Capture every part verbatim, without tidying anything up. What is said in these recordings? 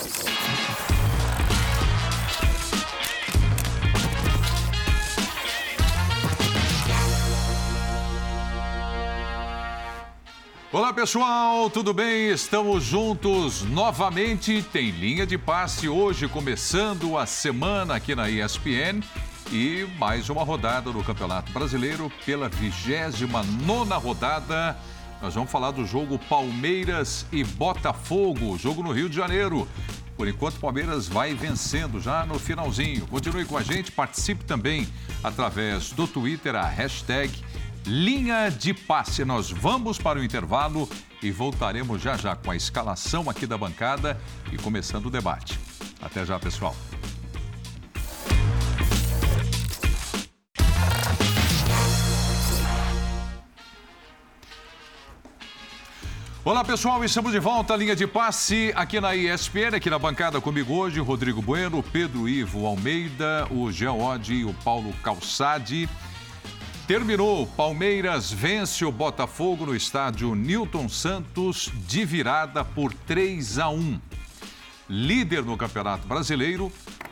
Olá pessoal, tudo bem? Estamos juntos novamente. Tem linha de passe hoje, começando a semana aqui na E S P N. E mais uma rodada do Campeonato Brasileiro pela vigésima nona rodada. Nós vamos falar do jogo Palmeiras e Botafogo, jogo no Rio de Janeiro. Por enquanto, o Palmeiras vai vencendo já no finalzinho. Continue com a gente, participe também através do Twitter, a hashtag Linha de Passe. Nós vamos para o intervalo e voltaremos já já com a escalação aqui da bancada e começando o debate. Até já, pessoal. Olá pessoal, estamos de volta à linha de passe aqui na E S P N, aqui na bancada comigo hoje, Rodrigo Bueno, Pedro Ivo Almeida, o Geode e o Paulo Calçade. Terminou, Palmeiras vence o Botafogo no estádio Newton Santos de virada por três a um. Líder no Campeonato Brasileiro,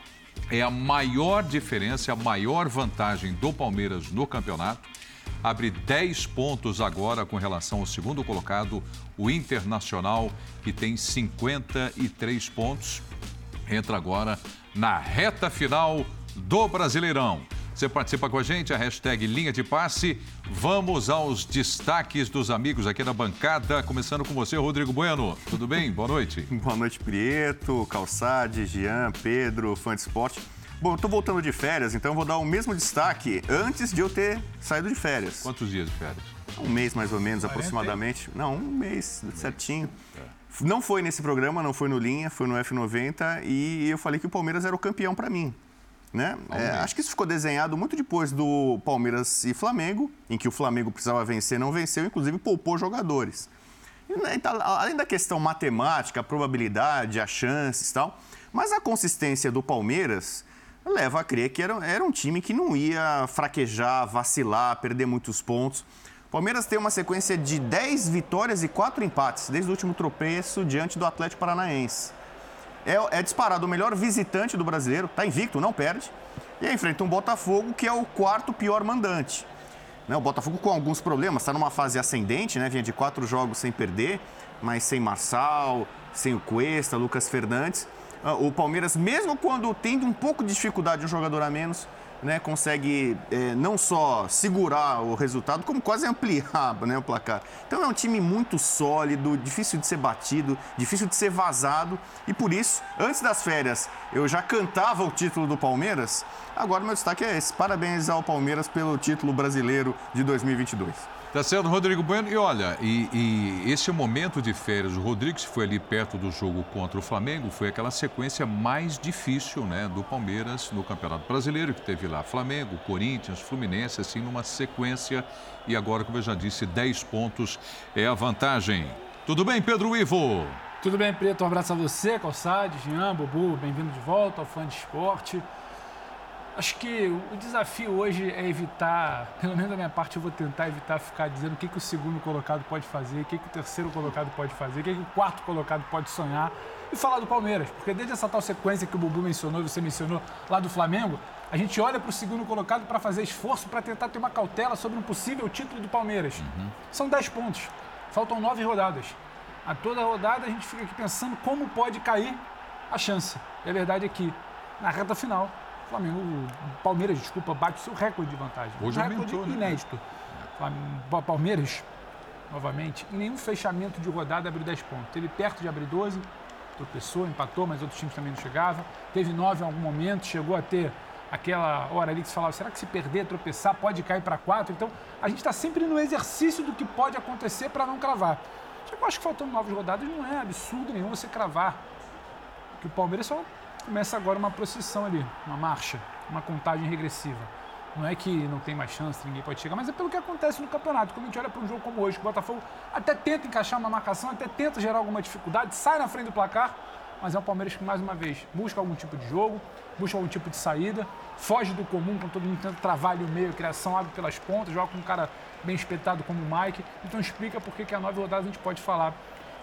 é a maior diferença, a maior vantagem do Palmeiras no campeonato. Abre dez pontos agora com relação ao segundo colocado, o Internacional, que tem cinquenta e três pontos. Entra agora na reta final do Brasileirão. Você participa com a gente, a hashtag Linha de Passe. Vamos aos destaques dos amigos aqui na bancada, começando com você, Rodrigo Bueno. Tudo bem? Boa noite. Boa noite, Prieto, Calçade, Jean, Pedro, fã de esporte. Bom, eu tô voltando de férias, então eu vou dar o mesmo destaque antes de eu ter saído de férias. Quantos dias de férias? Um mês, mais ou menos, aproximadamente. Não, um mês, certinho. Não foi nesse programa, não foi no Linha, foi no F noventa e eu falei que o Palmeiras era o campeão para mim. Né? É, acho que isso ficou desenhado muito depois do Palmeiras e Flamengo, em que o Flamengo precisava vencer, não venceu, inclusive poupou jogadores. E, né, então, além da questão matemática, a probabilidade, as chances e tal, mas a consistência do Palmeiras leva a crer que era, era um time que não ia fraquejar, vacilar, perder muitos pontos. O Palmeiras tem uma sequência de dez vitórias e quatro empates, desde o último tropeço diante do Atlético Paranaense. É, é disparado o melhor visitante do brasileiro, está invicto, não perde. E aí enfrenta um Botafogo que é o quarto pior mandante. Né, o Botafogo com alguns problemas, está numa fase ascendente, né, vinha de quatro jogos sem perder, mas sem Marçal, sem o Cuesta, Lucas Fernandes. O Palmeiras, mesmo quando tem um pouco de dificuldade, um jogador a menos, né, consegue é, não só segurar o resultado, como quase ampliar, né, o placar. Então é um time muito sólido, difícil de ser batido, difícil de ser vazado. E por isso, antes das férias, eu já cantava o título do Palmeiras. Agora meu destaque é esse. Parabéns ao Palmeiras pelo título brasileiro de dois mil e vinte e dois. Tá certo, Rodrigo Bueno. E olha, e, e esse momento de férias, o Rodrigo, que foi ali perto do jogo contra o Flamengo, foi aquela sequência mais difícil, né, do Palmeiras no Campeonato Brasileiro, que teve lá Flamengo, Corinthians, Fluminense, assim, numa sequência. E agora, como eu já disse, dez pontos é a vantagem. Tudo bem, Pedro Ivo? Tudo bem, Preto. Um abraço a você, Calçade, Jean, Bobu, bem-vindo de volta ao Fã de Esporte. Acho que o desafio hoje é evitar, pelo menos da minha parte, eu vou tentar evitar ficar dizendo o que, que o segundo colocado pode fazer, o que, que o terceiro colocado pode fazer, o que, que o quarto colocado pode sonhar e falar do Palmeiras. Porque desde essa tal sequência que o Bubu mencionou, você mencionou lá do Flamengo, a gente olha para o segundo colocado para fazer esforço, para tentar ter uma cautela sobre um possível título do Palmeiras. Uhum. São dez pontos, faltam nove rodadas. A toda rodada a gente fica aqui pensando como pode cair a chance. E a verdade é que, na reta final, Flamengo, Palmeiras, desculpa, bate o seu recorde de vantagem. Hoje um recorde aumentou, inédito. Né? Palmeiras, novamente, em nenhum fechamento de rodada abriu dez pontos. Teve perto de abrir doze, tropeçou, empatou, mas outros times também não chegavam. Teve nove em algum momento, chegou a ter aquela hora ali que se falava, será que se perder, tropeçar, pode cair para quatro? Então, a gente está sempre no exercício do que pode acontecer para não cravar. Só que eu acho que faltando nove rodadas não é absurdo nenhum você cravar. Porque o Palmeiras só começa agora uma procissão ali, uma marcha, uma contagem regressiva. Não é que não tem mais chance, ninguém pode chegar, mas é pelo que acontece no campeonato. Quando a gente olha para um jogo como hoje, que o Botafogo até tenta encaixar uma marcação, até tenta gerar alguma dificuldade, sai na frente do placar, mas é o Palmeiras que, mais uma vez, busca algum tipo de jogo, busca algum tipo de saída, foge do comum, com todo mundo tentando travar ali o meio, a criação abre pelas pontas, joga com um cara bem espetado como o Mike. Então explica por que que a nove rodadas a gente pode falar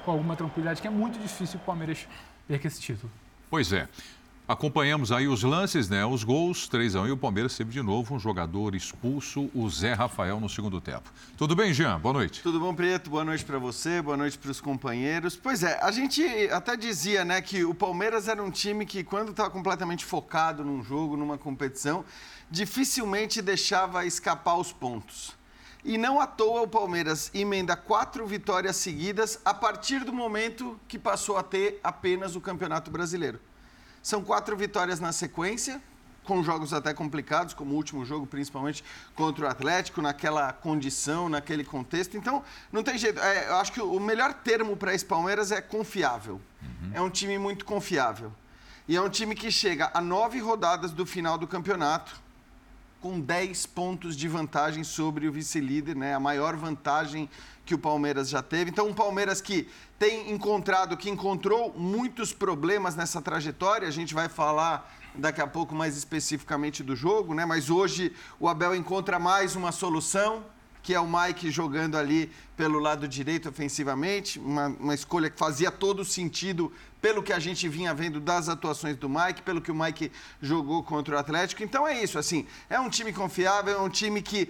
com alguma tranquilidade, que é muito difícil o Palmeiras perder esse título. Pois é. Acompanhamos aí os lances, né? Os gols, três a um, e o Palmeiras teve de novo um jogador expulso, o Zé Rafael, no segundo tempo. Tudo bem, Jean? Boa noite. Tudo bom, Preto? Boa noite para você, boa noite para os companheiros. Pois é, a gente até dizia, né, que o Palmeiras era um time que, quando estava completamente focado num jogo, numa competição, dificilmente deixava escapar os pontos. E não à toa o Palmeiras emenda quatro vitórias seguidas a partir do momento que passou a ter apenas o Campeonato Brasileiro. São quatro vitórias na sequência, com jogos até complicados, como o último jogo, principalmente contra o Atlético, naquela condição, naquele contexto. Então, não tem jeito. É, eu acho que o melhor termo para esse Palmeiras é confiável. Uhum. É um time muito confiável. E é um time que chega a nove rodadas do final do campeonato, com dez pontos de vantagem sobre o vice-líder, né? A maior vantagem que o Palmeiras já teve. Então, um Palmeiras que tem encontrado, que encontrou muitos problemas nessa trajetória, a gente vai falar daqui a pouco mais especificamente do jogo, né? Mas hoje o Abel encontra mais uma solução, que é o Mike jogando ali pelo lado direito ofensivamente, uma, uma escolha que fazia todo sentido pelo que a gente vinha vendo das atuações do Mike, pelo que o Mike jogou contra o Atlético. Então é isso, assim, é um time confiável, é um time que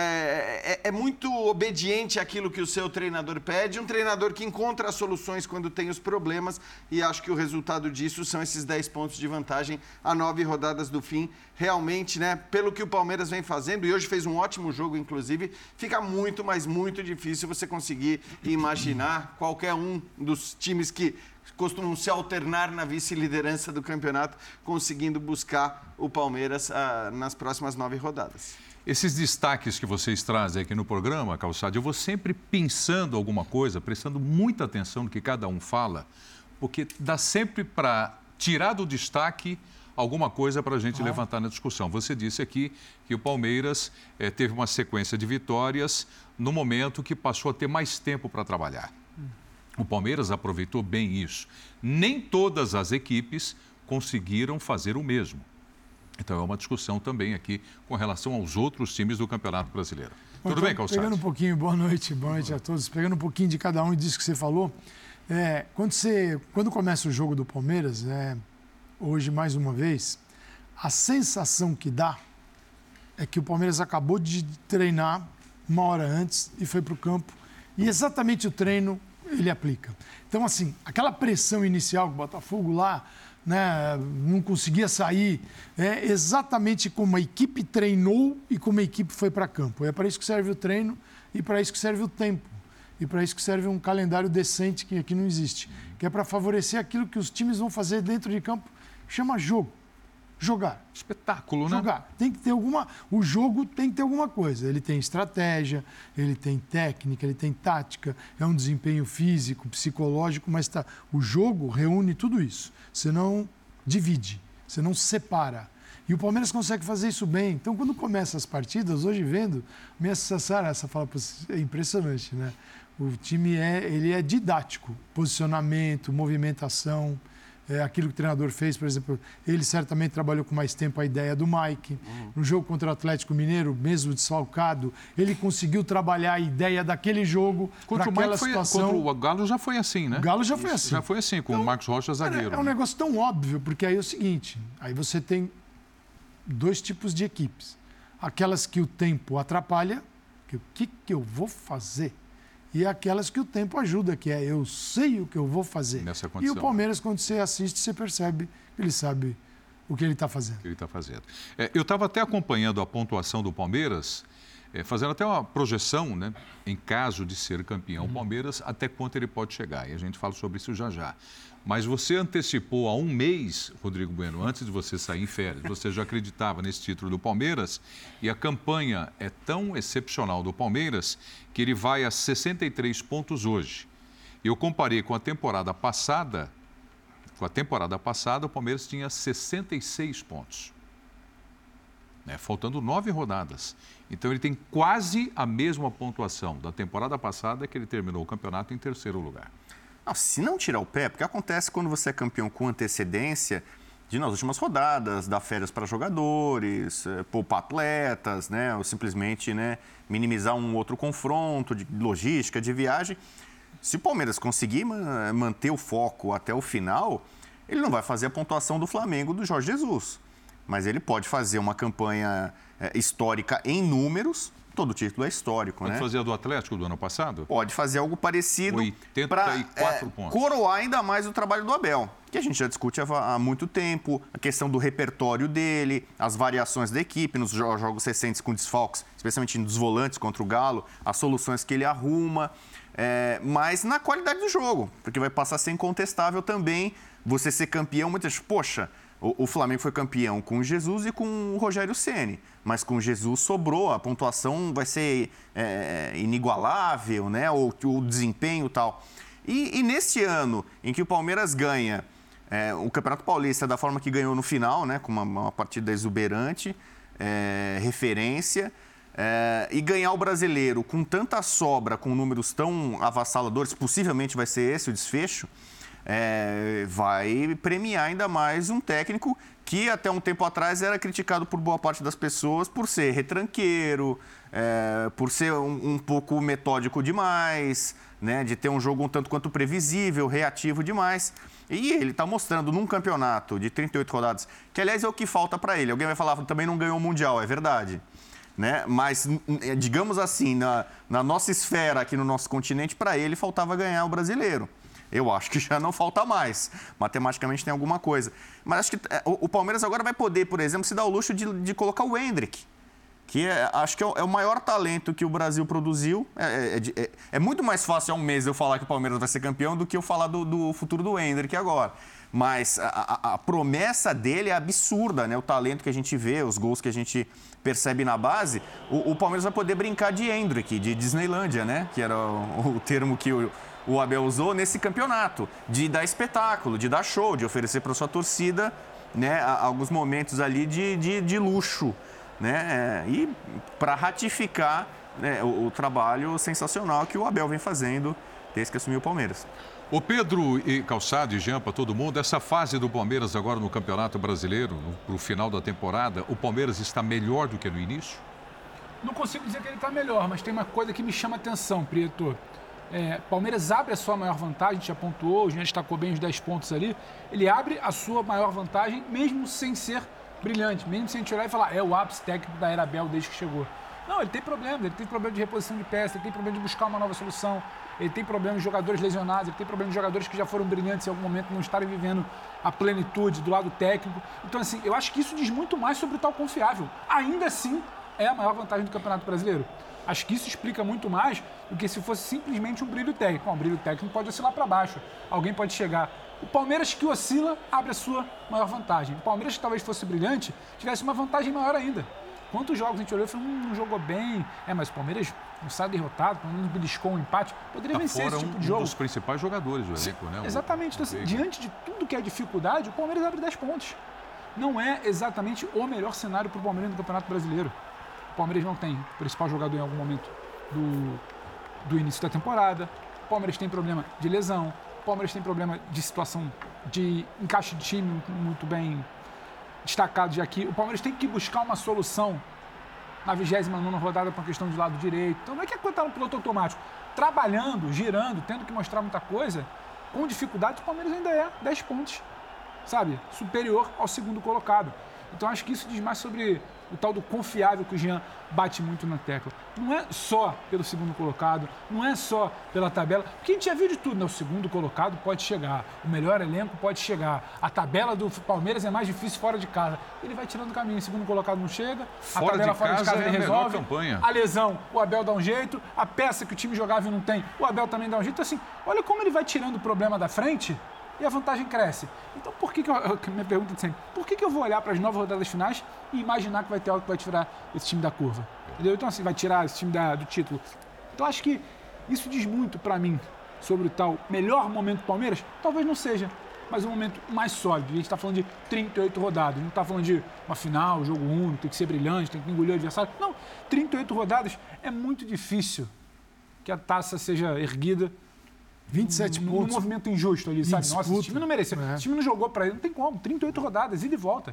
é, é, é muito obediente àquilo que o seu treinador pede, um treinador que encontra as soluções quando tem os problemas, e acho que o resultado disso são esses dez pontos de vantagem a nove rodadas do fim. Realmente, né, pelo que o Palmeiras vem fazendo, e hoje fez um ótimo jogo, inclusive, fica muito, mas muito difícil você conseguir imaginar qualquer um dos times que costumam se alternar na vice-liderança do campeonato, conseguindo buscar o Palmeiras ah, nas próximas nove rodadas. Esses destaques que vocês trazem aqui no programa, Calçado, eu vou sempre pensando alguma coisa, prestando muita atenção no que cada um fala, porque dá sempre para tirar do destaque alguma coisa para a gente ah. levantar na discussão. Você disse aqui que o Palmeiras eh, teve uma sequência de vitórias no momento que passou a ter mais tempo para trabalhar. O Palmeiras aproveitou bem isso. Nem todas as equipes conseguiram fazer o mesmo. Então, é uma discussão também aqui com relação aos outros times do Campeonato Brasileiro. Bom, Tudo então, bem, Calçado? Pegando um pouquinho, boa noite, boa noite a todos. Pegando um pouquinho de cada um disso que você falou, é, quando, você, quando começa o jogo do Palmeiras, é, hoje mais uma vez, a sensação que dá é que o Palmeiras acabou de treinar uma hora antes e foi para o campo. E exatamente o treino ele aplica. Então, assim, aquela pressão inicial que o Botafogo lá, né, não conseguia sair, é exatamente como a equipe treinou e como a equipe foi para campo. É para isso que serve o treino e para isso que serve o tempo. E para isso que serve um calendário decente que aqui não existe. Que é para favorecer aquilo que os times vão fazer dentro de campo, chama jogo. Jogar. Espetáculo, né? Jogar. Tem que ter alguma... O jogo tem que ter alguma coisa. Ele tem estratégia, ele tem técnica, ele tem tática, é um desempenho físico, psicológico, mas tá... o jogo reúne tudo isso. Você não divide, você não separa. E o Palmeiras consegue fazer isso bem. Então, quando começa as partidas, hoje vendo, minha sensação, essa fala, é impressionante, né? O time é, ele é didático. Posicionamento, movimentação... É aquilo que o treinador fez, por exemplo, ele certamente trabalhou com mais tempo a ideia do Mike. Uhum. No jogo contra o Atlético Mineiro, mesmo desfalcado, ele conseguiu trabalhar a ideia daquele jogo para aquela foi, situação. Contra o Galo já foi assim, né? O Galo já foi Isso, assim. Já foi assim, com então, o Marcos Rocha zagueiro. É, é um né? negócio tão óbvio, porque aí é o seguinte, aí você tem dois tipos de equipes. Aquelas que o tempo atrapalha, que o que, que eu vou fazer? E aquelas que o tempo ajuda, que é eu sei o que eu vou fazer. Nessa e o Palmeiras, quando você assiste, você percebe que ele sabe o que ele está fazendo. O que ele está fazendo. É, eu estava até acompanhando a pontuação do Palmeiras, é, fazendo até uma projeção, né, em caso de ser campeão, o uhum. Palmeiras, até quanto ele pode chegar. E a gente fala sobre isso já já. Mas você antecipou há um mês, Rodrigo Bueno, antes de você sair em férias, você já acreditava nesse título do Palmeiras e a campanha é tão excepcional do Palmeiras que ele vai a sessenta e três pontos hoje. Eu comparei com a temporada passada, com a temporada passada o Palmeiras tinha sessenta e seis pontos, né, faltando nove rodadas. Então ele tem quase a mesma pontuação da temporada passada que ele terminou o campeonato em terceiro lugar. Não, se não tirar o pé, porque acontece quando você é campeão com antecedência, de nas últimas rodadas, dar férias para jogadores, poupar atletas, né, ou simplesmente, né, minimizar um outro confronto de logística, de viagem. Se o Palmeiras conseguir manter o foco até o final, ele não vai fazer a pontuação do Flamengo do Jorge Jesus. Mas ele pode fazer uma campanha é, histórica em números. Todo título é histórico, pode né? Pode fazer a do Atlético do ano passado? Pode fazer algo parecido oitenta e quatro pra, é, pontos. Coroar ainda mais o trabalho do Abel, que a gente já discute há, há muito tempo, a questão do repertório dele, as variações da equipe nos jogos recentes com desfalques, especialmente nos volantes contra o Galo, as soluções que ele arruma, é, mas na qualidade do jogo, porque vai passar a ser incontestável também você ser campeão. Muitas, poxa, o, o Flamengo foi campeão com o Jesus e com o Rogério Ceni, mas com o Jesus sobrou, a pontuação vai ser é, inigualável, né? O, o desempenho e tal. E, e neste ano em que o Palmeiras ganha é, o Campeonato Paulista da forma que ganhou no final, né? Com uma, uma partida exuberante, é, referência, é, e ganhar o Brasileiro com tanta sobra, com números tão avassaladores, possivelmente vai ser esse o desfecho, é, vai premiar ainda mais um técnico que até um tempo atrás era criticado por boa parte das pessoas por ser retranqueiro, é, por ser um, um pouco metódico demais, né, de ter um jogo um tanto quanto previsível, reativo demais. E ele está mostrando num campeonato de trinta e oito rodadas, que aliás é o que falta para ele. Alguém vai falar, também não ganhou o Mundial, é verdade. Né? Mas, digamos assim, na, na nossa esfera aqui no nosso continente, para ele faltava ganhar o Brasileiro. Eu acho que já não falta mais. Matematicamente tem alguma coisa. Mas acho que o Palmeiras agora vai poder, por exemplo, se dar o luxo de, de colocar o Endrick, que é, acho que é o, é o maior talento que o Brasil produziu. É, é, é, é muito mais fácil há um mês eu falar que o Palmeiras vai ser campeão do que eu falar do, do futuro do Endrick agora. Mas a, a, a promessa dele é absurda, né? O talento que a gente vê, os gols que a gente percebe na base. O, o Palmeiras vai poder brincar de Endrick, de Disneylândia, né? Que era o, o termo que o... o Abel usou nesse campeonato, de dar espetáculo, de dar show, de oferecer para sua torcida, né, alguns momentos ali de, de, de luxo, né, e para ratificar, né, o, o trabalho sensacional que o Abel vem fazendo desde que assumiu o Palmeiras. O Pedro e Calçado e Jean, para todo mundo, essa fase do Palmeiras agora no Campeonato Brasileiro, no, no final da temporada, o Palmeiras está melhor do que no início? Não consigo dizer que ele está melhor, mas tem uma coisa que me chama atenção, Prieto. É, Palmeiras abre a sua maior vantagem, a gente já pontuou, o Jean destacou bem os dez pontos ali. Ele abre a sua maior vantagem mesmo sem ser brilhante, mesmo sem a gente olhar e falar, é o ápice técnico da era Abel desde que chegou. Não, ele tem problema, ele tem problema de reposição de peça, ele tem problema de buscar uma nova solução, ele tem problema de jogadores lesionados, ele tem problema de jogadores que já foram brilhantes em algum momento não estarem vivendo a plenitude do lado técnico. Então, assim, eu acho que isso diz muito mais sobre o tal confiável. Ainda assim, é a maior vantagem do Campeonato Brasileiro. Acho que isso explica muito mais do que se fosse simplesmente um brilho técnico. Bom, um brilho técnico pode oscilar para baixo, alguém pode chegar. O Palmeiras que oscila abre a sua maior vantagem. O Palmeiras que talvez fosse brilhante tivesse uma vantagem maior ainda. Quantos jogos a gente olhou e falou, hum, não jogou bem. É, mas o Palmeiras não sai derrotado, pelo menos beliscou um empate. Poderia tá vencer esse tipo um, de jogo. um dos principais jogadores do elenco, né? Exatamente. Então, assim, diante de tudo que é dificuldade, o Palmeiras abre dez pontos. Não é exatamente o melhor cenário para o Palmeiras no Campeonato Brasileiro. O Palmeiras não tem o principal jogador em algum momento do, do início da temporada. O Palmeiras tem problema de lesão. O Palmeiras tem problema de situação de encaixe de time muito bem destacado já aqui. O Palmeiras tem que buscar uma solução na vigésima nona rodada para a questão de lado direito. Então não é que a coisa está no piloto automático. Trabalhando, girando, tendo que mostrar muita coisa, com dificuldade, o Palmeiras ainda é dez pontos, sabe? Superior ao segundo colocado. Então acho que isso diz mais sobre o tal do confiável que o Jean bate muito na tecla. Não é só pelo segundo colocado, não é só pela tabela, porque a gente já viu de tudo, né? O segundo colocado pode chegar, o melhor elenco pode chegar, a tabela do Palmeiras é mais difícil fora de casa. Ele vai tirando o caminho, o segundo colocado não chega, fora a tabela de fora casa de casa é ele a melhor resolve, campanha. A lesão, o Abel dá um jeito, a peça que o time jogava e não tem, o Abel também dá um jeito. Então, assim, olha como ele vai tirando o problema da frente e a vantagem cresce. Então, por que que eu, minha pergunta é sempre, por que que eu vou olhar para as nove rodadas finais e imaginar que vai ter algo que vai tirar esse time da curva? Entendeu? Então, assim, vai tirar esse time da, do título. Então, acho que isso diz muito para mim sobre o tal melhor momento do Palmeiras. Talvez não seja, mas um momento mais sólido. A gente está falando de trinta e oito rodadas, não está falando de uma final, jogo único, tem que ser brilhante, tem que engolir o adversário. Não, trinta e oito rodadas é muito difícil que a taça seja erguida vinte e sete pontos. Um movimento injusto ali, sabe? Disputa. Nossa, esse time não mereceu. É. Esse time não jogou pra ele. Não tem como. trinta e oito rodadas, ida e volta.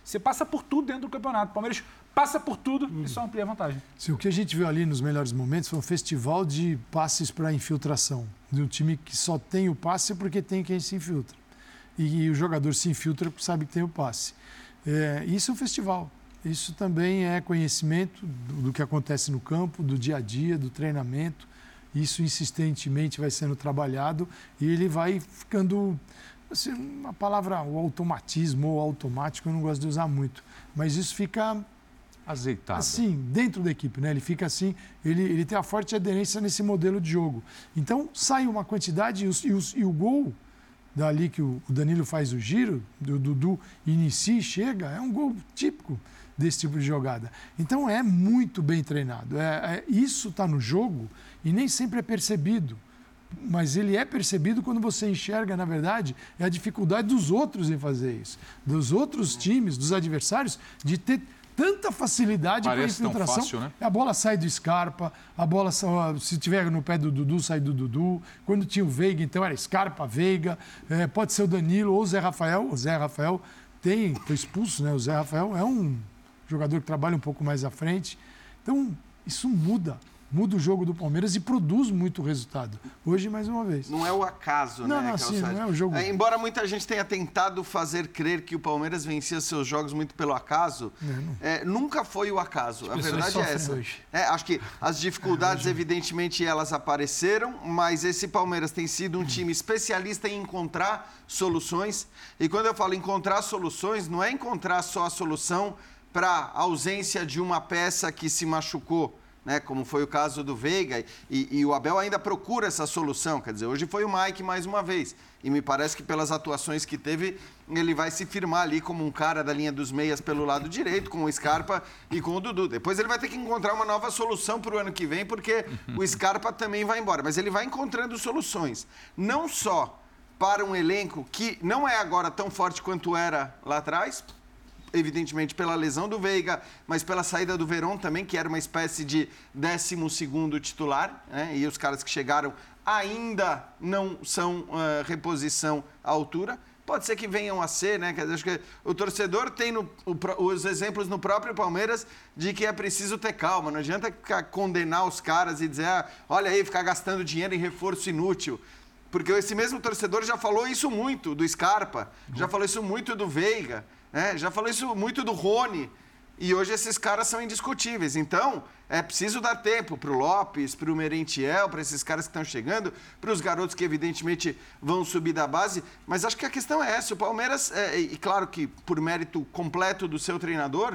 Você passa por tudo dentro do campeonato. O Palmeiras passa por tudo hum. e só amplia a vantagem. Sim, o que a gente viu ali nos melhores momentos foi um festival de passes para infiltração. De um time que só tem o passe porque tem quem se infiltra. E, e o jogador se infiltra porque sabe que tem o passe. É, isso é um festival. Isso também é conhecimento do, do que acontece no campo, do dia a dia, do treinamento. Isso insistentemente vai sendo trabalhado e ele vai ficando... Assim, a palavra o automatismo ou automático eu não gosto de usar muito, mas isso fica azeitado. Assim, dentro da equipe, né? Ele fica assim, ele, ele tem a forte aderência nesse modelo de jogo. Então, sai uma quantidade e, os, e, os, e o gol dali que o, o Danilo faz o giro, do Dudu inicia e chega, é um gol típico desse tipo de jogada. Então, é muito bem treinado. É, é, isso está no jogo e nem sempre é percebido. Mas ele é percebido quando você enxerga, na verdade, é a dificuldade dos outros em fazer isso. Dos outros times, dos adversários, de ter tanta facilidade para a infiltração. Tão fácil, né? A bola sai do Scarpa, a bola, se tiver no pé do Dudu, sai do Dudu. Quando tinha o Veiga, então era Scarpa, Veiga. É, pode ser o Danilo ou o Zé Rafael. O Zé Rafael tem, foi expulso, né? O Zé Rafael é um jogador que trabalha um pouco mais à frente. Então, isso muda. Muda o jogo do Palmeiras e produz muito resultado. Hoje, mais uma vez. Não é o acaso, não, né? Não, assim, não é o jogo. É, embora muita gente tenha tentado fazer crer que o Palmeiras vencia seus jogos muito pelo acaso, é, não. É, nunca foi o acaso. A verdade é essa. É, acho que as dificuldades, é, evidentemente, elas apareceram, mas esse Palmeiras tem sido um time especialista em encontrar soluções. E quando eu falo encontrar soluções, não é encontrar só a solução para a ausência de uma peça que se machucou. Né, como foi o caso do Veiga, e, e o Abel ainda procura essa solução. Quer dizer, hoje foi o Mike mais uma vez. E me parece que pelas atuações que teve, ele vai se firmar ali como um cara da linha dos meias pelo lado direito, com o Scarpa e com o Dudu. Depois ele vai ter que encontrar uma nova solução para o ano que vem, porque o Scarpa também vai embora. Mas ele vai encontrando soluções. Não só para um elenco que não é agora tão forte quanto era lá atrás, evidentemente pela lesão do Veiga, mas pela saída do Verón também, que era uma espécie de décimo segundo titular, né? E os caras que chegaram ainda não são uh, reposição à altura. Pode ser que venham a ser, né? Quer dizer, acho que o torcedor tem no, o, os exemplos no próprio Palmeiras de que é preciso ter calma. Não adianta ficar, condenar os caras e dizer, ah, olha aí, ficar gastando dinheiro em reforço inútil. Porque esse mesmo torcedor já falou isso muito do Scarpa, já falou isso muito do Veiga, É, já falou isso muito do Rony, e hoje esses caras são indiscutíveis. Então, é preciso dar tempo para o Lopes, para o Merentiel, para esses caras que estão chegando, para os garotos que evidentemente vão subir da base. Mas acho que a questão é essa. O Palmeiras, é, e claro que por mérito completo do seu treinador,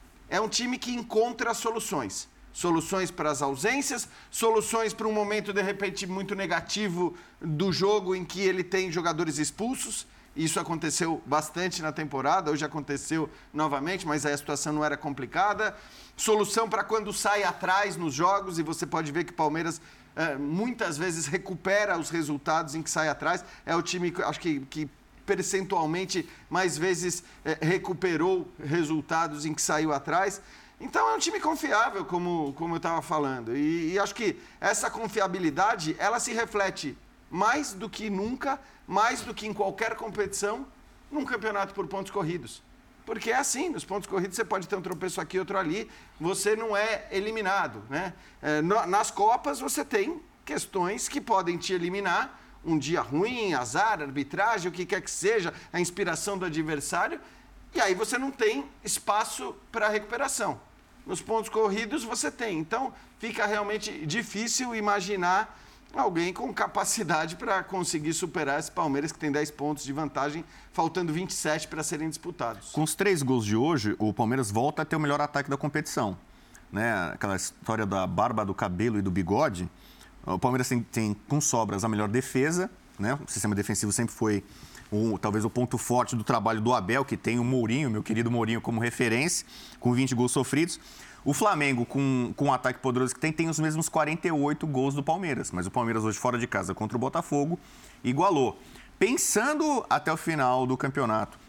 é um time que encontra soluções. Soluções para as ausências, soluções para um momento, de repente, muito negativo do jogo em que ele tem jogadores expulsos. Isso aconteceu bastante na temporada, hoje aconteceu novamente, mas aí a situação não era complicada. Solução para quando sai atrás nos jogos, e você pode ver que o Palmeiras é, muitas vezes recupera os resultados em que sai atrás. É o time, acho que, que percentualmente mais vezes é, recuperou resultados em que saiu atrás. Então é um time confiável, como, como eu estava falando. E, e acho que essa confiabilidade, ela se reflete mais do que nunca, mais do que em qualquer competição, num campeonato por pontos corridos. Porque é assim, nos pontos corridos você pode ter um tropeço aqui, outro ali, você não é eliminado, né? É, no, nas Copas você tem questões que podem te eliminar, um dia ruim, azar, arbitragem, o que quer que seja, a inspiração do adversário, e aí você não tem espaço para recuperação. Nos pontos corridos você tem. Então fica realmente difícil imaginar alguém com capacidade para conseguir superar esse Palmeiras, que tem dez pontos de vantagem, faltando vinte e sete para serem disputados. Com os três gols de hoje, o Palmeiras volta a ter o melhor ataque da competição. Né? Aquela história da barba, do cabelo e do bigode. O Palmeiras tem, tem com sobras, a melhor defesa. Né? O sistema defensivo sempre foi o, talvez o ponto forte do trabalho do Abel, que tem o Mourinho, meu querido Mourinho, como referência, com vinte gols sofridos. O Flamengo, com, com o ataque poderoso que tem, tem os mesmos quarenta e oito gols do Palmeiras. Mas o Palmeiras hoje fora de casa contra o Botafogo igualou. Pensando até o final do campeonato,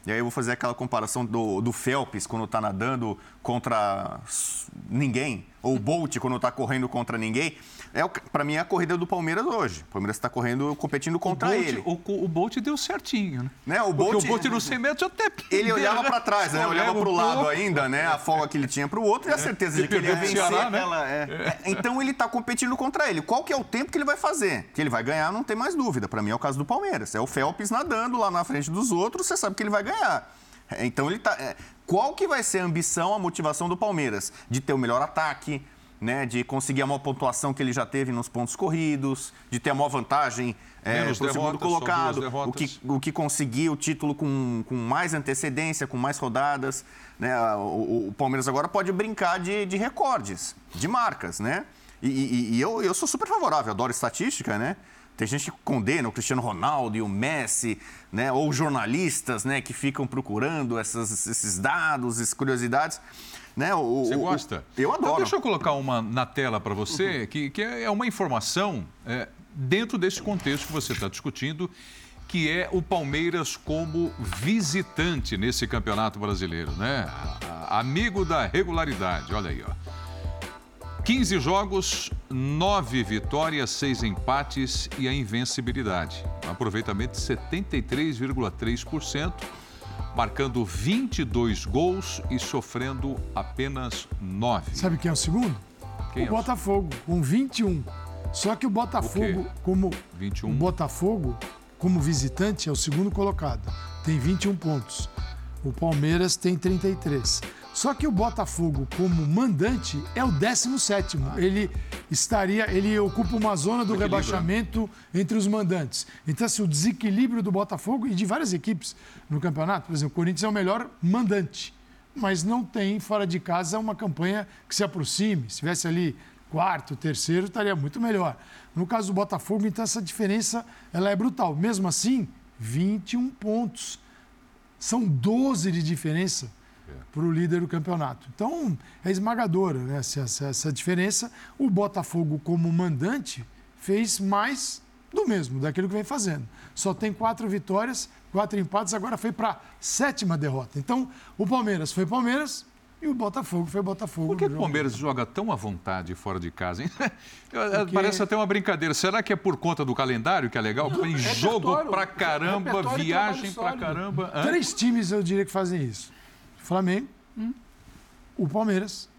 E aí eu vou fazer aquela comparação do, do Phelps quando está nadando contra ninguém, ou o Bolt quando está correndo contra ninguém. É, para mim, é a corrida do Palmeiras hoje. O Palmeiras está correndo, competindo contra o Bolt, ele. O, o Bolt deu certinho, né? né? O Bolt, Bolt, o Bolt nos cem metros até... Ele olhava para trás, né? Olhava para o lado ainda, né? A folga que ele tinha para o outro e a certeza de que ele ia vencer. Ceará, né? É, então ele está competindo contra ele. Qual que é o tempo que ele vai fazer? Que ele vai ganhar, não tem mais dúvida. Para mim é o caso do Palmeiras. É o Phelps nadando lá na frente dos outros, você sabe que ele vai ganhar. Então ele tá. É, qual que vai ser a ambição, a motivação do Palmeiras? De ter o melhor ataque, né? De conseguir a maior pontuação que ele já teve nos pontos corridos, de ter a maior vantagem é, para o segundo colocado, o que, o que conseguir o título com, com mais antecedência, com mais rodadas. Né? O, o Palmeiras agora pode brincar de, de recordes, de marcas, né? E, e, e eu, eu sou super favorável, adoro estatística, né? Tem gente que condena o Cristiano Ronaldo e o Messi, né? Ou jornalistas, né? Que ficam procurando essas, esses dados, essas curiosidades. Né? O, você o, gosta? O, eu adoro. Então, deixa eu colocar uma na tela para você, uhum. que, que é uma informação é, dentro desse contexto que você está discutindo, que é o Palmeiras como visitante nesse Campeonato Brasileiro, né? Amigo da regularidade, olha aí, ó. quinze jogos, nove vitórias, seis empates e a invencibilidade. Um aproveitamento de setenta e três vírgula três por cento, marcando vinte e dois gols e sofrendo apenas nove. Sabe quem é o segundo? Quem o é Botafogo, com vinte e um. Só que o Botafogo, o como vinte e um. O Botafogo, como visitante, é o segundo colocado. Tem vinte e um pontos. O Palmeiras tem trinta e três. Só que o Botafogo, como mandante, é o décimo sétimo. Ele estaria, ele ocupa uma zona do rebaixamento entre os mandantes. Então, assim, o desequilíbrio do Botafogo e de várias equipes no campeonato, por exemplo, o Corinthians é o melhor mandante, mas não tem fora de casa uma campanha que se aproxime. Se tivesse ali quarto, terceiro, estaria muito melhor. No caso do Botafogo, então, essa diferença ela é brutal. Mesmo assim, vinte e um pontos. São doze de diferença para o líder do campeonato. Então, é esmagadora, né? essa, essa, essa diferença. O Botafogo, como mandante, fez mais do mesmo, daquilo que vem fazendo. Só tem quatro vitórias, quatro empates, agora foi para a sétima derrota. Então, o Palmeiras foi Palmeiras e o Botafogo foi Botafogo. Por que o Palmeiras joga tão à vontade fora de casa, hein? Porque... Parece até uma brincadeira. Será que é por conta do calendário, que é legal? Tem jogo pra caramba, viagem pra caramba. Hã? Três times, eu diria, que fazem isso. Flamengo, hum. o Palmeiras,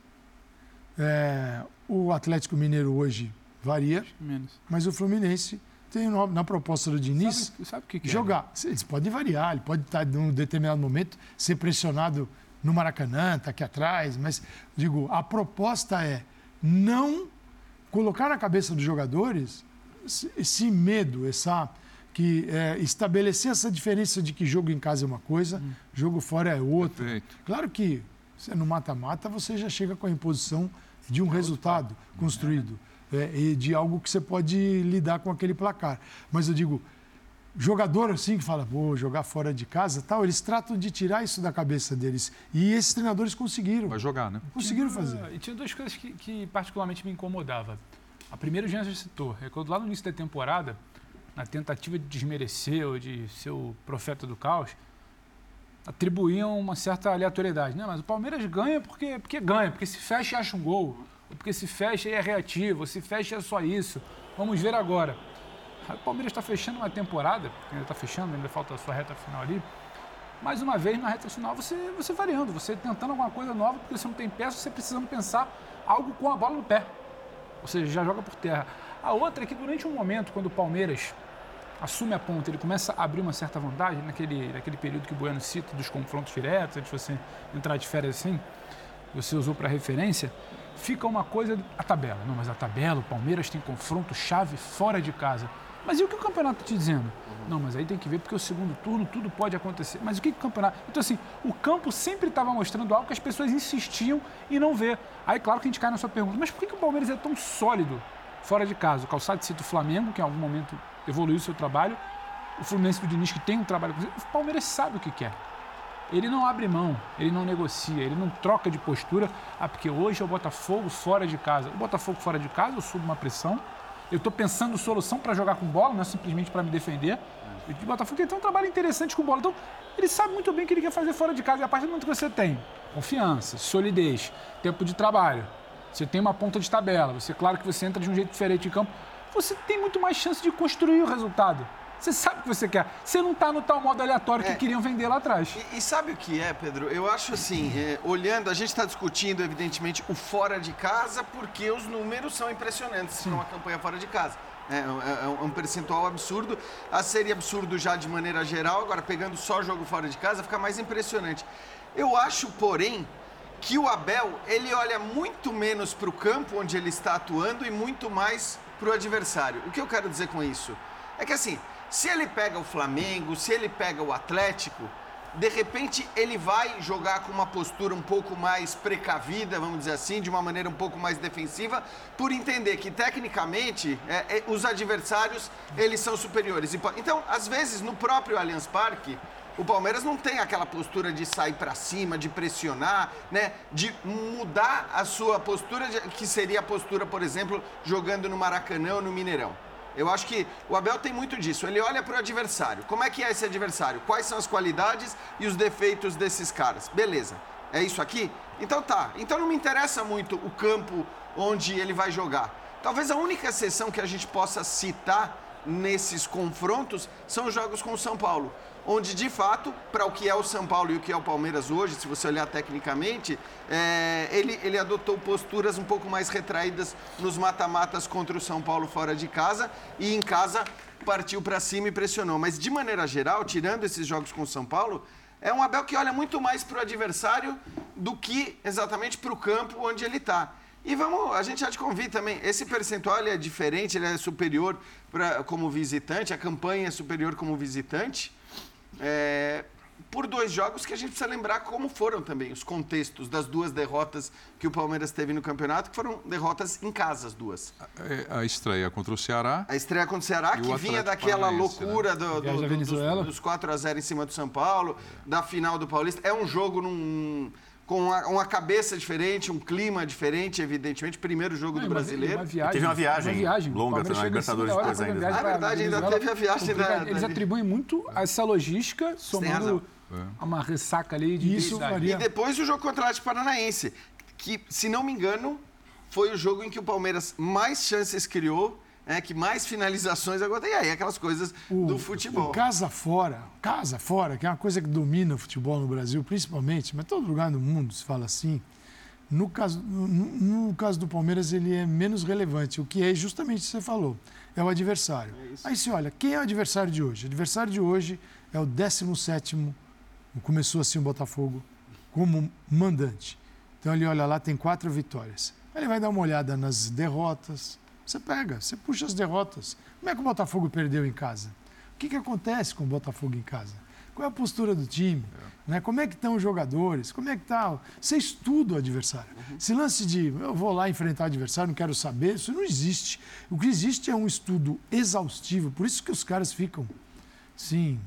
é, o Atlético Mineiro hoje varia, Menos. mas o Fluminense tem na proposta do Diniz sabe, sabe o que que jogar. É? Eles podem variar, ele pode estar, num determinado momento, ser pressionado no Maracanã, está aqui atrás, mas, digo, a proposta é não colocar na cabeça dos jogadores esse medo, essa... que é, estabelecer essa diferença de que jogo em casa é uma coisa, hum. jogo fora é outra. Perfeito. Claro que você no mata-mata você já chega com a imposição de um resultado construído é, e de algo que você pode lidar com aquele placar. Mas eu digo, jogador assim que fala, vou jogar fora de casa, tal, eles tratam de tirar isso da cabeça deles. E esses treinadores conseguiram. Vai jogar, né? Conseguiram tinha, fazer. E tinha duas coisas que, que particularmente me incomodavam. A primeira, o Jean já citou, é quando lá no início da temporada, na tentativa de desmerecer ou de ser o profeta do caos, atribuíam uma certa aleatoriedade. Não, mas o Palmeiras ganha porque, porque ganha, porque se fecha e acha um gol, ou porque se fecha e é reativo, ou se fecha é só isso. Vamos ver agora. O Palmeiras está fechando uma temporada, ainda está fechando, ainda falta a sua reta final ali. Mais uma vez, na reta final, você, você variando, você tentando alguma coisa nova, porque você não tem peça, você precisando pensar algo com a bola no pé. Ou seja, já joga por terra. A outra é que durante um momento, quando o Palmeiras assume a ponta, ele começa a abrir uma certa vantagem, naquele, naquele período que o Bueno cita dos confrontos diretos, antes de você entrar de férias assim, você usou para referência, fica uma coisa, a tabela. Não, mas a tabela, o Palmeiras tem confronto chave fora de casa. Mas e o que o campeonato está te dizendo? Uhum. Não, mas aí tem que ver, porque o segundo turno tudo pode acontecer. Mas o que, que o campeonato... Então, assim, o campo sempre estava mostrando algo que as pessoas insistiam em não ver. Aí, claro que a gente cai na sua pergunta, mas por que, que o Palmeiras é tão sólido fora de casa? O Calçado cita o Flamengo, que em algum momento evoluiu o seu trabalho. O Fluminense do Diniz, que tem um trabalho... O Palmeiras sabe o que quer. Ele não abre mão, ele não negocia, ele não troca de postura. Ah, porque hoje é o Botafogo fora de casa. O Botafogo fora de casa, eu subo uma pressão. eu estou pensando solução para jogar com bola, não é simplesmente para me defender. O Botafogo tem um trabalho interessante com bola. Então, ele sabe muito bem o que ele quer fazer fora de casa. E a partir do momento que você tem confiança, solidez, tempo de trabalho, você tem uma ponta de tabela, você, claro que você entra de um jeito diferente em campo, você tem muito mais chance de construir o resultado. Você sabe o que você quer. Você não está no tal modo aleatório que é. queriam vender lá atrás. E, e sabe o que é, Pedro? Eu acho assim, é, olhando, a gente está discutindo, evidentemente, o fora de casa, porque os números são impressionantes numa campanha fora de casa. É, é, é um percentual absurdo. A série absurdo já de maneira geral, agora pegando só jogo fora de casa, fica mais impressionante. Eu acho, porém, que o Abel, ele olha muito menos para o campo onde ele está atuando e muito mais para o adversário. O que eu quero dizer com isso? É que assim, se ele pega o Flamengo, se ele pega o Atlético, de repente ele vai jogar com uma postura um pouco mais precavida, vamos dizer assim, de uma maneira um pouco mais defensiva, por entender que tecnicamente é, é, os adversários eles são superiores. Então, às vezes, no próprio Allianz Parque, o Palmeiras não tem aquela postura de sair para cima, de pressionar, né, de mudar a sua postura, que seria a postura, por exemplo, jogando no Maracanã ou no Mineirão. Eu acho que o Abel tem muito disso. Ele olha para o adversário. Como é que é esse adversário? Quais são as qualidades e os defeitos desses caras? Beleza. É isso aqui? Então tá. Então não me interessa muito o campo onde ele vai jogar. Talvez a única exceção que a gente possa citar nesses confrontos são os jogos com o São Paulo, onde de fato, para o que é o São Paulo e o que é o Palmeiras hoje, se você olhar tecnicamente, é, ele, ele adotou posturas um pouco mais retraídas nos mata-matas contra o São Paulo fora de casa, e em casa partiu para cima e pressionou. Mas de maneira geral, tirando esses jogos com o São Paulo, é um Abel que olha muito mais para o adversário do que exatamente para o campo onde ele está. E vamos, a gente já te convida também, esse percentual ele é diferente, ele é superior pra, como visitante, a campanha é superior como visitante, é, por dois jogos que a gente precisa lembrar como foram também os contextos das duas derrotas que o Palmeiras teve no campeonato, que foram derrotas em casa as duas. A, a estreia contra o Ceará. A estreia contra o Ceará, que vinha daquela loucura, né? do, do, do, dos, dos quatro a zero em cima do São Paulo, é. da final do Paulista. É um jogo num... com uma, uma cabeça diferente, um clima diferente, evidentemente. Primeiro jogo Não, do brasileiro. Uma viagem, teve uma viagem, uma viagem longa na Libertadores depois ainda. É verdade, ainda teve a viagem da... Eles atribuem muito a essa logística, somando a uma ressaca ali de isso. E depois o jogo contra o Atlético Paranaense, que, se não me engano, foi o jogo em que o Palmeiras mais chances criou, é, que mais finalizações agora tem aí, aquelas coisas o, do futebol. O casa fora, casa fora, que é uma coisa que domina o futebol no Brasil, principalmente, mas todo lugar do mundo se fala assim. No caso, no, no caso do Palmeiras, ele é menos relevante. O que é justamente o que você falou, é o adversário. É aí se olha, quem é o adversário de hoje? O adversário de hoje é o décimo sétimo, começou assim o Botafogo, como mandante. Então ele olha lá, tem quatro vitórias. Ele vai dar uma olhada nas derrotas. Você pega, você puxa as derrotas. Como é que o Botafogo perdeu em casa? O que, que acontece com o Botafogo em casa? Qual é a postura do time? É. Né? Como é que estão os jogadores? Como é que está? Você estuda o adversário. Uhum. Esse lance de eu vou lá enfrentar o adversário, não quero saber, isso não existe. O que existe é um estudo exaustivo. Por isso que os caras ficam, sim...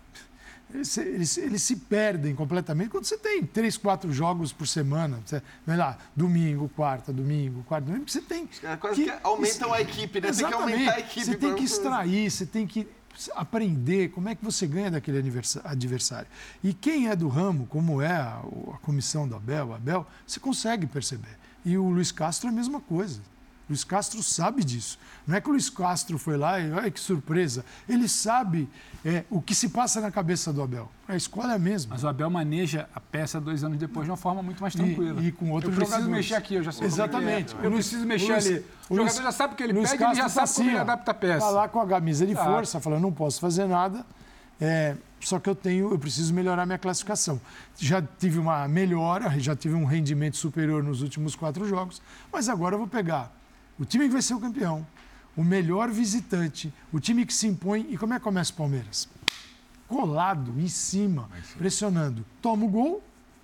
Eles, eles, eles se perdem completamente quando você tem três, quatro jogos por semana. Você, vai lá, domingo, quarta, domingo, quarta, domingo. Você tem. É quase que, que aumentam a equipe, né? Exatamente. Tem que aumentar a equipe. Você tem que extrair, você tem que aprender como é que você ganha daquele adversário. E quem é do ramo, como é a, a comissão do Abel, o Abel, você consegue perceber. E o Luiz Castro é a mesma coisa. O Luiz Castro sabe disso. Não é que o Luiz Castro foi lá e, olha que surpresa, ele sabe é, o que se passa na cabeça do Abel. A escola é a mesma. Mas o Abel maneja a peça dois anos depois de uma forma muito mais tranquila. E, e com outros eu jogadores. Eu preciso mexer aqui, eu já sei Exatamente. como é. Eu Luiz, preciso mexer Luiz, ali. O Luiz, jogador já sabe o que ele Luiz pede, Castro ele já sabe assim, como ele adapta a peça. Está lá com a camisa de claro. força, falando, não posso fazer nada, é, só que eu tenho, eu preciso melhorar minha classificação. Já tive uma melhora, já tive um rendimento superior nos últimos quatro jogos, mas agora eu vou pegar o time que vai ser o campeão, o melhor visitante, o time que se impõe. E como é que começa o Palmeiras? Colado, em cima, pressionando. Toma o gol,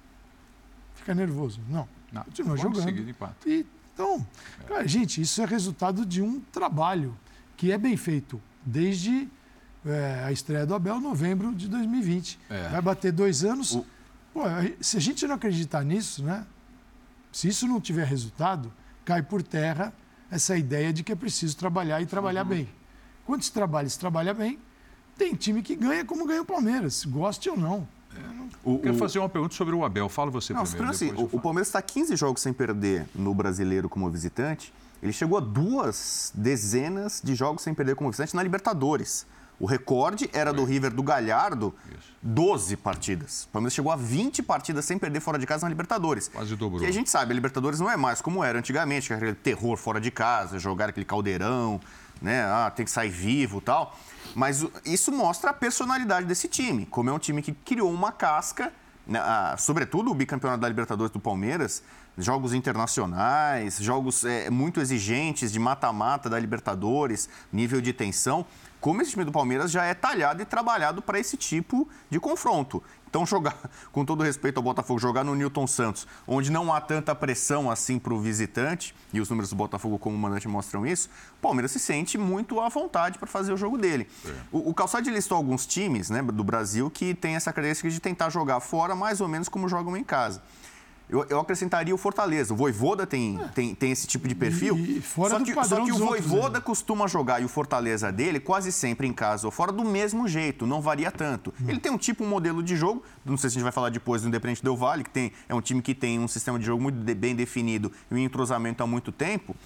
fica nervoso. Não, Não continua jogando. Seguir de empate. E, então, é. cara, gente, isso é resultado de um trabalho que é bem feito desde é, a estreia do Abel, novembro de dois mil e vinte. É. Vai bater dois anos. O... Pô, se a gente não acreditar nisso, né? Se isso não tiver resultado, cai por terra essa ideia de que é preciso trabalhar e trabalhar uhum. bem. Quando se trabalha e se trabalha bem, tem time que ganha como ganha o Palmeiras, goste ou não. O, Quero o... fazer uma pergunta sobre o Abel. Fala você não, primeiro. Assim, o, o Palmeiras está quinze jogos sem perder no Brasileiro como visitante. Ele chegou a duas dezenas de jogos sem perder como visitante na Libertadores. O recorde era do River do Galhardo, doze partidas. O Palmeiras chegou a vinte partidas sem perder fora de casa na Libertadores. Quase dobrou. E a gente sabe, a Libertadores não é mais como era antigamente, aquele terror fora de casa, jogar aquele caldeirão, né? Ah, tem que sair vivo e tal. Mas isso mostra a personalidade desse time. Como é um time que criou uma casca, né? Ah, sobretudo o bicampeonato da Libertadores do Palmeiras, jogos internacionais, jogos é, muito exigentes de mata-mata da Libertadores, nível de tensão. Como esse time do Palmeiras já é talhado e trabalhado para esse tipo de confronto. Então, jogar, com todo respeito ao Botafogo, jogar no Newton Santos, onde não há tanta pressão assim para o visitante, e os números do Botafogo como mandante mostram isso, o Palmeiras se sente muito à vontade para fazer o jogo dele. É. O, o Calçade listou alguns times, né, do Brasil que tem essa característica de tentar jogar fora mais ou menos como jogam em casa. Eu, eu acrescentaria o Fortaleza. O Vojvoda tem, é. tem, tem esse tipo de perfil. E, e fora só, do que, padrão só que o Vojvoda outros, né? costuma jogar e o Fortaleza dele quase sempre em casa ou fora do mesmo jeito, não varia tanto. Hum. Ele tem um tipo, um modelo de jogo, não sei se a gente vai falar depois do Independente Del Valle, que tem, é um time que tem um sistema de jogo muito de, bem definido e um entrosamento há muito tempo.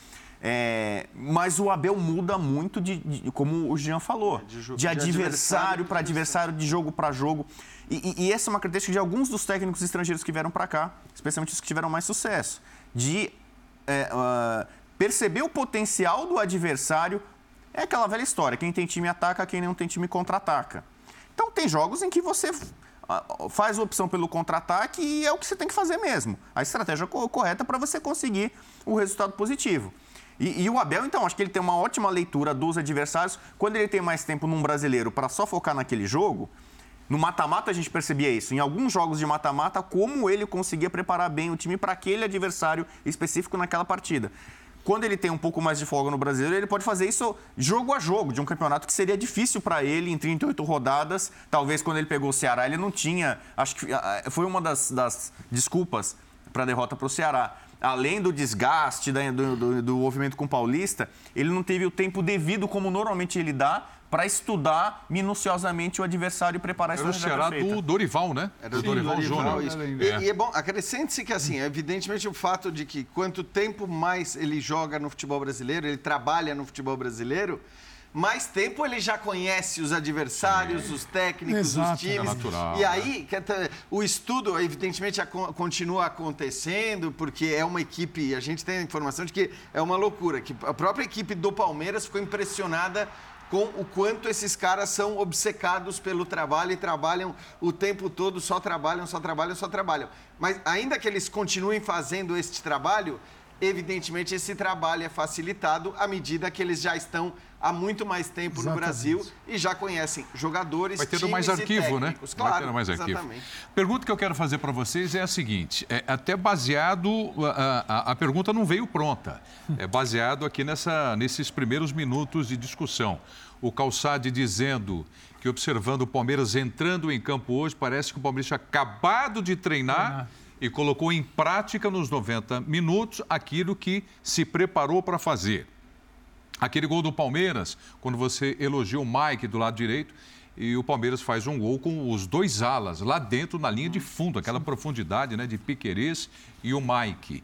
É, mas o Abel muda muito, de, de como o Jean falou, de, de, de adversário para adversário, de jogo para jogo. E, e, e essa é uma característica de alguns dos técnicos estrangeiros que vieram para cá, especialmente os que tiveram mais sucesso, de é, uh, perceber o potencial do adversário. É aquela velha história, quem tem time ataca, quem não tem time contra-ataca. Então tem jogos em que você faz a opção pelo contra-ataque e é o que você tem que fazer mesmo. A estratégia correta para você conseguir o resultado positivo. E, e o Abel, então, acho que ele tem uma ótima leitura dos adversários. Quando ele tem mais tempo num brasileiro para só focar naquele jogo, no mata-mata a gente percebia isso. Em alguns jogos de mata-mata, como ele conseguia preparar bem o time para aquele adversário específico naquela partida. Quando ele tem um pouco mais de folga no brasileiro, ele pode fazer isso jogo a jogo, de um campeonato que seria difícil para ele em trinta e oito rodadas. Talvez quando ele pegou o Ceará, ele não tinha... Acho que foi uma das, das desculpas para a derrota para o Ceará. Além do desgaste do, do, do movimento com o Paulista, ele não teve o tempo devido, como normalmente ele dá, para estudar minuciosamente o adversário e preparar essa reserva feita. Era o Ceará do Dorival, né? Era do Dorival, Dorival Júnior. Isso. E, e é bom, acrescente-se que, assim, evidentemente o fato de que quanto tempo mais ele joga no futebol brasileiro, ele trabalha no futebol brasileiro, mais tempo ele já conhece os adversários, Sim. os técnicos, Exato. os times. É natural, e aí, né? o estudo, evidentemente, continua acontecendo, porque é uma equipe, a gente tem a informação de que é uma loucura, que a própria equipe do Palmeiras ficou impressionada com o quanto esses caras são obcecados pelo trabalho e trabalham o tempo todo, só trabalham, só trabalham, só trabalham. Mas ainda que eles continuem fazendo este trabalho, evidentemente esse trabalho é facilitado à medida que eles já estão há muito mais tempo Exatamente. no Brasil e já conhecem jogadores, Vai tendo times mais arquivo, e né? Claro, Vai tendo mais arquivo. Exatamente. Pergunta que eu quero fazer para vocês é a seguinte, é até baseado, a, a, a pergunta não veio pronta, é baseado aqui nessa, nesses primeiros minutos de discussão. O Calçade dizendo que, observando o Palmeiras entrando em campo hoje, parece que o Palmeiras tinha acabado de treinar ah. e colocou em prática nos noventa minutos aquilo que se preparou para fazer. Aquele gol do Palmeiras, quando você elogia o Mike do lado direito, e o Palmeiras faz um gol com os dois alas, lá dentro, na linha de fundo, aquela profundidade, né, de Piquerez e o Mike.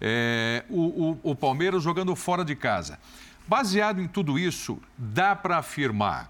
É, o, o, o Palmeiras jogando fora de casa. Baseado em tudo isso, dá para afirmar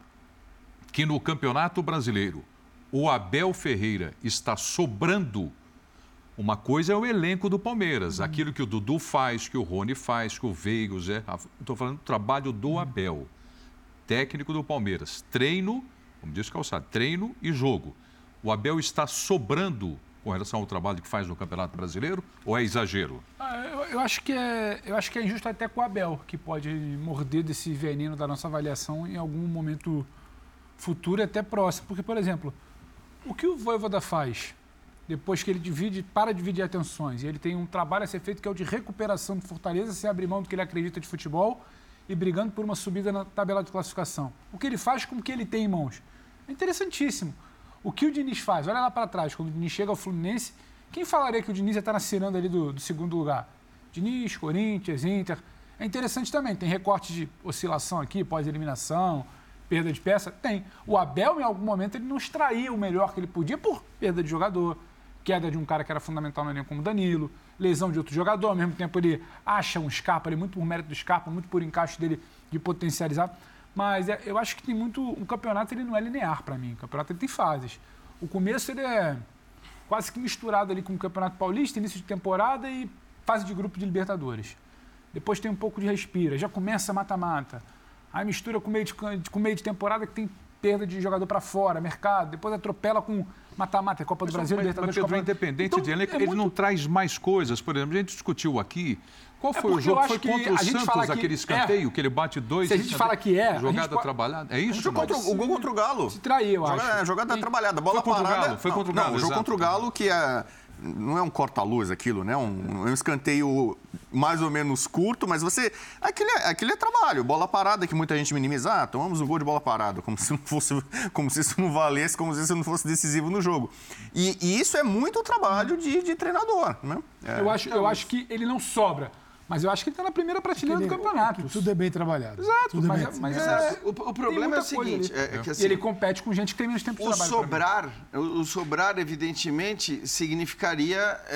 que no Campeonato Brasileiro o Abel Ferreira está sobrando. Uma coisa é o elenco do Palmeiras, uhum. aquilo que o Dudu faz, que o Rony faz, que o Veiga, o Zé... Estou falando do trabalho do Abel, técnico do Palmeiras. Treino, como diz o Calçado, treino e jogo. O Abel está sobrando com relação ao trabalho que faz no Campeonato Brasileiro ou é exagero? Ah, eu, eu, acho que é, eu acho que é injusto até com o Abel, que pode morder desse veneno da nossa avaliação em algum momento futuro e até próximo. Porque, por exemplo, o que o Vojvoda faz depois que ele divide, para dividir atenções, e ele tem um trabalho a ser feito que é o de recuperação do Fortaleza, sem abrir mão do que ele acredita de futebol e brigando por uma subida na tabela de classificação. O que ele faz com o que ele tem em mãos. É interessantíssimo. O que o Diniz faz? Olha lá para trás, quando o Diniz chega ao Fluminense, quem falaria que o Diniz ia estar na ciranda ali do, do segundo lugar? Diniz, Corinthians, Inter. é interessante também. Tem recorte de oscilação aqui, pós-eliminação, perda de peça? Tem. O Abel, em algum momento, ele não extraía o melhor que ele podia por perda de jogador, queda de um cara que era fundamental no elenco como Danilo, lesão de outro jogador, ao mesmo tempo ele acha um Scarpa, ele, muito por mérito do Scarpa, muito por encaixe dele de potencializar. Mas é, eu acho que tem muito... Um campeonato ele não é linear para mim. O campeonato ele tem fases. O começo ele é quase que misturado ali com o Campeonato Paulista, início de temporada e fase de grupo de Libertadores. Depois tem um pouco de respira, já começa mata-mata. Aí mistura com meio de, com meio de temporada que tem perda de jogador para fora, mercado. Depois atropela com mata-mata, Copa do Brasil, mas, Libertadores... Mas, Pedro, Copa... independente então, de elenco, é ele muito... não traz mais coisas. Por exemplo, a gente discutiu aqui... Qual foi é o jogo? Foi que contra o Santos, que aquele escanteio, é. que ele bate dois... Se a gente fala que é... Jogada pode... trabalhada. É isso? O, contra, o gol contra o Galo. Se trair, eu Jogada, acho. jogada Tem... trabalhada. Bola foi contra parada. O Galo, foi contra o Galo, não, o jogo contra o Galo, que é... Não é um corta-luz aquilo, né? Um, um escanteio mais ou menos curto, mas você... Aquilo é, aquilo é trabalho. Bola parada, que muita gente minimiza. Ah, tomamos um gol de bola parada. Como se, não fosse, como se isso não valesse, como se isso não fosse decisivo no jogo. E, e isso é muito trabalho de, de treinador, né? É. Eu, acho, eu acho que ele não sobra. Mas eu acho que ele está na primeira prateleira ele, do campeonato. Tudo é bem trabalhado. Exato, tudo mas, é bem... mas é, é, o, o problema é o seguinte, é, é que assim, e ele compete com gente que tem menos tempo de o trabalho. sobrar, o, o sobrar, evidentemente, significaria...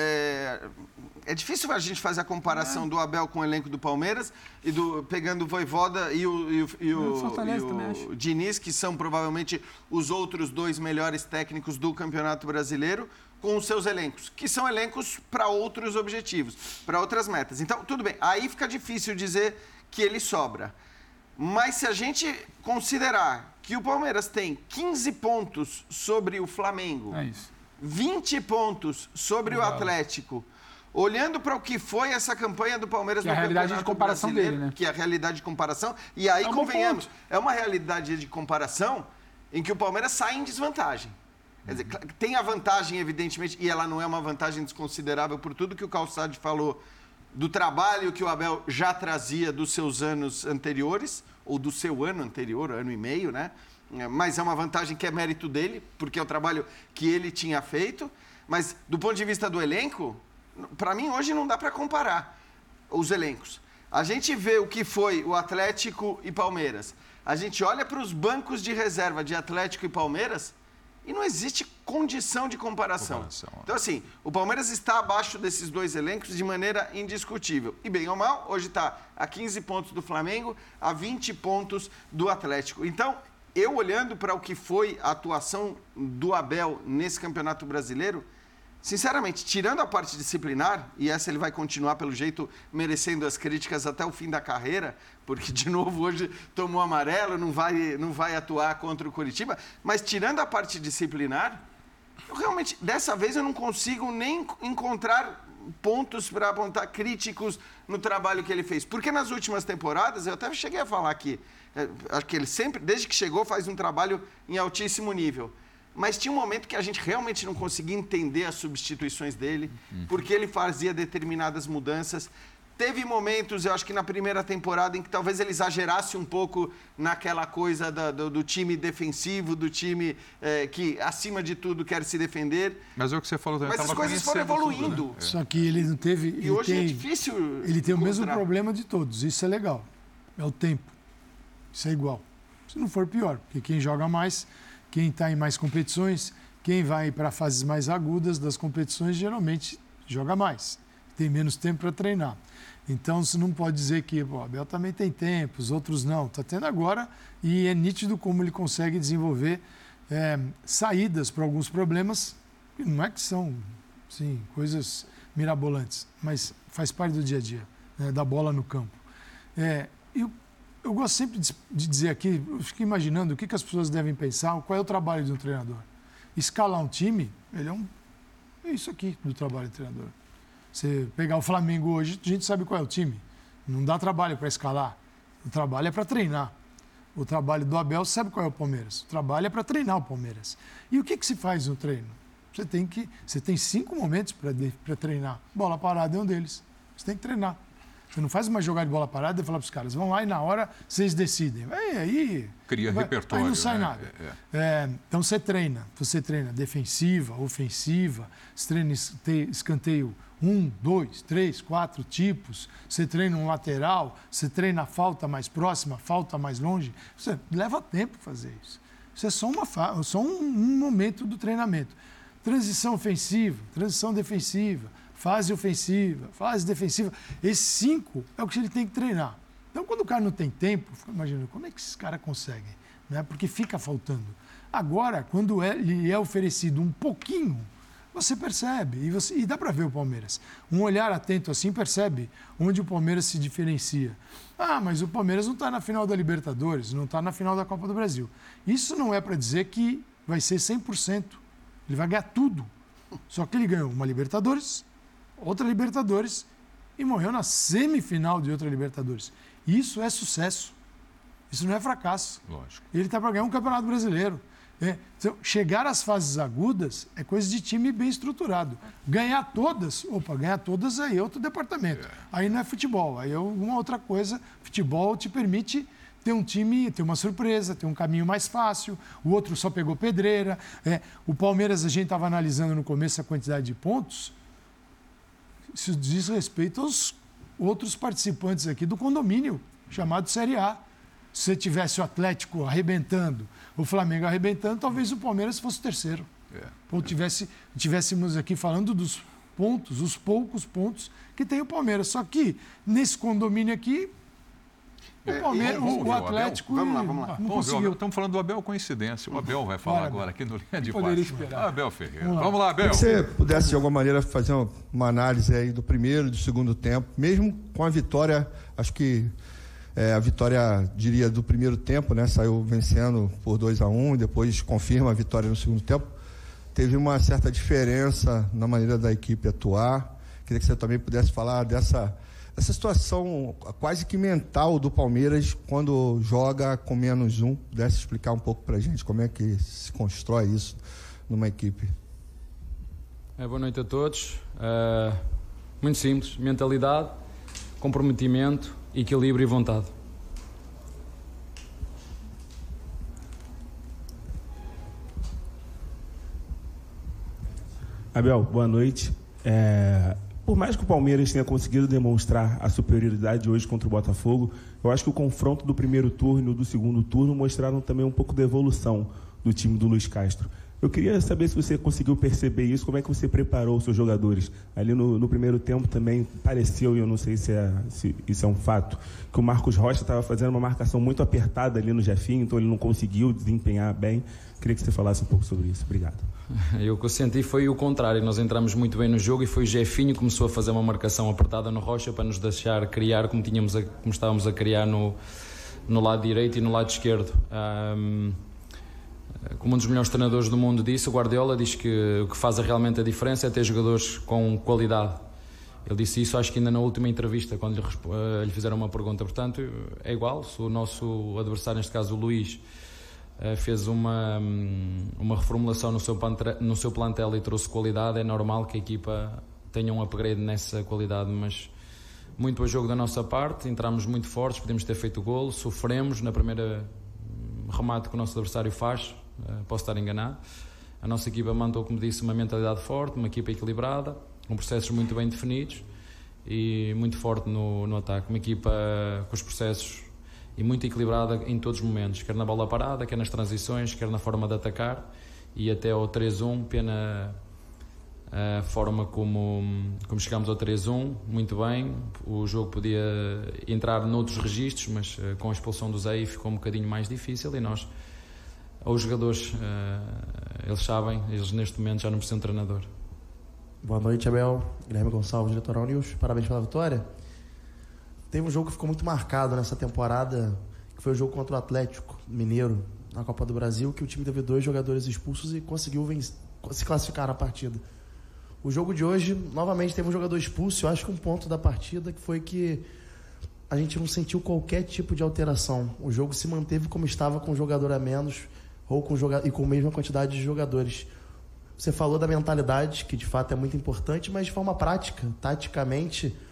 É, é difícil a gente fazer a comparação é. do Abel com o elenco do Palmeiras, e do, pegando o Voivoda e o, e o, e o, Fortaleza e o também, acho. Diniz, que são provavelmente os outros dois melhores técnicos do Campeonato Brasileiro, com os seus elencos, que são elencos para outros objetivos, para outras metas. Então, tudo bem, aí fica difícil dizer que ele sobra. Mas se a gente considerar que o Palmeiras tem quinze pontos sobre o Flamengo, é isso. vinte pontos sobre Legal. o Atlético, olhando para o que foi essa campanha do Palmeiras que no é a realidade de comparação dele, né? Que é a realidade de comparação, e aí, é um convenhamos, é uma realidade de comparação em que o Palmeiras sai em desvantagem. Quer dizer, tem a vantagem, evidentemente, e ela não é uma vantagem desconsiderável por tudo que o Calçade falou do trabalho que o Abel já trazia dos seus anos anteriores, ou do seu ano anterior, ano e meio, né? Mas é uma vantagem que é mérito dele, porque é o trabalho que ele tinha feito. Mas, do ponto de vista do elenco, para mim, hoje não dá para comparar os elencos. A gente vê o que foi o Atlético e Palmeiras. A gente olha para os bancos de reserva de Atlético e Palmeiras e não existe condição de comparação. comparação. Então, assim, o Palmeiras está abaixo desses dois elencos de maneira indiscutível. E, bem ou mal, hoje está a quinze pontos do Flamengo, a vinte pontos do Atlético. Então, eu olhando para o que foi a atuação do Abel nesse Campeonato Brasileiro, sinceramente, tirando a parte disciplinar, e essa ele vai continuar, pelo jeito, merecendo as críticas até o fim da carreira, porque, de novo, hoje tomou amarelo, não vai, não vai atuar contra o Coritiba, mas tirando a parte disciplinar, eu realmente, dessa vez, eu não consigo nem encontrar pontos para apontar críticos no trabalho que ele fez. Porque nas últimas temporadas, eu até cheguei a falar aqui, acho que ele sempre, desde que chegou, faz um trabalho em altíssimo nível. Mas tinha um momento que a gente realmente não conseguia entender as substituições dele, uhum. porque ele fazia determinadas mudanças. Teve momentos, eu acho que na primeira temporada, em que talvez ele exagerasse um pouco naquela coisa da, do, do time defensivo, do time é, que, acima de tudo, quer se defender. Mas é o que você falou também. Mas as coisas foram evoluindo. Tudo, né? Só que ele não teve... E ele hoje tem, é difícil Ele tem encontrar. o mesmo problema de todos, isso é legal. É o tempo. Isso é igual. Se não for pior, porque quem joga mais... Quem está em mais competições, quem vai para fases mais agudas das competições, geralmente joga mais. Tem menos tempo para treinar. Então, você não pode dizer que o Abel também tem tempo, os outros não. Está tendo agora e é nítido como ele consegue desenvolver é, saídas para alguns problemas, que não é que são sim, coisas mirabolantes, mas faz parte do dia a dia, né, da bola no campo. É, e o Eu gosto sempre de dizer aqui, eu fico imaginando o que as pessoas devem pensar, qual é o trabalho de um treinador. Escalar um time, ele é, um, é isso aqui do trabalho do treinador. Você pegar o Flamengo hoje, a gente sabe qual é o time. Não dá trabalho para escalar. O trabalho é para treinar. O trabalho do Abel, sabe qual é o Palmeiras? O trabalho é para treinar o Palmeiras. E o que, que se faz no treino? Você tem, que, você tem cinco momentos para treinar. Bola parada é um deles. Você tem que treinar. Você não faz uma jogada de bola parada e fala para os caras, vão lá e na hora vocês decidem. Aí, aí cria vai, repertório. Aí não sai né? nada. É, é. É, então você treina. Você treina defensiva, ofensiva, você treina escanteio um, dois, três, quatro tipos. Você treina um lateral, você treina a falta mais próxima, falta mais longe. Você leva tempo fazer isso. Isso é só, uma, só um, um momento do treinamento. Transição ofensiva, transição defensiva, fase ofensiva, fase defensiva. Esses cinco é o que ele tem que treinar. Então, quando o cara não tem tempo, fica imaginando como é que esses caras conseguem, né? Porque fica faltando. Agora, quando é, lhe é oferecido um pouquinho, você percebe. E, você, e dá para ver o Palmeiras. Um olhar atento assim percebe onde o Palmeiras se diferencia. Ah, mas o Palmeiras não está na final da Libertadores, não está na final da Copa do Brasil. Isso não é para dizer que vai ser cem por cento. Ele vai ganhar tudo. Só que ele ganhou uma Libertadores, outra Libertadores e morreu na semifinal de outra Libertadores. Isso é sucesso. Isso não é fracasso. Lógico. Ele está para ganhar um Campeonato Brasileiro. É. Então, chegar às fases agudas é coisa de time bem estruturado. Ganhar todas, opa, ganhar todas aí é outro departamento. É. Aí não é futebol, aí é alguma outra coisa. Futebol te permite ter um time, ter uma surpresa, ter um caminho mais fácil. O outro só pegou pedreira. É. O Palmeiras, a gente estava analisando no começo a quantidade de pontos. Isso diz respeito aos outros participantes aqui do condomínio, chamado Série A. Se você tivesse o Atlético arrebentando, o Flamengo arrebentando, talvez o Palmeiras fosse o terceiro. É. Ou tivesse, tivéssemos aqui falando dos pontos, os poucos pontos que tem o Palmeiras. Só que nesse condomínio aqui, o Palmeiras, vamos, vamos o Atlético... Vamos lá, vamos lá. Não vamos conseguiu. Estamos falando do Abel coincidência. O Abel vai falar Bora, agora aqui no Linha de Poderia Passe. esperar. Abel Ferreira. Vamos lá, vamos lá Abel. Se você pudesse, de alguma maneira, fazer uma, uma análise aí do primeiro e do segundo tempo, mesmo com a vitória, acho que é, a vitória, diria, do primeiro tempo, né? Saiu vencendo por dois a um e depois confirma a vitória no segundo tempo. Teve uma certa diferença na maneira da equipe atuar. Queria que você também pudesse falar dessa, dessa situação quase que mental do Palmeiras quando joga com menos um. Pudesse explicar um pouco para a gente como é que se constrói isso numa equipe. É, boa noite a todos. Uh, muito simples. Mentalidade, comprometimento, equilíbrio e vontade. Abel, boa noite. É, por mais que o Palmeiras tenha conseguido demonstrar a superioridade hoje contra o Botafogo, eu acho que o confronto do primeiro turno e do segundo turno mostraram também um pouco da evolução do time do Luiz Castro. Eu queria saber se você conseguiu perceber isso, como é que você preparou os seus jogadores. Ali no, no primeiro tempo também pareceu, e eu não sei se, é, se isso é um fato, que o Marcos Rocha estava fazendo uma marcação muito apertada ali no Jefinho, então ele não conseguiu desempenhar bem. Queria que você falasse um pouco sobre isso. Obrigado. Eu, o que eu senti foi o contrário. Nós entramos muito bem no jogo e foi o Jefinho que começou a fazer uma marcação apertada no Rocha para nos deixar criar como, tínhamos a, como estávamos a criar no, no lado direito e no lado esquerdo. Um, Como um dos melhores treinadores do mundo disse, o Guardiola diz que o que faz realmente a diferença é ter jogadores com qualidade. Ele disse isso, acho que ainda na última entrevista, quando lhe, lhe fizeram uma pergunta. Portanto, é igual, se o nosso adversário, neste caso o Luís, fez uma, uma reformulação no seu, no seu plantel e trouxe qualidade, é normal que a equipa tenha um upgrade nessa qualidade, mas muito bom jogo da nossa parte, entramos muito fortes, podemos ter feito o golo, sofremos na primeira remate que o nosso adversário faz. Uh, posso estar enganado. A nossa equipa mantou, como disse, uma mentalidade forte, uma equipa equilibrada, com processos muito bem definidos e muito forte no, no ataque. Uma equipa com os processos e muito equilibrada em todos os momentos, quer na bola parada, quer nas transições, quer na forma de atacar. E até ao três a um, pena a forma como, como chegámos ao três a um, muito bem. O jogo podia entrar noutros registros, mas uh, com a expulsão do Zé ficou um bocadinho mais difícil e nós... Os jogadores, uh, eles sabem, eles neste momento já não precisam de treinador. Boa noite, Abel. Guilherme Gonçalves, do Litoral News. Parabéns pela vitória. Teve um jogo que ficou muito marcado nessa temporada, que foi o jogo contra o Atlético Mineiro, na Copa do Brasil, que o time teve dois jogadores expulsos e conseguiu vencer, se classificar na partida. O jogo de hoje, novamente, teve um jogador expulso. Eu acho que um ponto da partida que foi que a gente não sentiu qualquer tipo de alteração. O jogo se manteve como estava, com um jogador a menos, ou com joga- e com a mesma quantidade de jogadores. Você falou da mentalidade, que de fato é muito importante, mas de forma prática, taticamente,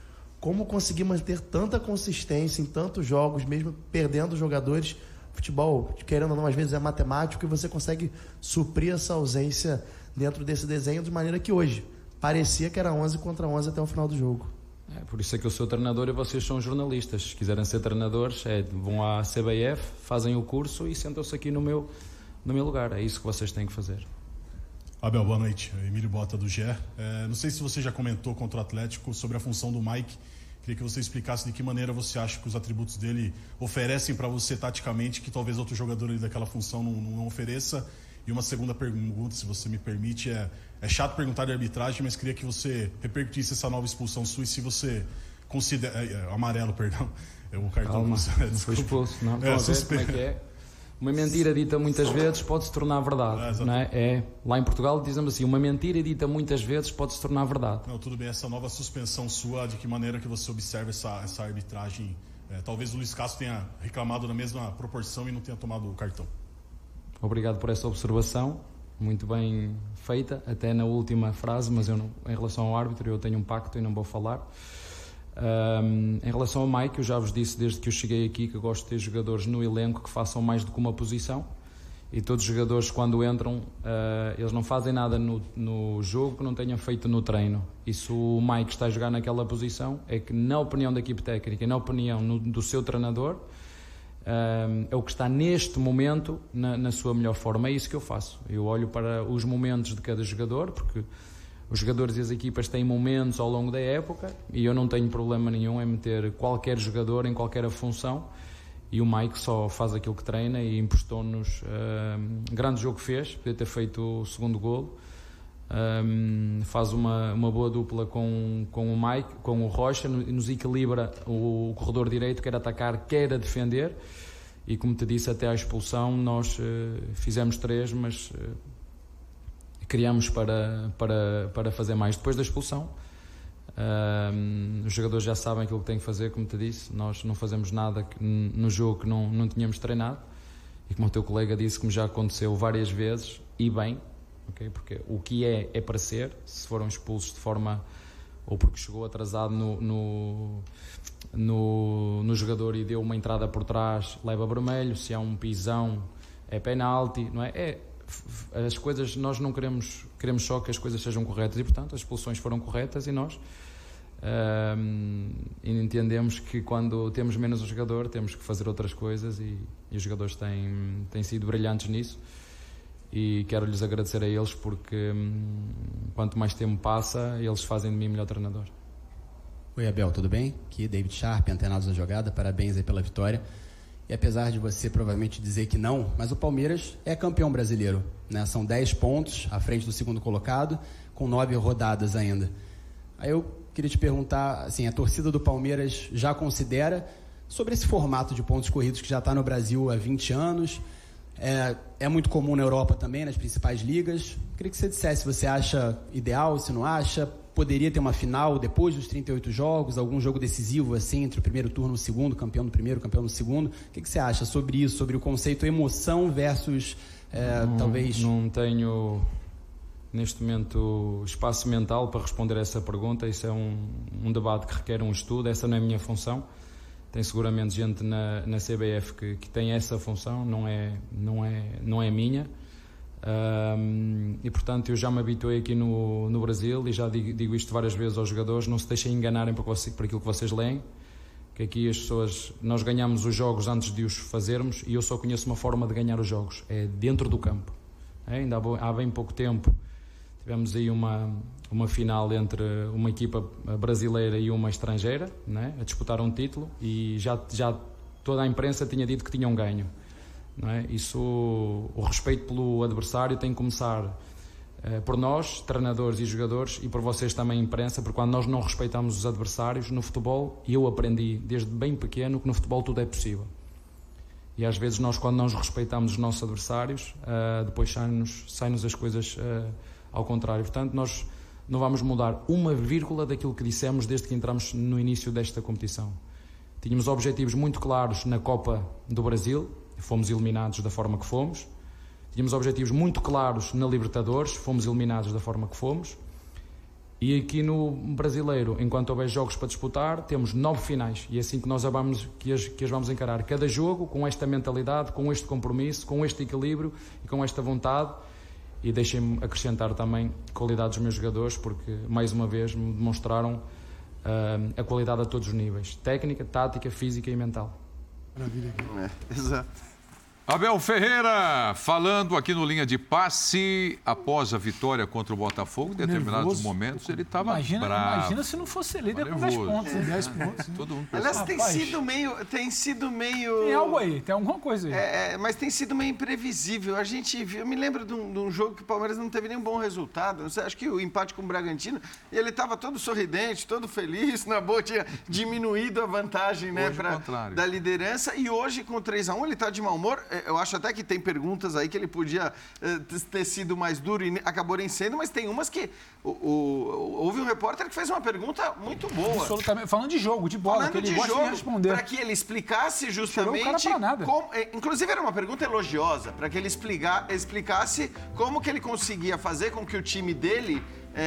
como conseguir manter tanta consistência em tantos jogos, mesmo perdendo jogadores. Futebol, querendo ou não, às vezes é matemático e você consegue suprir essa ausência dentro desse desenho de maneira que hoje parecia que era onze contra onze até o final do jogo. É, por isso é que eu sou treinador e vocês são jornalistas. Se quiserem ser treinadores, é, vão à C B F, fazem o curso e sentam-se aqui no meu, no meu lugar. É isso que vocês têm que fazer. Abel, boa noite. Emílio Bota, do G E. É, não sei se você já comentou contra o Atlético sobre a função do Mike. Queria que você explicasse de que maneira você acha que os atributos dele oferecem para você taticamente, que talvez outro jogador ali daquela função não, não ofereça. E uma segunda pergunta, se você me permite, é, é chato perguntar de arbitragem, mas queria que você repercutisse essa nova expulsão sua e se você considera... É, é, amarelo, perdão. É o cartão... Calma, você, não foi expulso, não. É, Estão a ver como é que é? Uma mentira dita muitas vezes pode se tornar verdade, é, não é? É, lá em Portugal dizemos assim, uma mentira dita muitas vezes pode se tornar verdade. Não, tudo bem, essa nova suspensão sua, de que maneira que você observa essa, essa arbitragem? É, talvez o Luiz Castro tenha reclamado na mesma proporção e não tenha tomado o cartão. Obrigado por essa observação, muito bem feita, até na última frase, mas eu não, em relação ao árbitro eu tenho um pacto e não vou falar. Um, em relação ao Mike, eu já vos disse desde que eu cheguei aqui que eu gosto de ter jogadores no elenco que façam mais do que uma posição, e todos os jogadores quando entram, uh, eles não fazem nada no, no jogo que não tenham feito no treino. E se o Mike está a jogar naquela posição, é que na opinião da equipe técnica e na opinião no, do seu treinador, um, é o que está neste momento na, na sua melhor forma. É isso que eu faço, eu olho para os momentos de cada jogador, porque os jogadores e as equipas têm momentos ao longo da época e eu não tenho problema nenhum em meter qualquer jogador em qualquer função, e o Mike só faz aquilo que treina e emprestou-nos uh, grande jogo que fez, podia ter feito o segundo golo, um, faz uma, uma boa dupla com, com o Mike, com o Rocha, nos equilibra o, o corredor direito, quer atacar, quer a defender, e como te disse, até à expulsão nós uh, fizemos três, mas uh, criamos para, para, para fazer mais. Depois da expulsão, uh, os jogadores já sabem aquilo que têm que fazer, como te disse, nós não fazemos nada que, no jogo que não, não tínhamos treinado, e como o teu colega disse, como já aconteceu várias vezes, e bem, okay? Porque o que é, é para ser. Se foram expulsos de forma, ou porque chegou atrasado no, no, no, no jogador e deu uma entrada por trás, leva vermelho. Se há um pisão, é penalti, não é? É as coisas, nós não queremos, queremos só que as coisas sejam corretas, e portanto as expulsões foram corretas, e nós um, entendemos que quando temos menos um jogador temos que fazer outras coisas, e, e os jogadores têm, têm sido brilhantes nisso, e quero-lhes agradecer a eles, porque um, quanto mais tempo passa, eles fazem de mim melhor treinador. Oi, Abel, tudo bem? Aqui David Sharp, Antenados da Jogada, parabéns aí pela vitória. E apesar de você provavelmente dizer que não, mas o Palmeiras é campeão brasileiro, né? São dez pontos à frente do segundo colocado, com nove rodadas ainda. Aí eu queria te perguntar, assim, a torcida do Palmeiras já considera sobre esse formato de pontos corridos que já está no Brasil há vinte anos, é, é muito comum na Europa também, nas principais ligas. Queria que você dissesse se você acha ideal, se não acha. Poderia ter uma final depois dos trinta e oito jogos, algum jogo decisivo assim, entre o primeiro turno e o segundo, campeão do primeiro, campeão do segundo. O que, que você acha sobre isso, sobre o conceito emoção versus, é, não, talvez... Não tenho, neste momento, espaço mental para responder a essa pergunta. Isso é um, um debate que requer um estudo, essa não é a minha função. Tem seguramente gente na, na C B F que, que tem essa função, não é, não é, não é minha. Um, e portanto eu já me habituei aqui no, no Brasil, e já digo, digo isto várias vezes aos jogadores: não se deixem enganarem por, você, por aquilo que vocês leem, que aqui as pessoas, nós ganhamos os jogos antes de os fazermos, e eu só conheço uma forma de ganhar os jogos, é dentro do campo. É, ainda há, há bem pouco tempo tivemos aí uma, uma final entre uma equipa brasileira e uma estrangeira, né, a disputar um título, e já, já toda a imprensa tinha dito que tinham ganho. Não é? Isso, o respeito pelo adversário tem que começar uh, por nós, treinadores e jogadores, e por vocês também, imprensa, porque quando nós não respeitamos os adversários no futebol, e eu aprendi desde bem pequeno que no futebol tudo é possível, e às vezes nós, quando não respeitamos os nossos adversários, uh, depois sai-nos, sai-nos as coisas uh, ao contrário. Portanto, nós não vamos mudar uma vírgula daquilo que dissemos desde que entramos no início desta competição. Tínhamos objetivos muito claros na Copa do Brasil, fomos eliminados da forma que fomos. Tínhamos objetivos muito claros na Libertadores, fomos eliminados da forma que fomos. E aqui no Brasileiro, enquanto houver jogos para disputar, temos nove finais. E é assim que nós vamos, que as, que as vamos encarar. Cada jogo com esta mentalidade, com este compromisso, com este equilíbrio e com esta vontade. E deixem-me acrescentar também qualidade dos meus jogadores, porque, mais uma vez, me demonstraram uh, a qualidade a todos os níveis. Técnica, tática, física e mental. Maravilha. É, exato. Abel Ferreira, falando aqui no Linha de Passe, após a vitória contra o Botafogo, em determinados nervoso. momentos ele estava imagina, bravo. Imagina se não fosse líder com dez pontos. É. dez pontos. Todo mundo Aliás, tem Rapaz. sido meio... Tem sido meio... Tem algo aí, tem alguma coisa aí. É, mas tem sido meio imprevisível. A gente viu, eu me lembro de um, de um jogo que o Palmeiras não teve nenhum bom resultado. Não sei, acho que o empate com o Bragantino, ele estava todo sorridente, todo feliz, na boa, tinha diminuído a vantagem, né, pra, da liderança. E hoje, com três a um, ele está de mau humor. Eu acho até que tem perguntas aí que ele podia uh, ter sido mais duro e acabou nem sendo, mas tem umas que... O, o, houve um repórter que fez uma pergunta muito boa. Absolutamente. Falando de jogo, de bola, Falando que ele de gosta jogo, de responder. para que ele explicasse justamente... Tirou o cara pra nada. Como, inclusive, era uma pergunta elogiosa, para que ele explica, explicasse como que ele conseguia fazer com que o time dele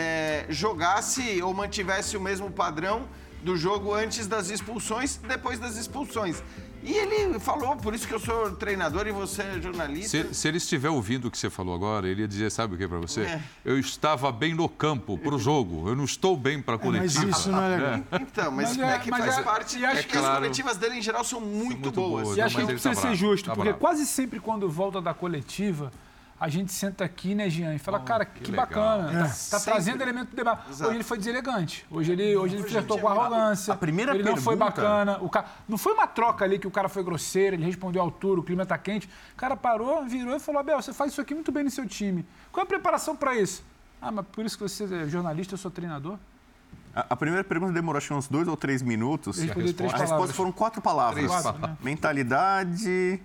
é, jogasse ou mantivesse o mesmo padrão do jogo antes das expulsões, depois das expulsões. E ele falou, por isso que eu sou treinador e você é jornalista. Se, se ele estiver ouvindo o que você falou agora, ele ia dizer, sabe o que para você? É. Eu estava bem no campo, para o jogo. Eu não estou bem para a coletiva. É, mas isso não é legal. É. Então, mas, Mas é- é que mas faz é- parte... e acho Acho que, que as claro, coletivas dele, em geral, são muito, muito boas. boas. E Não, acho que a mas gente ele tá precisa ser bravo, justo, tá porque bravo. quase sempre quando volta da coletiva, a gente senta aqui, né, Jean, e fala, cara, que, que legal. bacana, É. tá, tá Sempre. trazendo elemento do debate. Exato. Hoje ele foi deselegante, hoje ele, hoje ele Hoje flertou ele com tinha- arrogância, a primeira ele não foi pergunta- bacana, o cara, não foi uma troca ali que o cara foi grosseiro, ele respondeu à altura, o clima tá quente, o cara parou, virou e falou, Abel, você faz isso aqui muito bem no seu time. Qual é a preparação para isso? Ah, mas por isso que você é jornalista, eu sou treinador? A, a primeira pergunta demorou acho que uns dois ou três minutos. Eu respondi três As respostas palavras. foram quatro palavras. Três Quatro, palavras. né? Mentalidade,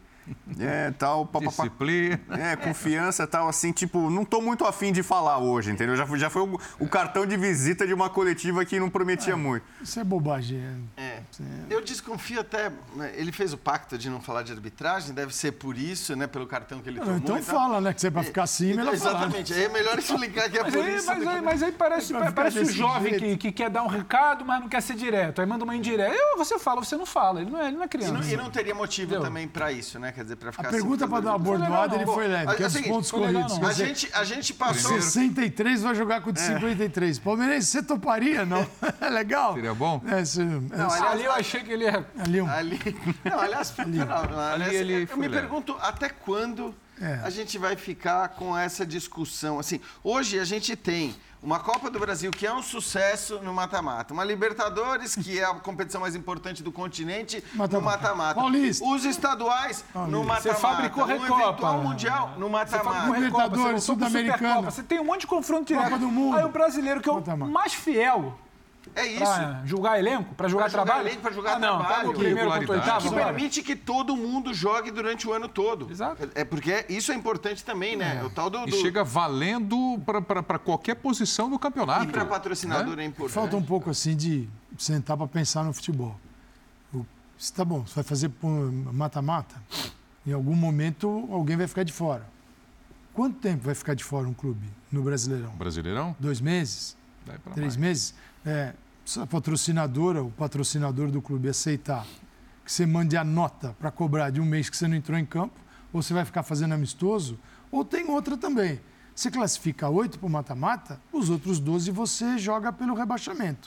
é, tal, papapá. Disciplina. É, confiança, tal, assim, tipo, não tô muito afim de falar hoje, entendeu? Já foi, já foi o, o cartão de visita de uma coletiva que não prometia muito. Isso é bobagem. é. É. Eu desconfio até... né, ele fez o pacto de não falar de arbitragem, deve ser por isso, né? Pelo cartão que ele Não, tomou. então e tal. fala, né? Que você é pra ficar assim, melhor falar. Exatamente. Aí é melhor explicar que é Mas por aí, isso. mas, do aí, que- mas aí parece, Vai ficar parece o desse jovem que, jeito. que quer dar um recado, mas não quer ser direto. Aí manda uma indireta. Eu, você fala, você não fala. Ele não é, ele não é E criança. não, e não teria motivo Entendeu? também pra isso, né? Quer dizer, pra ficar A pergunta assim, para dar uma Não foi legal, bordoada, não. ele foi leve, Bom, que é é o os seguinte, pontos foi legal, corridos. não. A Quer dizer, gente, a gente passou... sessenta e três vai jogar com o de cinquenta e três. Palmeirense, você toparia, não? É legal? Seria bom? É, se, Não, é, aliás, Ali eu achei que ele ia... ali um... Ali. Não, aliás, não, aliás, ele eu foi me leve. pergunto até quando É. a gente vai ficar com essa discussão. Assim, hoje a gente tem uma Copa do Brasil que é um sucesso no mata-mata, uma Libertadores que é a competição mais importante do continente no Mata-mata. mata-mata, Paulista. os estaduais no mata-mata, Você fabricou um Recopa. eventual mundial no mata-mata. Libertadores, você voltou pro Sul-Americana. Supercopa, Você tem um monte de confronto direto. Copa do Mundo. Aí o brasileiro, que é o Mata-mata. mais fiel É isso. pra julgar elenco, pra jogar Pra jogar trabalho. elenco, pra jogar ah, não, trabalho. pega o primeiro contra o Regularidade. oitavo, Que bora. permite que todo mundo jogue durante o ano todo. Exato. É porque isso é importante também, né? O tal do, E do... chega valendo para qualquer posição do campeonato. E para patrocinador é importante. Falta um pouco assim de sentar para pensar no futebol. O- se tá bom, você vai fazer pô, mata-mata, em algum momento alguém vai ficar de fora. Quanto tempo vai ficar de fora um clube no Brasileirão? Brasileirão? Dois meses? Vai pra Três mais. meses? É, se a patrocinadora, o patrocinador do clube aceitar que você mande a nota para cobrar de um mês que você não entrou em campo, ou você vai ficar fazendo amistoso, ou tem outra também. Você classifica oito para o mata-mata, os outros doze você joga pelo rebaixamento.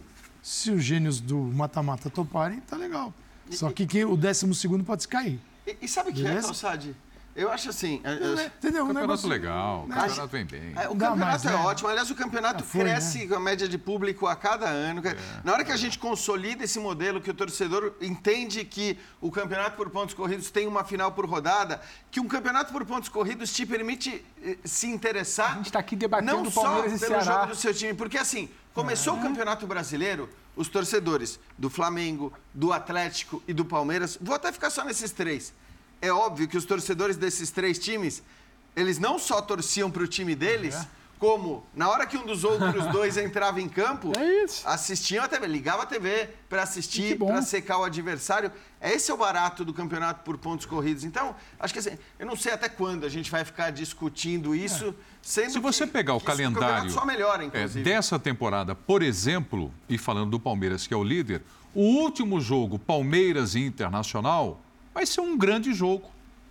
Se os gênios do mata-mata toparem, tá legal. Só que quem- o décimo segundo pode se cair. E, e sabe o que é, Beleza? Calçade? Eu acho assim... eu- eu- Entendeu? Um Campeonato negócio legal, o campeonato vem bem. É, o Dá campeonato mais, é né? ótimo. Aliás, o campeonato Já foi, cresce né? com a média de público a cada ano. É. Na hora que a gente consolida esse modelo, que o torcedor entende que o campeonato por pontos corridos tem uma final por rodada, que um campeonato por pontos corridos te permite eh, se interessar... A gente tá aqui debatendo não Palmeiras e só pelo Ceará. jogo do seu time, porque assim, começou o Campeonato Brasileiro, os torcedores do Flamengo, do Atlético e do Palmeiras, vou até ficar só nesses três. É óbvio que os torcedores desses três times, eles não só torciam para o time deles, como na hora que um dos outros dois entrava em campo, é isso. assistiam a T V, ligava a T V para assistir, para secar o adversário. Esse é o barato do campeonato por pontos corridos. Então, acho que assim, eu não sei até quando a gente vai ficar discutindo isso, é. sendo Se você que, pegar o que calendário só melhora, é, dessa temporada, por exemplo, e falando do Palmeiras, que é o líder, o último jogo, Palmeiras e Internacional, vai ser um grande jogo.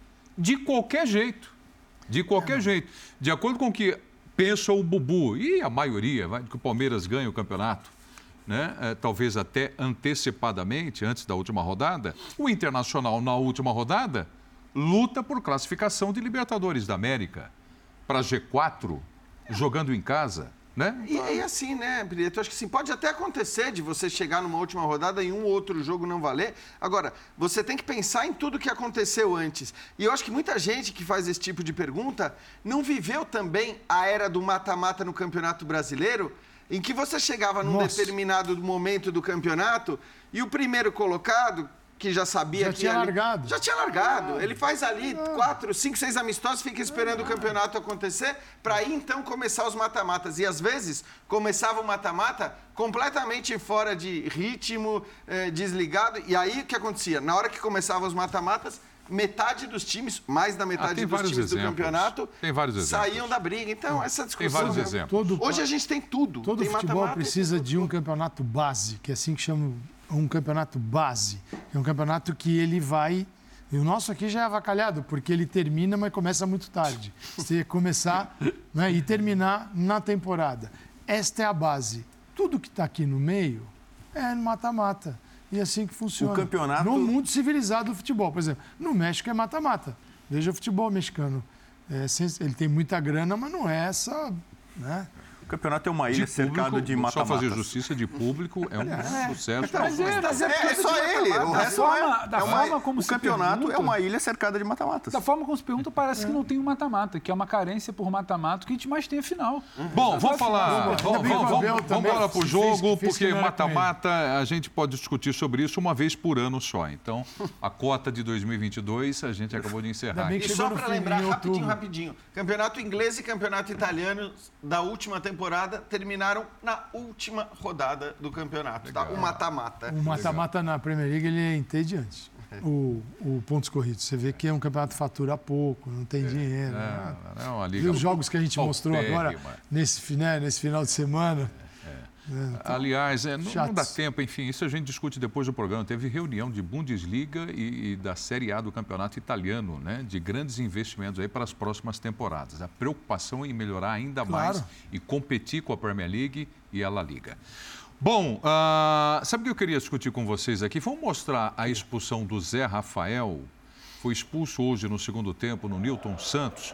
De qualquer jeito. De qualquer é. jeito. De acordo com o que pensa o Bubu, e a maioria, vai, que o Palmeiras ganha o campeonato, né? É, talvez até antecipadamente, antes da última rodada, o Internacional, na última rodada, luta por classificação de Libertadores da América para G quatro, jogando em casa. Né? E, e assim, né, Prieto? Acho que sim, pode até acontecer de você chegar numa última rodada e um ou outro jogo não valer. Agora, você tem que pensar em tudo que aconteceu antes. E eu acho que muita gente que faz esse tipo de pergunta não viveu também a era do mata-mata no Campeonato Brasileiro, em que você chegava num Nossa. determinado momento do campeonato e o primeiro colocado, que já sabia já que... Tinha ali, largado. Já tinha largado. Ele faz ali quatro, cinco, seis amistosos, fica esperando o campeonato acontecer para aí, então, começar os mata-matas. E, às vezes, começava o mata-mata completamente fora de ritmo, eh, desligado. E aí, o que acontecia? Na hora que começavam os mata-matas, metade dos times, mais da metade ah, dos times exemplos. do campeonato, tem vários saíam da briga. Então, essa discussão... Tem vários exemplos. Todo, Hoje a gente tem tudo. Todo tem futebol mata-mata, precisa de um campeonato base, que é assim que chama... um campeonato base, é um campeonato que ele vai... E o nosso aqui já é avacalhado, porque ele termina, mas começa muito tarde. Você começar né, e terminar na temporada. Esta é a base. Tudo que está aqui no meio é mata-mata. E é assim que funciona. O campeonato... No mundo civilizado do futebol. Por exemplo, no México é mata-mata. Veja o futebol mexicano. É, ele tem muita grana, mas não é essa... Né? O campeonato é uma ilha cercada de mata-matas. Só fazer justiça de público é um é, sucesso. Mas é, mas é, é só ele. O resto forma, é, da é uma, forma como o se campeonato pergunta, é uma ilha cercada de mata-matas. Da forma como se pergunta, parece é. que não tem um mata-mata, que é uma carência por mata-mata que a gente mais tem afinal. Uhum. Bom, vamos falar. Vamos, vamos, vamos, vamos embora pro jogo, fez, porque mata-mata a gente pode discutir sobre isso uma vez por ano só. Então, a cota de dois mil e vinte e dois a gente acabou de encerrar. E só para lembrar, rapidinho, rapidinho. Campeonato inglês e campeonato italiano da última temporada terminaram na última rodada do campeonato, tá? O mata-mata. O mata-mata na Premier League ele é entediante. O, o pontos corridos. Você vê que é um campeonato que fatura pouco, não tem é, dinheiro. Não, né? não, a Liga... E os jogos que a gente mostrou pé, agora nesse, né, nesse final de semana. É. É, então, aliás, é, não, não dá tempo, enfim, isso a gente discute depois do programa. Teve reunião de Bundesliga e, e da Série A do campeonato italiano, né, de grandes investimentos aí para as próximas temporadas. A preocupação em melhorar ainda claro. mais e competir com a Premier League e a La Liga. Bom, uh, sabe o que eu queria discutir com vocês aqui? Vamos mostrar a expulsão do Zé Rafael. Foi expulso hoje no segundo tempo no Nilton Santos.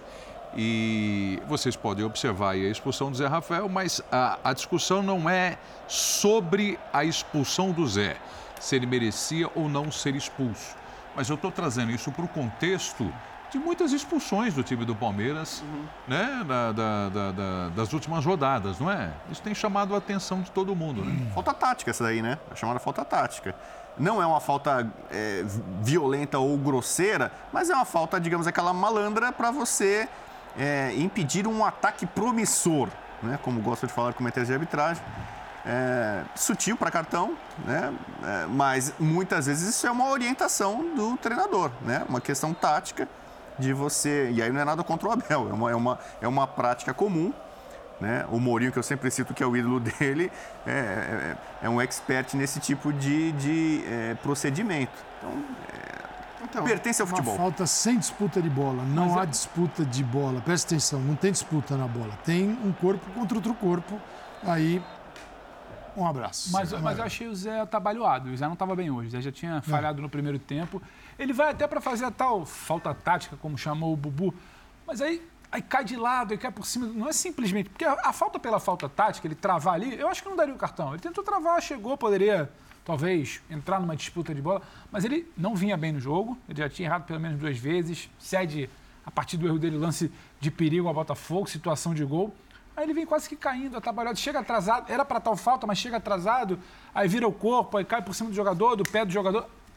E vocês podem observar aí a expulsão do Zé Rafael, mas a, a discussão não é sobre a expulsão do Zé, se ele merecia ou não ser expulso. Mas eu estou trazendo isso para o contexto de muitas expulsões do time do Palmeiras, uhum. né, da, da, da, da, das últimas rodadas, não é? Isso tem chamado a atenção de todo mundo, né? Falta tática essa daí, né? É chamada falta tática. Não é uma falta é, violenta ou grosseira, mas é uma falta, digamos, aquela malandra para você... É, impedir um ataque promissor, né? Como gosta de falar com comitês de arbitragem, é, sutil para cartão, né? É, mas muitas vezes isso é uma orientação do treinador, né? Uma questão tática de você, e aí não é nada contra o Abel, é uma, é uma, é uma prática comum, né? O Mourinho, que eu sempre cito que é o ídolo dele, é, é, é um expert nesse tipo de, de é, procedimento. Então, é, Então, pertence ao futebol. Uma falta sem disputa de bola. Não Mas há é... disputa de bola. Presta atenção, não tem disputa na bola. Tem um corpo contra outro corpo. Aí, um abraço. Mas, mas eu achei o Zé atabalhoado. O Zé não estava bem hoje. O Zé já tinha falhado é. no primeiro tempo. Ele vai até para fazer a tal falta tática, como chamou o Bubu. Mas aí, aí cai de lado, aí cai por cima. Não é simplesmente... Porque a, a falta pela falta tática, ele travar ali, eu acho que não daria o cartão. Ele tentou travar, chegou, poderia... talvez entrar numa disputa de bola, mas ele não vinha bem no jogo, ele já tinha errado pelo menos duas vezes, cede, a partir do erro dele, lance de perigo ao Botafogo, situação de gol, aí ele vem quase que caindo, atabalhado, chega atrasado, era para tal falta, mas chega atrasado, aí vira o corpo, aí cai por cima do jogador, do pé do jogador,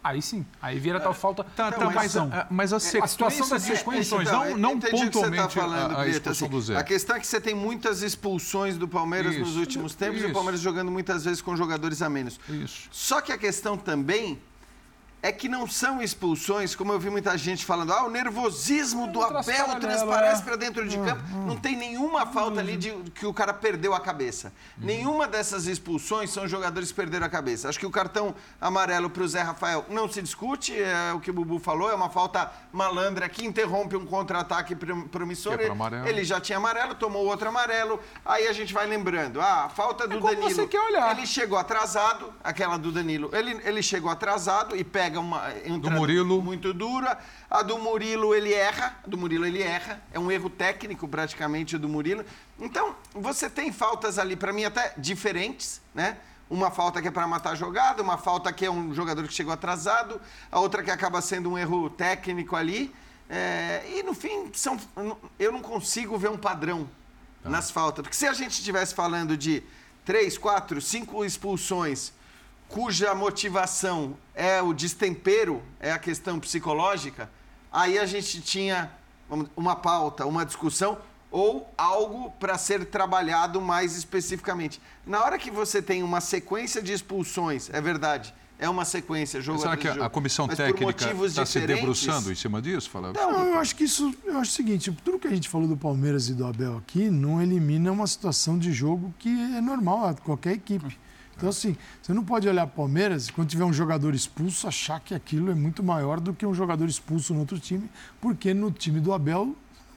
Aí sim, aí vira tal falta. Tá, tá, mas, a, mas a sequência a situação das expulsões, não, não pontualmente tá falando, a, a Brito, expulsão assim, do Zé. A questão é que você tem muitas expulsões do Palmeiras Isso, nos últimos tempos isso. e o Palmeiras jogando muitas vezes com jogadores a menos. Isso. Só que a questão também é que não são expulsões, como eu vi muita gente falando, ah, o nervosismo do Abel transparece para dentro de campo. Não tem nenhuma falta ali de que o cara perdeu a cabeça. Nenhuma dessas expulsões são jogadores que perderam a cabeça. Acho que o cartão amarelo para o Zé Rafael não se discute, é o que o Bubu falou, é uma falta malandra que interrompe um contra-ataque promissor. É ele, ele já tinha amarelo, tomou outro amarelo, aí a gente vai lembrando. Ah, a falta do é como Danilo. Você quer olhar. Ele chegou atrasado, aquela do Danilo, ele, ele chegou atrasado e pega uma do Murilo muito dura. A do Murilo ele erra, a do Murilo ele erra, é um erro técnico praticamente do Murilo. Então, você tem faltas ali para mim até diferentes, né? Uma falta que é para matar a jogada, uma falta que é um jogador que chegou atrasado, a outra que acaba sendo um erro técnico ali. É, e no fim, são, eu não consigo ver um padrão tá. nas faltas. Porque se a gente estivesse falando de três, quatro, cinco expulsões cuja motivação é o destempero, é a questão psicológica, aí a gente tinha uma pauta, uma discussão ou algo para ser trabalhado mais especificamente. Na hora que você tem uma sequência de expulsões, é verdade, é uma sequência, jogo Será que a, a comissão técnica está se debruçando em cima disso? Fala... Não, eu acho que isso, eu acho o seguinte, tudo que a gente falou do Palmeiras e do Abel aqui não elimina uma situação de jogo que é normal a qualquer equipe. Então, assim, você não pode olhar para o Palmeiras, quando tiver um jogador expulso, achar que aquilo é muito maior do que um jogador expulso no outro time, porque no time do Abel...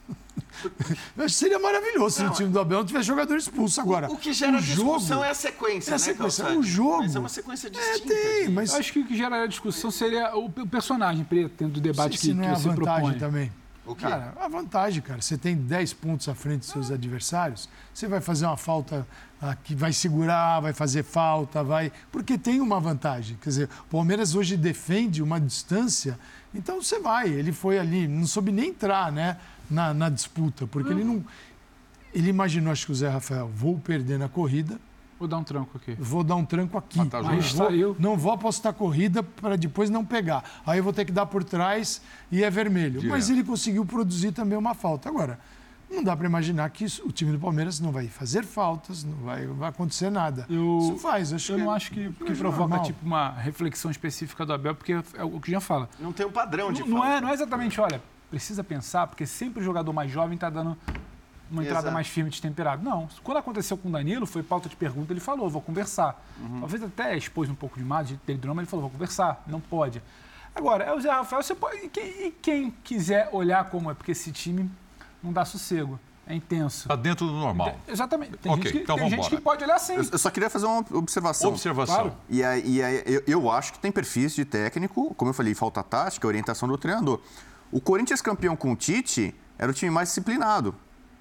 Eu acho que seria maravilhoso se no time do Abel não tivesse jogador expulso agora. O, o que gera o discussão jogo, é a sequência, é a né, sequência, Calçade? o jogo. Mas é uma sequência distinta. É, tem, mas... Eu acho que o que gera a discussão seria o personagem dentro do debate se, que, se não que é você a vantagem propõe. Também. O quê? Cara, a vantagem, cara, você tem dez pontos à frente dos seus adversários, você vai fazer uma falta ah, que vai segurar, vai fazer falta, vai... Porque tem uma vantagem. Quer dizer, o Palmeiras hoje defende uma distância, então você vai. Ele foi ali, não soube nem entrar, né, na, na disputa, porque uhum. ele não... Ele imaginou, acho que o Zé Rafael, vou perder na corrida. Vou dar um tranco aqui. Vou dar um tranco aqui. Matar Mas vou, não vou apostar corrida para depois não pegar. Aí eu vou ter que dar por trás e é vermelho. Direto. Mas ele conseguiu produzir também uma falta. Agora, não dá para imaginar que isso, o time do Palmeiras não vai fazer faltas, não vai, não vai acontecer nada. Eu, isso faz. Acho eu que não é, acho que, que provoca tipo, uma reflexão específica do Abel, porque é o que já fala. Não tem um padrão de não, falta. Não é, não é exatamente, olha, precisa pensar, porque sempre o jogador mais jovem está dando... uma entrada Exato. mais firme, destemperada. Não. Quando aconteceu com o Danilo, foi pauta de pergunta, ele falou, vou conversar. Uhum. Talvez até expôs um pouco demais de dele drama, ele falou, vou conversar. Não pode. Agora, é o Zé Rafael, você pode... E quem, e quem quiser olhar como é, porque esse time não dá sossego. É intenso. Está dentro do normal. Exatamente. Tem, okay, gente, que, então tem gente que pode olhar assim. Eu, eu só queria fazer uma observação. Observação. Claro. E aí, e aí eu, eu acho que tem perfis de técnico, como eu falei, falta tática, orientação do treinador. O Corinthians campeão com o Tite era o time mais disciplinado.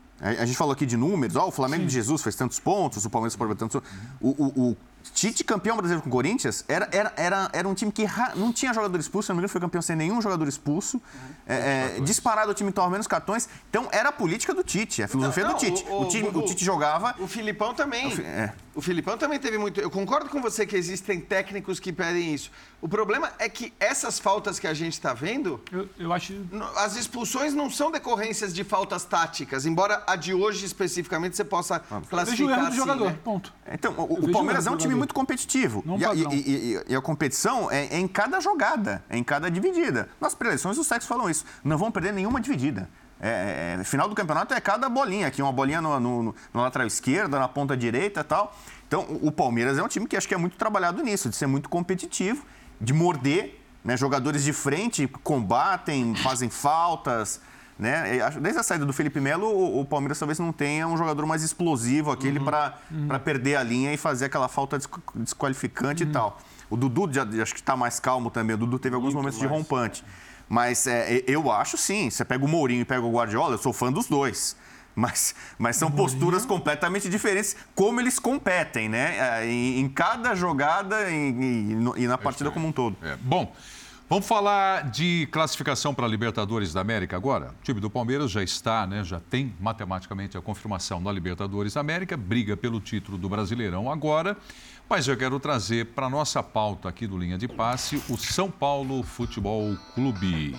A gente falou aqui de números, ó, o Flamengo Sim. de Jesus fez tantos pontos, o Palmeiras pode tantos pontos. O, o, o Tite, campeão brasileiro com o Corinthians, era, era, era, era um time que não tinha jogador expulso, se não me engano, foi campeão sem nenhum jogador expulso. É, é, disparado, o time toma menos cartões. Então, era a política do Tite, a filosofia não, não, do Tite. O, o, o, time, o, o Tite jogava... O Filipão também. O, é. o Filipão também teve muito... Eu concordo com você que existem técnicos que pedem isso. O problema é que essas faltas que a gente está vendo... Eu, eu acho... As expulsões não são decorrências de faltas táticas, embora a de hoje, especificamente, você possa ah, classificar assim, jogador, né? ponto. Então, o, o Palmeiras é um time muito competitivo. Não e, a, e, e, e a competição é, é em cada jogada, é em cada dividida. Nas preleções, os técnicos falam isso. Não vão perder nenhuma dividida. É, é, final do campeonato é cada bolinha aqui, uma bolinha no, no, no lateral esquerda, na ponta direita e tal. Então, o, o Palmeiras é um time que acho que é muito trabalhado nisso, de ser muito competitivo, de morder, né? Jogadores de frente combatem, fazem faltas, né? Desde a saída do Felipe Melo, o, o Palmeiras talvez não tenha um jogador mais explosivo, aquele uhum. para uhum. perder a linha e fazer aquela falta desqualificante uhum. e tal. O Dudu já, acho que está mais calmo também, o Dudu teve alguns muito momentos mais. de rompante. Mas é, eu acho sim, você pega o Mourinho e pega o Guardiola, eu sou fã dos dois. Mas, mas são posturas completamente diferentes, como eles competem, né? Em, em cada jogada e, e, e na partida como um todo. É. Bom, Vamos falar de classificação para a Libertadores da América agora? O time do Palmeiras já está, né, já tem matematicamente a confirmação na Libertadores da América, briga pelo título do Brasileirão agora, mas eu quero trazer para a nossa pauta aqui do Linha de Passe o São Paulo Futebol Clube.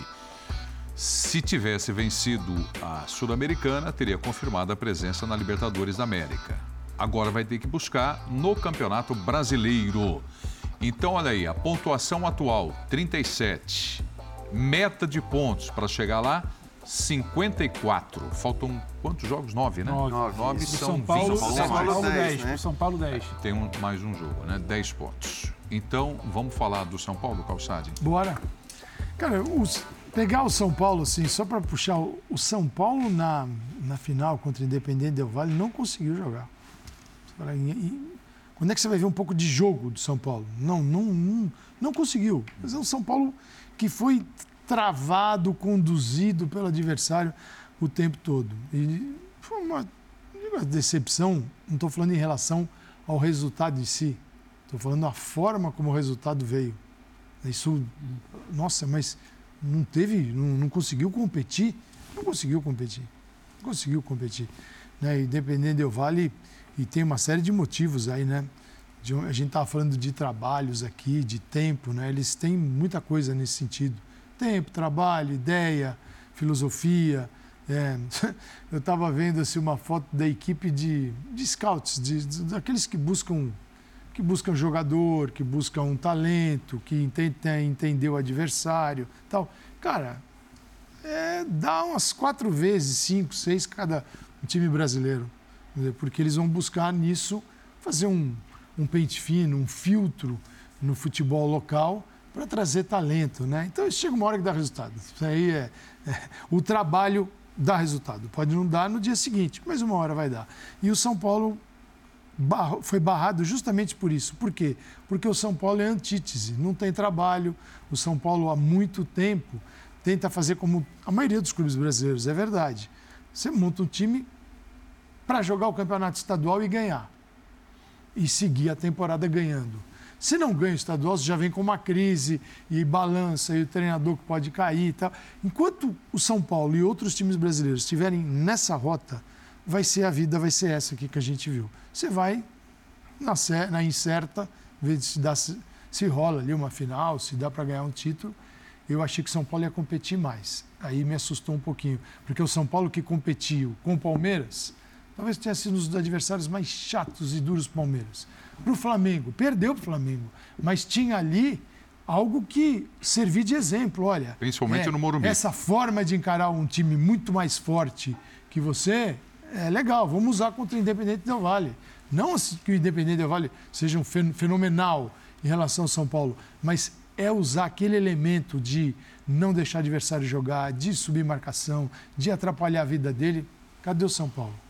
Se tivesse vencido a Sul-Americana, teria confirmado a presença na Libertadores da América. Agora vai ter que buscar no Campeonato Brasileiro. Então, olha aí, a pontuação atual, trinta e sete. Meta de pontos para chegar lá, cinquenta e quatro. Faltam quantos jogos? Nove, né? Nove. Nove são São Paulo, vinte. São Paulo dez, dez. né? São Paulo dez. Tem um, mais um jogo, né? dez pontos. Então, vamos falar do São Paulo, Calçade? Bora. Cara, os, pegar o São Paulo, assim, só para puxar, o, o São Paulo na, na final contra o Independente Del Valle não conseguiu jogar. E, e, quando é que você vai ver um pouco de jogo do São Paulo? Não, não, não, não conseguiu. Mas é um São Paulo que foi travado, conduzido pelo adversário o tempo todo. E foi uma, uma decepção, não estou falando em relação ao resultado em si, estou falando da forma como o resultado veio. Isso, nossa, mas não teve, não, não conseguiu competir, não conseguiu competir, não conseguiu competir. Né? Independente Del Valle, e tem uma série de motivos aí, né? De, a gente estava falando de trabalhos aqui, de tempo, né? Eles têm muita coisa nesse sentido. Tempo, trabalho, ideia, filosofia. É. Eu estava vendo assim, uma foto da equipe de, de scouts, de, de, daqueles que buscam, que buscam jogador, que buscam um talento, que tentam entender o adversário, tal. Cara, é, dá umas quatro vezes, cinco, seis cada um time brasileiro. Porque eles vão buscar nisso fazer um, um pente fino, um filtro no futebol local para trazer talento, né? Então, chega uma hora que dá resultado. Isso aí é, é... O trabalho dá resultado. Pode não dar no dia seguinte, mas uma hora vai dar. E o São Paulo barro, foi barrado justamente por isso. Por quê? Porque o São Paulo é antítese, não tem trabalho. O São Paulo, há muito tempo, tenta fazer como a maioria dos clubes brasileiros, é verdade. Você monta um time para jogar o campeonato estadual e ganhar. E seguir a temporada ganhando. Se não ganha o estadual, você já vem com uma crise e balança, e o treinador que pode cair e tal. Enquanto o São Paulo e outros times brasileiros estiverem nessa rota, vai ser a vida, vai ser essa aqui que a gente viu. Você vai na, na incerta, ver se, dá, se, se rola ali uma final, se dá para ganhar um título. Eu achei que o São Paulo ia competir mais. Aí me assustou um pouquinho. Porque o São Paulo que competiu com o Palmeiras, talvez tenha sido um dos adversários mais chatos e duros do Palmeiras. Para o Flamengo, perdeu para o Flamengo, mas tinha ali algo que servia de exemplo. Olha, principalmente é, no Morumbi. Essa forma de encarar um time muito mais forte que você é legal. Vamos usar contra o Independente Del Valle. Não que o Independente Del Valle seja um fenomenal em relação ao São Paulo, mas é usar aquele elemento de não deixar o adversário jogar, de subir marcação, de atrapalhar a vida dele. Cadê o São Paulo?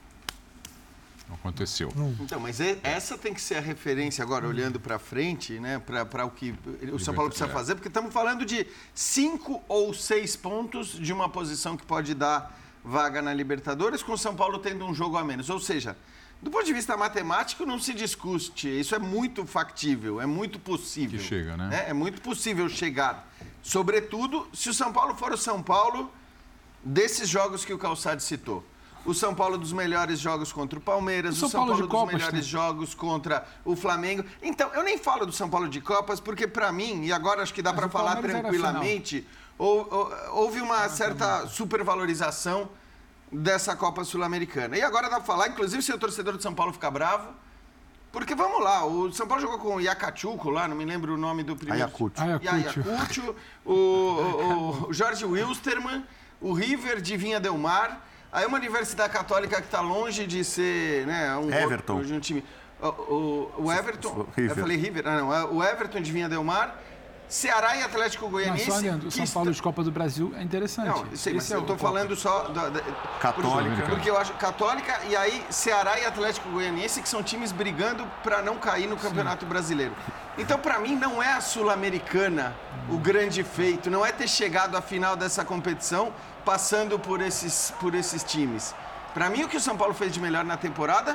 Aconteceu. Então, mas essa tem que ser a referência agora, olhando para frente, né, para o que o São Paulo precisa fazer, porque estamos falando de cinco ou seis pontos de uma posição que pode dar vaga na Libertadores, com o São Paulo tendo um jogo a menos. Ou seja, do ponto de vista matemático, não se discute. Isso é muito factível, é muito possível. Que chega, né? É, é muito possível chegar. Sobretudo, se o São Paulo for o São Paulo desses jogos que o Calçade citou. O São Paulo dos melhores jogos contra o Palmeiras, o São, o São Paulo, Paulo dos Copas, melhores né? jogos contra o Flamengo. Então, eu nem falo do São Paulo de Copas, porque para mim, e agora acho que dá para falar tranquilamente, ou, ou, houve uma certa supervalorização dessa Copa Sul-Americana. E agora dá para falar, inclusive se o torcedor do São Paulo ficar bravo, porque vamos lá, o São Paulo jogou com o Iacachuco lá, não me lembro o nome do primeiro. Ayacucho. Ayacucho. O, o, o Jorge Wilstermann, o River de Vinha Del Mar. Aí uma Universidade Católica que está longe de ser, né, um Everton. Outro, de um time. O, o, o Everton, eu falei River, ah, não, o Everton de Vinha Del Mar, Ceará e Atlético Goianiense. Não, só olhando, o São Paulo de Copa do Brasil é interessante. Não, sei, mas Esse eu estou é falando só da, da, Católica. Porque, porque eu acho Católica e aí Ceará e Atlético Goianiense, que são times brigando para não cair no Campeonato Sim. Brasileiro. Então, para mim, não é a Sul-Americana o grande feito, não é ter chegado à final dessa competição passando por esses, por esses times. Para mim, o que o São Paulo fez de melhor na temporada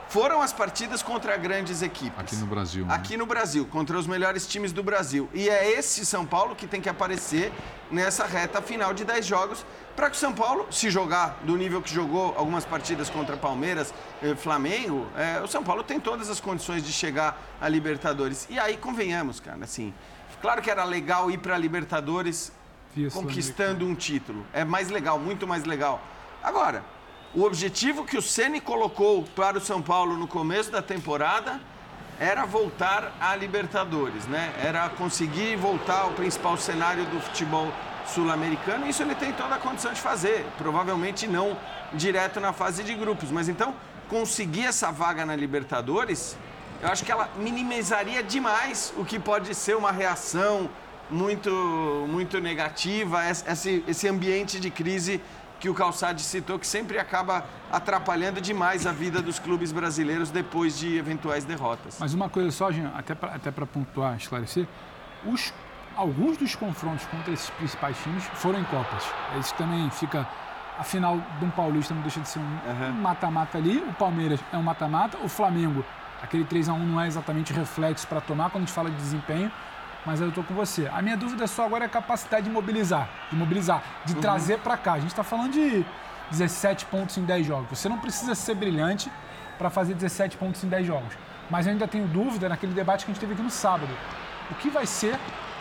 foram as partidas contra grandes equipes. Aqui no Brasil. Né? Aqui no Brasil, contra os melhores times do Brasil. E é esse São Paulo que tem que aparecer nessa reta final de dez jogos, para que o São Paulo, se jogar do nível que jogou algumas partidas contra Palmeiras, eh, Flamengo, eh, o São Paulo tem todas as condições de chegar à Libertadores. E aí, convenhamos, cara, assim, claro que era legal ir para a Libertadores conquistando um título. É mais legal, muito mais legal. Agora, o objetivo que o Ceni colocou para o São Paulo no começo da temporada era voltar à Libertadores, né? Era conseguir voltar ao principal cenário do futebol sul-americano, e isso ele tem toda a condição de fazer, provavelmente não direto na fase de grupos, mas então conseguir essa vaga na Libertadores, eu acho que ela minimizaria demais o que pode ser uma reação muito, muito negativa, esse, esse ambiente de crise que o Calçade citou, que sempre acaba atrapalhando demais a vida dos clubes brasileiros depois de eventuais derrotas. Mas uma coisa só, Jean, até para até para pontuar, esclarecer, os alguns dos confrontos contra esses principais times foram em Copas. Isso também fica... A final de um Paulista não deixa de ser um mata-mata uhum. ali. O Palmeiras é um mata-mata. O Flamengo, aquele três a um não é exatamente reflexo para tomar quando a gente fala de desempenho. Mas aí eu estou com você. A minha dúvida só agora é a capacidade de mobilizar. De mobilizar, de uhum. trazer para cá. A gente está falando de dezessete pontos em dez jogos. Você não precisa ser brilhante para fazer dezessete pontos em dez jogos. Mas eu ainda tenho dúvida naquele debate que a gente teve aqui no sábado. O que vai ser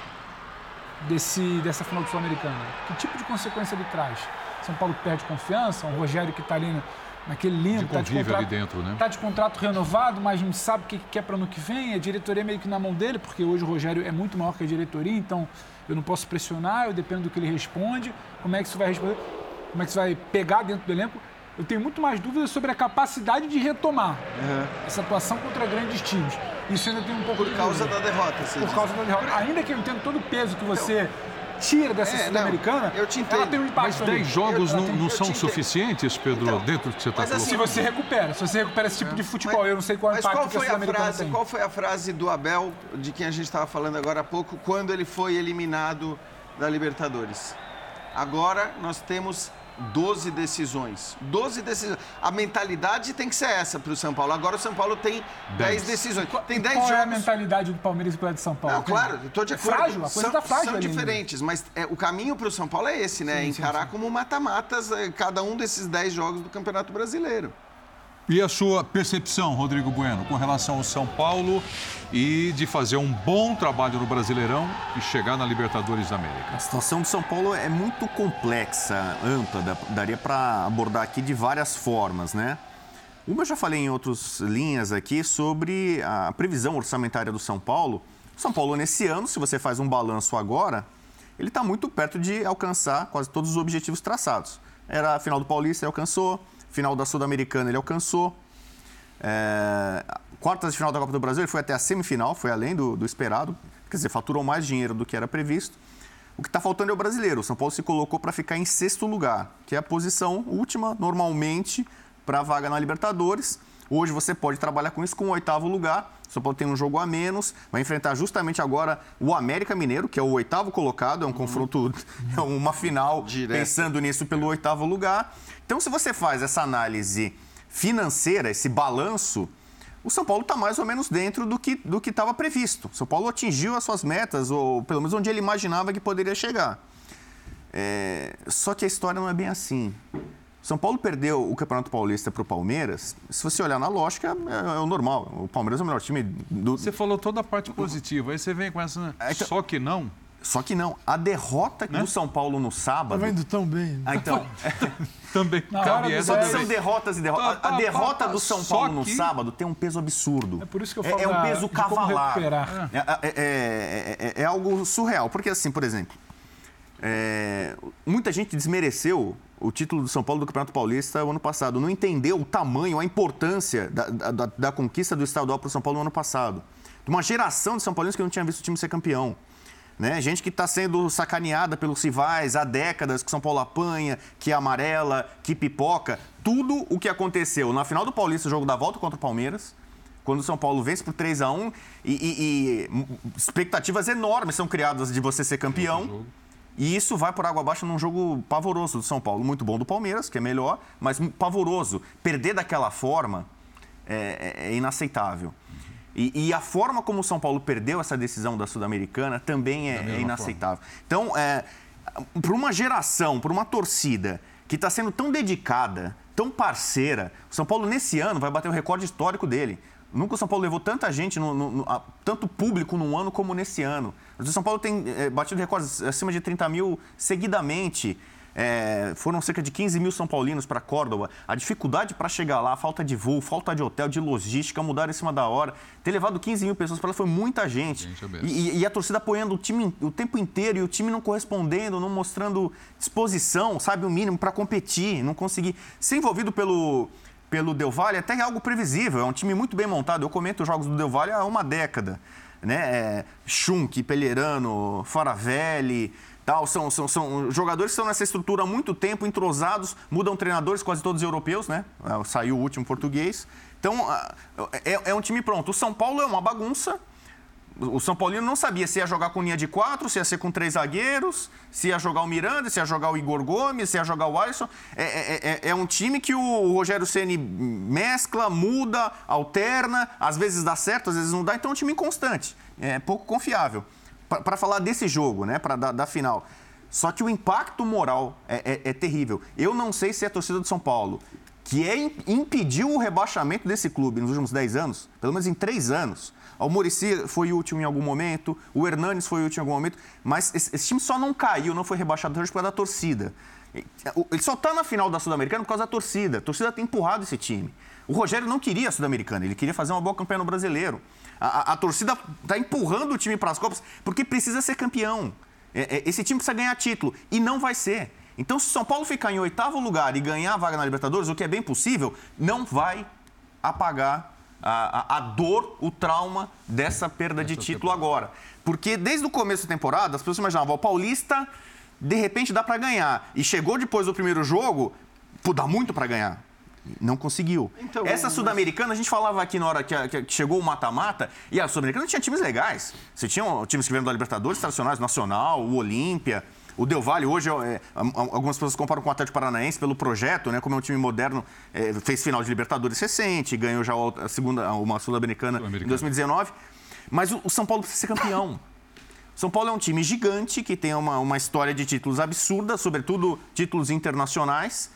Desse, dessa final do Sul-Americano? Que tipo de consequência ele traz? São Paulo perde confiança, o Rogério que está ali naquele limbo, está de, contrato, ali dentro, né? tá de contrato renovado, mas não sabe o que quer para ano que vem, a diretoria é meio que na mão dele, porque hoje o Rogério é muito maior que a diretoria, então eu não posso pressionar, eu dependo do que ele responde, como é que isso vai responder, como é que isso vai pegar dentro do elenco. Eu tenho muito mais dúvidas sobre a capacidade de retomar uhum. essa atuação contra grandes times. Isso ainda tem um pouco Por causa da derrota, sim. Por causa da derrota. Ainda que eu entendo todo o peso que você então, tira dessa é, Sul-Americana, eu te entendo. Ela tem um impacto. Mas dez jogos eu, não, não são suficientes, Pedro, então, dentro do que você está colocando? Se você recupera, se você recupera esse tipo de futebol, mas, eu não sei qual é o impacto qual foi que a Sul-Americana tem. Qual foi a frase do Abel, de quem a gente estava falando agora há pouco, quando ele foi eliminado da Libertadores? Agora nós temos doze decisões. doze decisões. A mentalidade tem que ser essa para o São Paulo. Agora o São Paulo tem dez decisões. Tem dez Qual jogos. é a mentalidade do Palmeiras e do de São Paulo? Não, claro, estou de acordo. É frágil, a coisa está frágil. São ali, diferentes, né? mas é, o caminho para o São Paulo é esse, né? Sim, Encarar sim, sim. como mata-matas é, cada um desses dez jogos do Campeonato Brasileiro. E a sua percepção, Rodrigo Bueno, com relação ao São Paulo e de fazer um bom trabalho no Brasileirão e chegar na Libertadores da América? A situação do São Paulo é muito complexa, ampla, daria para abordar aqui de várias formas, né? Uma eu já falei em outras linhas aqui sobre a previsão orçamentária do São Paulo. O São Paulo, nesse ano, se você faz um balanço agora, ele está muito perto de alcançar quase todos os objetivos traçados. Era a final do Paulista, ele alcançou. Final da Sul-Americana ele alcançou. É, quartas de final da Copa do Brasil ele foi até a semifinal, foi além do, do esperado. Quer dizer, faturou mais dinheiro do que era previsto. O que está faltando é o brasileiro. O São Paulo se colocou para ficar em sexto lugar, que é a posição última, normalmente, para a vaga na Libertadores. Hoje você pode trabalhar com isso com o oitavo lugar. O São Paulo tem um jogo a menos, vai enfrentar justamente agora o América Mineiro, que é o oitavo colocado, é um uhum. confronto, é uma final Direto. pensando nisso pelo oitavo lugar. Então, se você faz essa análise financeira, esse balanço, o São Paulo está mais ou menos dentro do que do que estava previsto. O São Paulo atingiu as suas metas, ou pelo menos onde ele imaginava que poderia chegar. É... Só que a história não é bem assim. São Paulo perdeu o Campeonato Paulista para o Palmeiras. Se você olhar na lógica, é, é o normal. O Palmeiras é o melhor time do... Você falou toda a parte positiva, aí você vem com essa... É, então... Só que não... Só que não. A derrota né? do São Paulo no sábado... Tá vendo tão bem. Ah, então... também. Só que são derrotas e derrotas. Tá, tá, a derrota tá, tá, do São Paulo no que... sábado tem um peso absurdo. É por isso que eu falo É, é um da... peso cavalar. É. É, é, é, é algo surreal. Porque, assim, por exemplo, é... muita gente desmereceu o título do São Paulo do Campeonato Paulista o ano passado. Não entendeu o tamanho, a importância da, da, da conquista do estadual para o São Paulo no ano passado. De uma geração de São Paulinos que não tinha visto o time ser campeão. Né? Gente que está sendo sacaneada pelos rivais há décadas, que o São Paulo apanha, que amarela, que pipoca. Tudo o que aconteceu na final do Paulista, o jogo da volta contra o Palmeiras, quando o São Paulo vence por três a um e, e, e expectativas enormes são criadas de você ser campeão. E isso vai por água abaixo num jogo pavoroso do São Paulo. Muito bom do Palmeiras, que é melhor, mas pavoroso. Perder daquela forma é, é inaceitável. E, e a forma como o São Paulo perdeu essa decisão da Sul-Americana também é, é inaceitável. Forma. Então, é, para uma geração, para uma torcida que está sendo tão dedicada, tão parceira, o São Paulo nesse ano vai bater o recorde histórico dele. Nunca o São Paulo levou tanta gente, no, no, no, a, tanto público num ano como nesse ano. O São Paulo tem é, batido recordes acima de trinta mil seguidamente. É, foram cerca de quinze mil São Paulinos para Córdoba. A dificuldade para chegar lá, a falta de voo, falta de hotel, de logística, mudaram em cima da hora. Ter levado quinze mil pessoas para lá foi muita gente. gente e, e a torcida apoiando o time o tempo inteiro e o time não correspondendo, não mostrando disposição, sabe, o mínimo para competir, não conseguir. Ser envolvido pelo, pelo Del Valle até é algo previsível. É um time muito bem montado. Eu comento os jogos do Del Valle há uma década. Né? É, Schunk, Pellerano, Faravelli... Tal, são, são, são jogadores que estão nessa estrutura há muito tempo, entrosados, mudam treinadores, quase todos europeus, né? Saiu o último português. Então, é, é um time pronto. O São Paulo é uma bagunça. O São Paulino não sabia se ia jogar com linha de quatro, se ia ser com três zagueiros, se ia jogar o Miranda, se ia jogar o Igor Gomes, se ia jogar o Alisson. É, é, é, é um time que o Rogério Ceni mescla, muda, alterna, às vezes dá certo, às vezes não dá. Então, é um time inconstante, é pouco confiável. Para falar desse jogo, né, para da, da final. Só que o impacto moral é, é, é terrível. Eu não sei se a torcida do São Paulo, que é, impediu o rebaixamento desse clube nos últimos dez anos, pelo menos em três anos. O Muricy foi último em algum momento, o Hernanes foi último em algum momento, mas esse, esse time só não caiu, não foi rebaixado por causa da torcida. Ele só está na final da Sul-Americana por causa da torcida. A torcida tem empurrado esse time. O Rogério não queria a Sul-Americana, ele queria fazer uma boa campanha no Brasileiro. A, a, a torcida está empurrando o time para as Copas porque precisa ser campeão. É, é, esse time precisa ganhar título e não vai ser. Então, se o São Paulo ficar em oitavo lugar e ganhar a vaga na Libertadores, o que é bem possível, não vai apagar a, a, a dor, o trauma dessa perda de título agora. Porque desde o começo da temporada, as pessoas imaginavam, o Paulista, de repente, dá para ganhar. E chegou depois do primeiro jogo, pô, dá muito para ganhar. Não conseguiu. Então, Essa Sul-Americana, a gente falava aqui na hora que, que chegou o mata-mata, e a Sul-Americana tinha times legais. Você tinha times que vieram da Libertadores, tradicionais, Nacional, o Olímpia, o Del Valle. Hoje, é, algumas pessoas comparam com o Atlético Paranaense pelo projeto, né? Como é um time moderno, é, fez final de Libertadores recente, ganhou já a segunda, uma Sul-Americana Sul em dois mil e dezenove. Mas o, o São Paulo precisa ser campeão. São Paulo é um time gigante, que tem uma, uma história de títulos absurda, sobretudo títulos internacionais.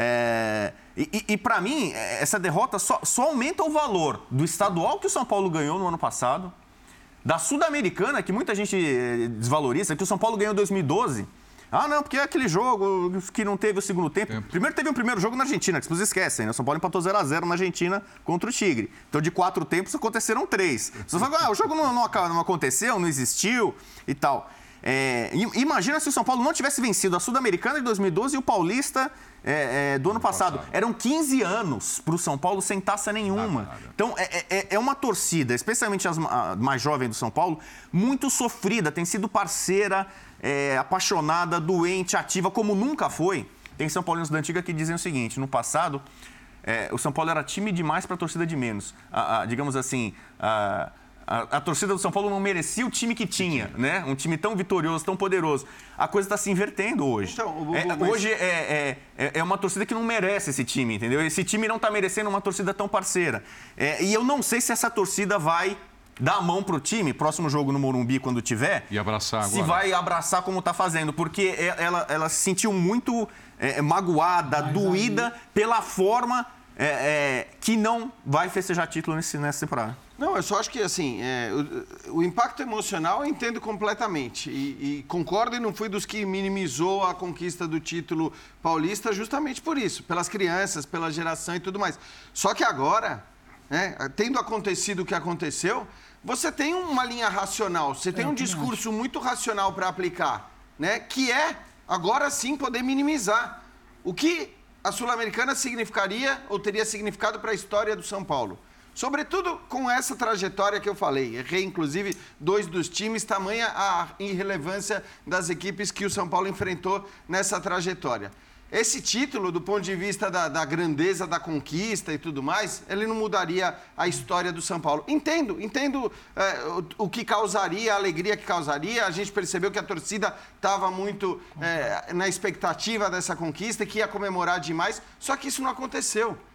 É, e, e, e para mim, essa derrota só, só aumenta o valor do estadual que o São Paulo ganhou no ano passado, da Sul-Americana, que muita gente desvaloriza, que o São Paulo ganhou em dois mil e doze. Ah, não, porque é aquele jogo que não teve o segundo tempo. tempo. Primeiro teve um primeiro jogo na Argentina, que vocês esquecem, né? O São Paulo empatou zero a zero na Argentina contra o Tigre. Então, de quatro tempos, aconteceram três. Vocês falam, ah, o jogo não, não, não aconteceu, não existiu e tal. É, imagina se o São Paulo não tivesse vencido a Sul-Americana de dois mil e doze e o Paulista é, é, do ano passado. passado. Eram quinze anos para o São Paulo sem taça nenhuma. Nada, nada. Então, é, é, é uma torcida, especialmente as, a mais jovem do São Paulo, muito sofrida, tem sido parceira, é, apaixonada, doente, ativa, como nunca foi. Tem São Paulinos da antiga que dizem o seguinte, no passado, é, o São Paulo era time demais para a torcida de menos. A, a, digamos assim... A, A, a torcida do São Paulo não merecia o time que tinha, né? Um time tão vitorioso, tão poderoso. A coisa está se invertendo hoje. Então, o, o, é, mas... Hoje é, é, é uma torcida que não merece esse time, entendeu? Esse time não está merecendo uma torcida tão parceira. É, e eu não sei se essa torcida vai dar a mão para o time, próximo jogo no Morumbi, quando tiver... E abraçar agora. Se vai abraçar como está fazendo, porque ela, ela se sentiu muito é, magoada, mas doída aí... pela forma é, é, que não vai festejar título nesse, nessa temporada. Não, eu só acho que, assim, é, o, o impacto emocional eu entendo completamente. E, e concordo e não fui dos que minimizou a conquista do título paulista justamente por isso, pelas crianças, pela geração e tudo mais. Só que agora, né, tendo acontecido o que aconteceu, você tem uma linha racional, você tem um discurso muito racional para aplicar, né, que é, agora sim, poder minimizar o que a Sul-Americana significaria ou teria significado para a história do São Paulo. Sobretudo com essa trajetória que eu falei. Errei, inclusive, dois dos times, tamanha a irrelevância das equipes que o São Paulo enfrentou nessa trajetória. Esse título, do ponto de vista da, da grandeza da conquista e tudo mais, ele não mudaria a história do São Paulo. Entendo, entendo é, o, o que causaria, a alegria que causaria. A gente percebeu que a torcida estava muito é, na expectativa dessa conquista, que ia comemorar demais, só que isso não aconteceu.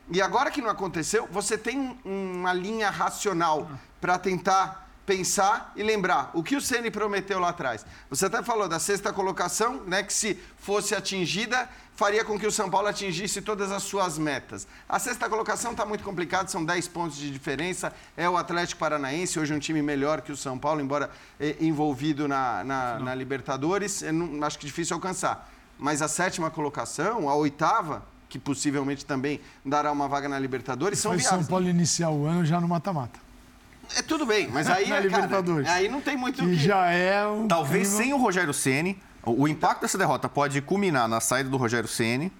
E agora que não aconteceu, você tem uma linha racional para tentar pensar e lembrar o que o Ceni prometeu lá atrás. Você até falou da sexta colocação, né, que se fosse atingida, faria com que o São Paulo atingisse todas as suas metas. A sexta colocação está muito complicada, são dez pontos de diferença, é o Atlético Paranaense, hoje um time melhor que o São Paulo, embora eh, envolvido na, na, na Libertadores, eu não, acho que difícil alcançar. Mas a sétima colocação, a oitava, que possivelmente também dará uma vaga na Libertadores, são viáveis. São Paulo iniciar o ano já no mata-mata. É, tudo bem, mas aí, cara, aí não tem muito o que... já é um Talvez clima... sem o Rogério Ceni, o impacto dessa derrota pode culminar na saída do Rogério Ceni.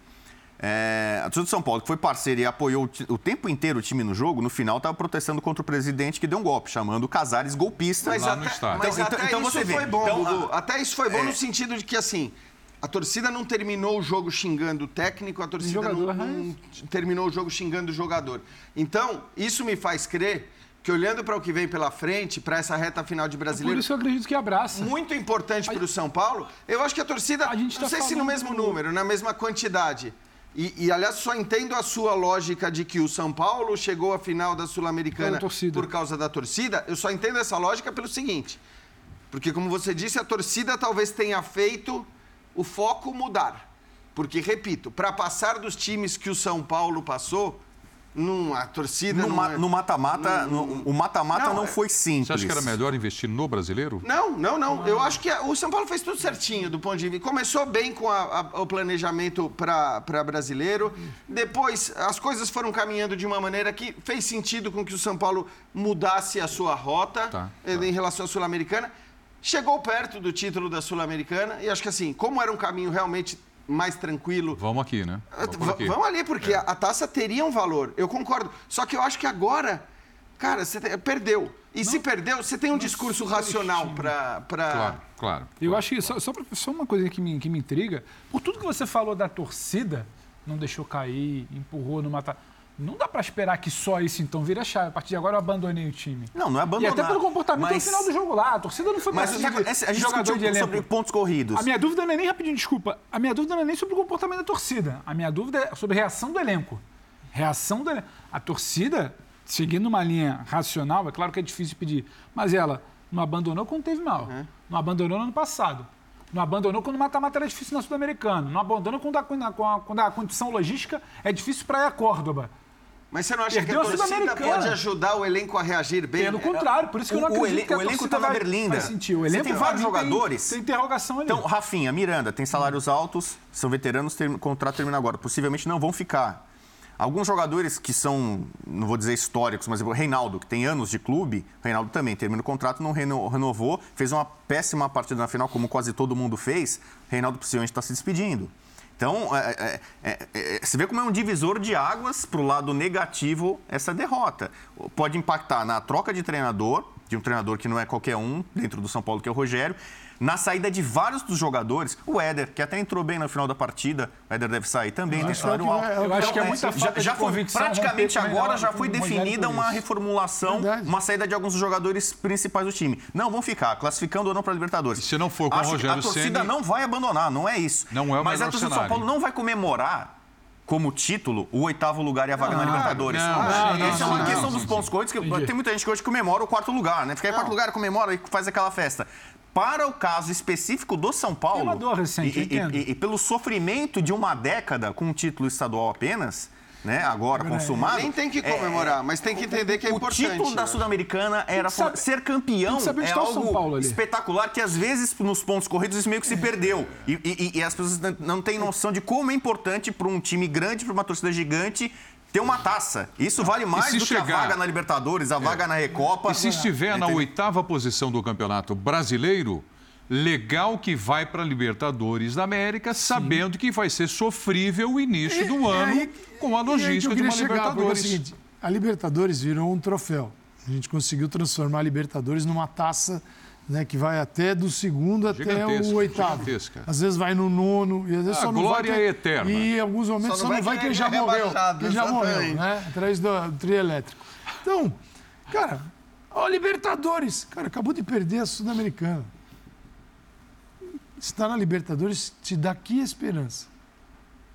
É, a torcida do São Paulo, que foi parceira e apoiou o tempo inteiro o time no jogo, no final estava protestando contra o presidente que deu um golpe, chamando o Casares golpista mas lá até, no estádio. Mas então, até então isso você vê. foi bom, então, Dudu. a... Até isso foi bom é... no sentido de que, assim, a torcida não terminou o jogo xingando o técnico, a torcida jogador, não, não terminou o jogo xingando o jogador. Então, isso me faz crer que, olhando para o que vem pela frente, para essa reta final de Brasileiro... Por isso eu acredito que abraça. Muito importante para o São Paulo, eu acho que a torcida, a gente não tá sei se no mesmo número, na mesma quantidade. E, e, aliás, só entendo a sua lógica de que o São Paulo chegou à final da Sul-Americana por causa da torcida. Eu só entendo essa lógica pelo seguinte, porque, como você disse, a torcida talvez tenha feito o foco mudar. Porque, repito, para passar dos times que o São Paulo passou... Num, a torcida... No, não ma, é, no mata-mata, não, no, o mata-mata não, não é, foi simples. Você acha que era melhor investir no brasileiro? Não, não, não. Eu acho que o São Paulo fez tudo certinho do ponto de vista. Começou bem com a, a, o planejamento para brasileiro. Depois, as coisas foram caminhando de uma maneira que fez sentido com que o São Paulo mudasse a sua rota tá, em tá. relação à Sul-Americana. Chegou perto do título da Sul-Americana e acho que, assim, como era um caminho realmente mais tranquilo... Vamos aqui, né? Vamos, aqui. Vamos ali, porque é. a, a taça teria um valor. Eu concordo. Só que eu acho que agora, cara, você te, perdeu. E não, se perdeu, você tem um discurso racional para... Pra... Claro, claro. Eu acho que, só, só, pra, só uma coisa que me, que me intriga, por tudo que você falou da torcida, não deixou cair, empurrou no mata... Não dá para esperar que só isso, então, vira chave. A partir de agora eu abandonei o time. Não, não é abandonar. E até pelo comportamento mas... no final do jogo lá. A torcida não foi mas mais essa, a gente jogador de elenco. Sobre pontos corridos. A minha dúvida não é nem, rapidinho, desculpa. A minha dúvida não é nem sobre o comportamento da torcida. A minha dúvida é sobre a reação do elenco. Reação do elenco. A torcida, seguindo uma linha racional, é claro que é difícil pedir, mas ela não abandonou quando teve mal. Uhum. Não abandonou no ano passado. Não abandonou quando o mata-mata era difícil na Sul-Americana. Não abandonou quando a, quando a condição logística é difícil para ir a Córdoba. Mas você não acha Perdeu que a torcida pode ajudar o elenco a reagir bem? Pelo contrário, por isso que eu não acredito o ele, que a o elenco está na Berlinda. Vai sentir. O elenco você tem vários jogadores. Tem, tem interrogação ali. Então, Rafinha, Miranda, tem salários altos, são veteranos, o contrato termina agora. Possivelmente não vão ficar. Alguns jogadores que são, não vou dizer históricos, mas o Reinaldo, que tem anos de clube, o Reinaldo também termina o contrato, não renovou, fez uma péssima partida na final, como quase todo mundo fez. O Reinaldo possivelmente está se despedindo. Então, é, é, é, você vê como é um divisor de águas para o lado negativo essa derrota. Pode impactar na troca de treinador, de um treinador que não é qualquer um, dentro do São Paulo, que é o Rogério, na saída de vários dos jogadores. O Éder, que até entrou bem no final da partida, o Éder deve sair também, tem salário alto. Eu então, acho que é muita falta já, já de foi, praticamente agora já foi definida uma reformulação, Verdade. uma saída de alguns dos jogadores principais do time. Não, vão ficar, classificando ou não para a Libertadores. E se não for com acho o Rogério a torcida Ceni... não vai abandonar, não é isso. Não é o Mas a melhor torcida do cenário. São Paulo não vai comemorar como título o oitavo lugar e a vaga não, na Libertadores. Não, não, não, Essa é uma não, questão não, dos sim, pontos sim. corridos, que Entendi. Tem muita gente que hoje comemora o quarto lugar, né? Fica aí em quarto lugar, comemora e faz aquela festa. Para o caso específico do São Paulo, uma dor recente, e, e, e, e pelo sofrimento de uma década com um título estadual apenas, né, agora consumado... Nem tem que comemorar, é, mas tem que entender que é o importante. O título da né? Sul-Americana era saber, ser campeão, é algo espetacular que às vezes nos pontos corridos isso meio que se perdeu. E, e, e as pessoas não têm noção de como é importante para um time grande, para uma torcida gigante, ter uma taça. Isso vale mais do chegar, que a vaga na Libertadores, a é. vaga na Recopa. E se estiver na oitava posição do Campeonato Brasileiro, legal que vai para a Libertadores da América, Sim. sabendo que vai ser sofrível o início do é, ano é, com a logística de uma chegar, Libertadores. É o seguinte, a Libertadores virou um troféu. A gente conseguiu transformar a Libertadores numa taça, né, que vai até do segundo até o oitavo. Às vezes vai no nono e às vezes a só não glória vai. É eterna. E em alguns momentos só não, só não vai, vai quem já morreu. Quem já morreu, né? Atrás do, do trio elétrico. Então, cara, ó, Libertadores. Cara, acabou de perder a Sul-Americana. Estar na Libertadores te dá que esperança?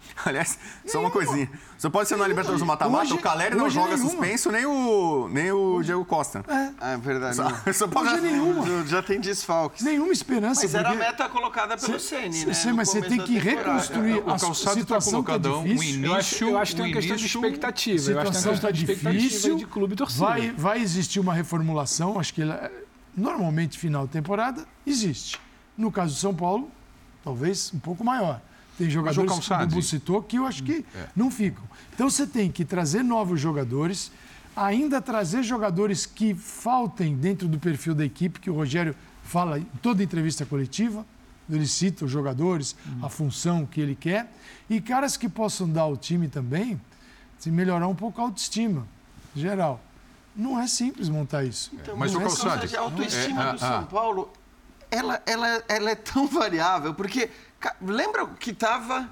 Aliás, só uma coisinha. Só pode ser na Libertadores do mata-mata, o Caleri não joga nenhuma. suspenso, nem o, nem o Diego Costa. É, ah, é verdade. Só, só pode hoje nenhuma. Já tem desfalques. Nenhuma esperança. Mas era a meta colocada pelo Ceni, né? Sim, mas você tem que reconstruir a situação que é difícil. Um início, eu acho, eu acho que tem uma questão de expectativa. A situação está difícil. De clube e torcida. Vai, vai existir uma reformulação, acho que ela, normalmente final de temporada existe. No caso do São Paulo, talvez um pouco maior. Tem jogadores que o Bubu citou que eu acho que é. não ficam. Então você tem que trazer novos jogadores, ainda trazer jogadores que faltem dentro do perfil da equipe, que o Rogério fala em toda entrevista coletiva, ele cita os jogadores, hum. a função que ele quer, e caras que possam dar ao time também, se melhorar um pouco a autoestima, geral. Não é simples montar isso. Então, mas o é Calçade... A autoestima é, do São ah, Paulo, ela, ela, ela é tão variável, porque... Lembra que estava,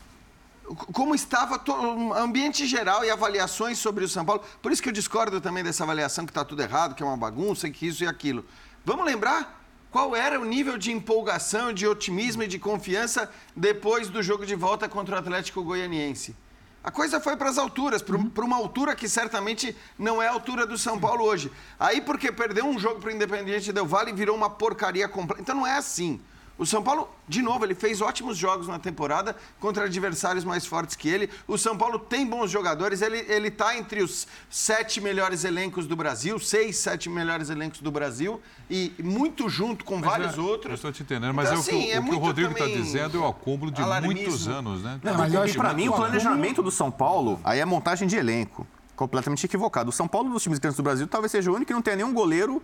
como estava o ambiente geral e avaliações sobre o São Paulo? Por isso que eu discordo também dessa avaliação que está tudo errado, que é uma bagunça, que isso e aquilo. Vamos lembrar qual era o nível de empolgação, de otimismo e de confiança depois do jogo de volta contra o Atlético Goianiense. A coisa foi para as alturas, para uhum. uma altura que certamente não é a altura do São Paulo hoje. Aí porque perdeu um jogo para o Independiente Del Valle e virou uma porcaria completa. Então não é assim. O São Paulo, de novo, ele fez ótimos jogos na temporada contra adversários mais fortes que ele. O São Paulo tem bons jogadores, ele está entre os sete melhores elencos do Brasil, seis, sete melhores elencos do Brasil, e muito junto com mas vários é, outros. Eu estou te entendendo, mas então, é assim, o, que, é o que o Rodrigo está dizendo é o acúmulo de alarmismo. Muitos anos, né? Não, mas e para mim, o planejamento do São Paulo, aí é montagem de elenco, completamente equivocado. O São Paulo, dos times grandes do Brasil, talvez seja o único que não tenha nenhum goleiro...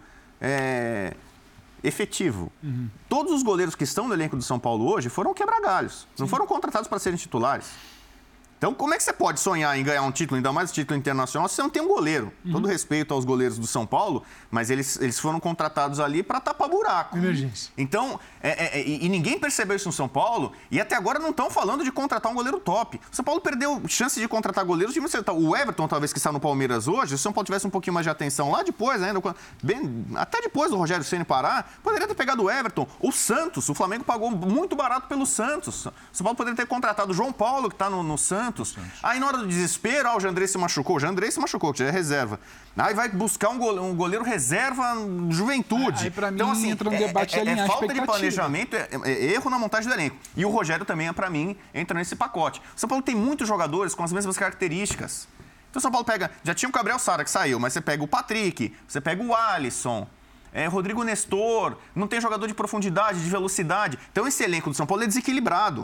É... efetivo. Uhum. Todos os goleiros que estão no elenco do São Paulo hoje foram quebra-galhos. Não foram contratados para serem titulares. Então, como é que você pode sonhar em ganhar um título, ainda mais título internacional, se você não tem um goleiro? Uhum. Todo respeito aos goleiros do São Paulo, mas eles, eles foram contratados ali para tapar buraco. Emergência. Então, é, é, e, e ninguém percebeu isso no São Paulo, e até agora não estão falando de contratar um goleiro top. O São Paulo perdeu chance de contratar goleiros. De o Everton, talvez, que está no Palmeiras hoje, se o São Paulo tivesse um pouquinho mais de atenção lá depois, ainda, bem, até depois do Rogério Ceni parar, poderia ter pegado o Everton. O Santos, o Flamengo pagou muito barato pelo Santos. O São Paulo poderia ter contratado o João Paulo, que está no, no Santos. Aí, na hora do desespero, ah, o Jandrei se machucou. O Jandrei se machucou, que já é reserva. Aí vai buscar um goleiro, um goleiro reserva Juventude. Aí, pra mim, então, assim, entra um debate é, de é, alinhar é falta de planejamento, é, é erro na montagem do elenco. E o Rogério também, é, para mim, entra nesse pacote. O São Paulo tem muitos jogadores com as mesmas características. Então, o São Paulo pega... Já tinha o Gabriel Sara, que saiu, mas você pega o Patrick, você pega o Alisson, é, Rodrigo Nestor, não tem jogador de profundidade, de velocidade. Então, esse elenco do São Paulo é desequilibrado.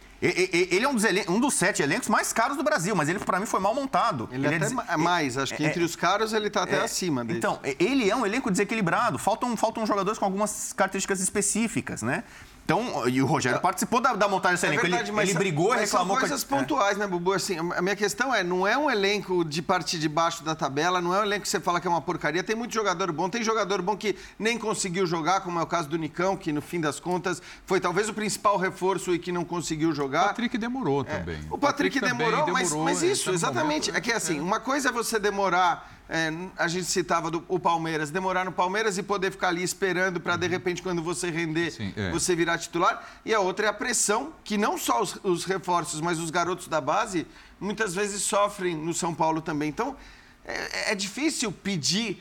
Ele é um dos, um dos sete elencos mais caros do Brasil, mas ele, para mim, foi mal montado. Ele, ele é até mais, acho que é, entre os caros ele está até é, acima dele. Então, ele é um elenco desequilibrado. Faltam, faltam jogadores com algumas características específicas, né? Então, e o Rogério participou da, da montagem desse elenco. É verdade, ele, ele brigou e reclamou. São coisas que... pontuais, né, Bubu? Assim, a minha questão é, não é um elenco de partir de baixo da tabela, não é um elenco que você fala que é uma porcaria. Tem muito jogador bom, tem jogador bom que nem conseguiu jogar, como é o caso do Nicão, que no fim das contas foi talvez o principal reforço e que não conseguiu jogar. O Patrick demorou é. também. O Patrick, Patrick demorou, mas, demorou, mas isso, exatamente. Momento, é que assim, é. uma coisa é você demorar... É, a gente citava do, o Palmeiras, demorar no Palmeiras e poder ficar ali esperando para, de repente, quando você render, Sim, é. você virar titular. E a outra é a pressão, que não só os, os reforços, mas os garotos da base, muitas vezes sofrem no São Paulo também. Então, é, é difícil pedir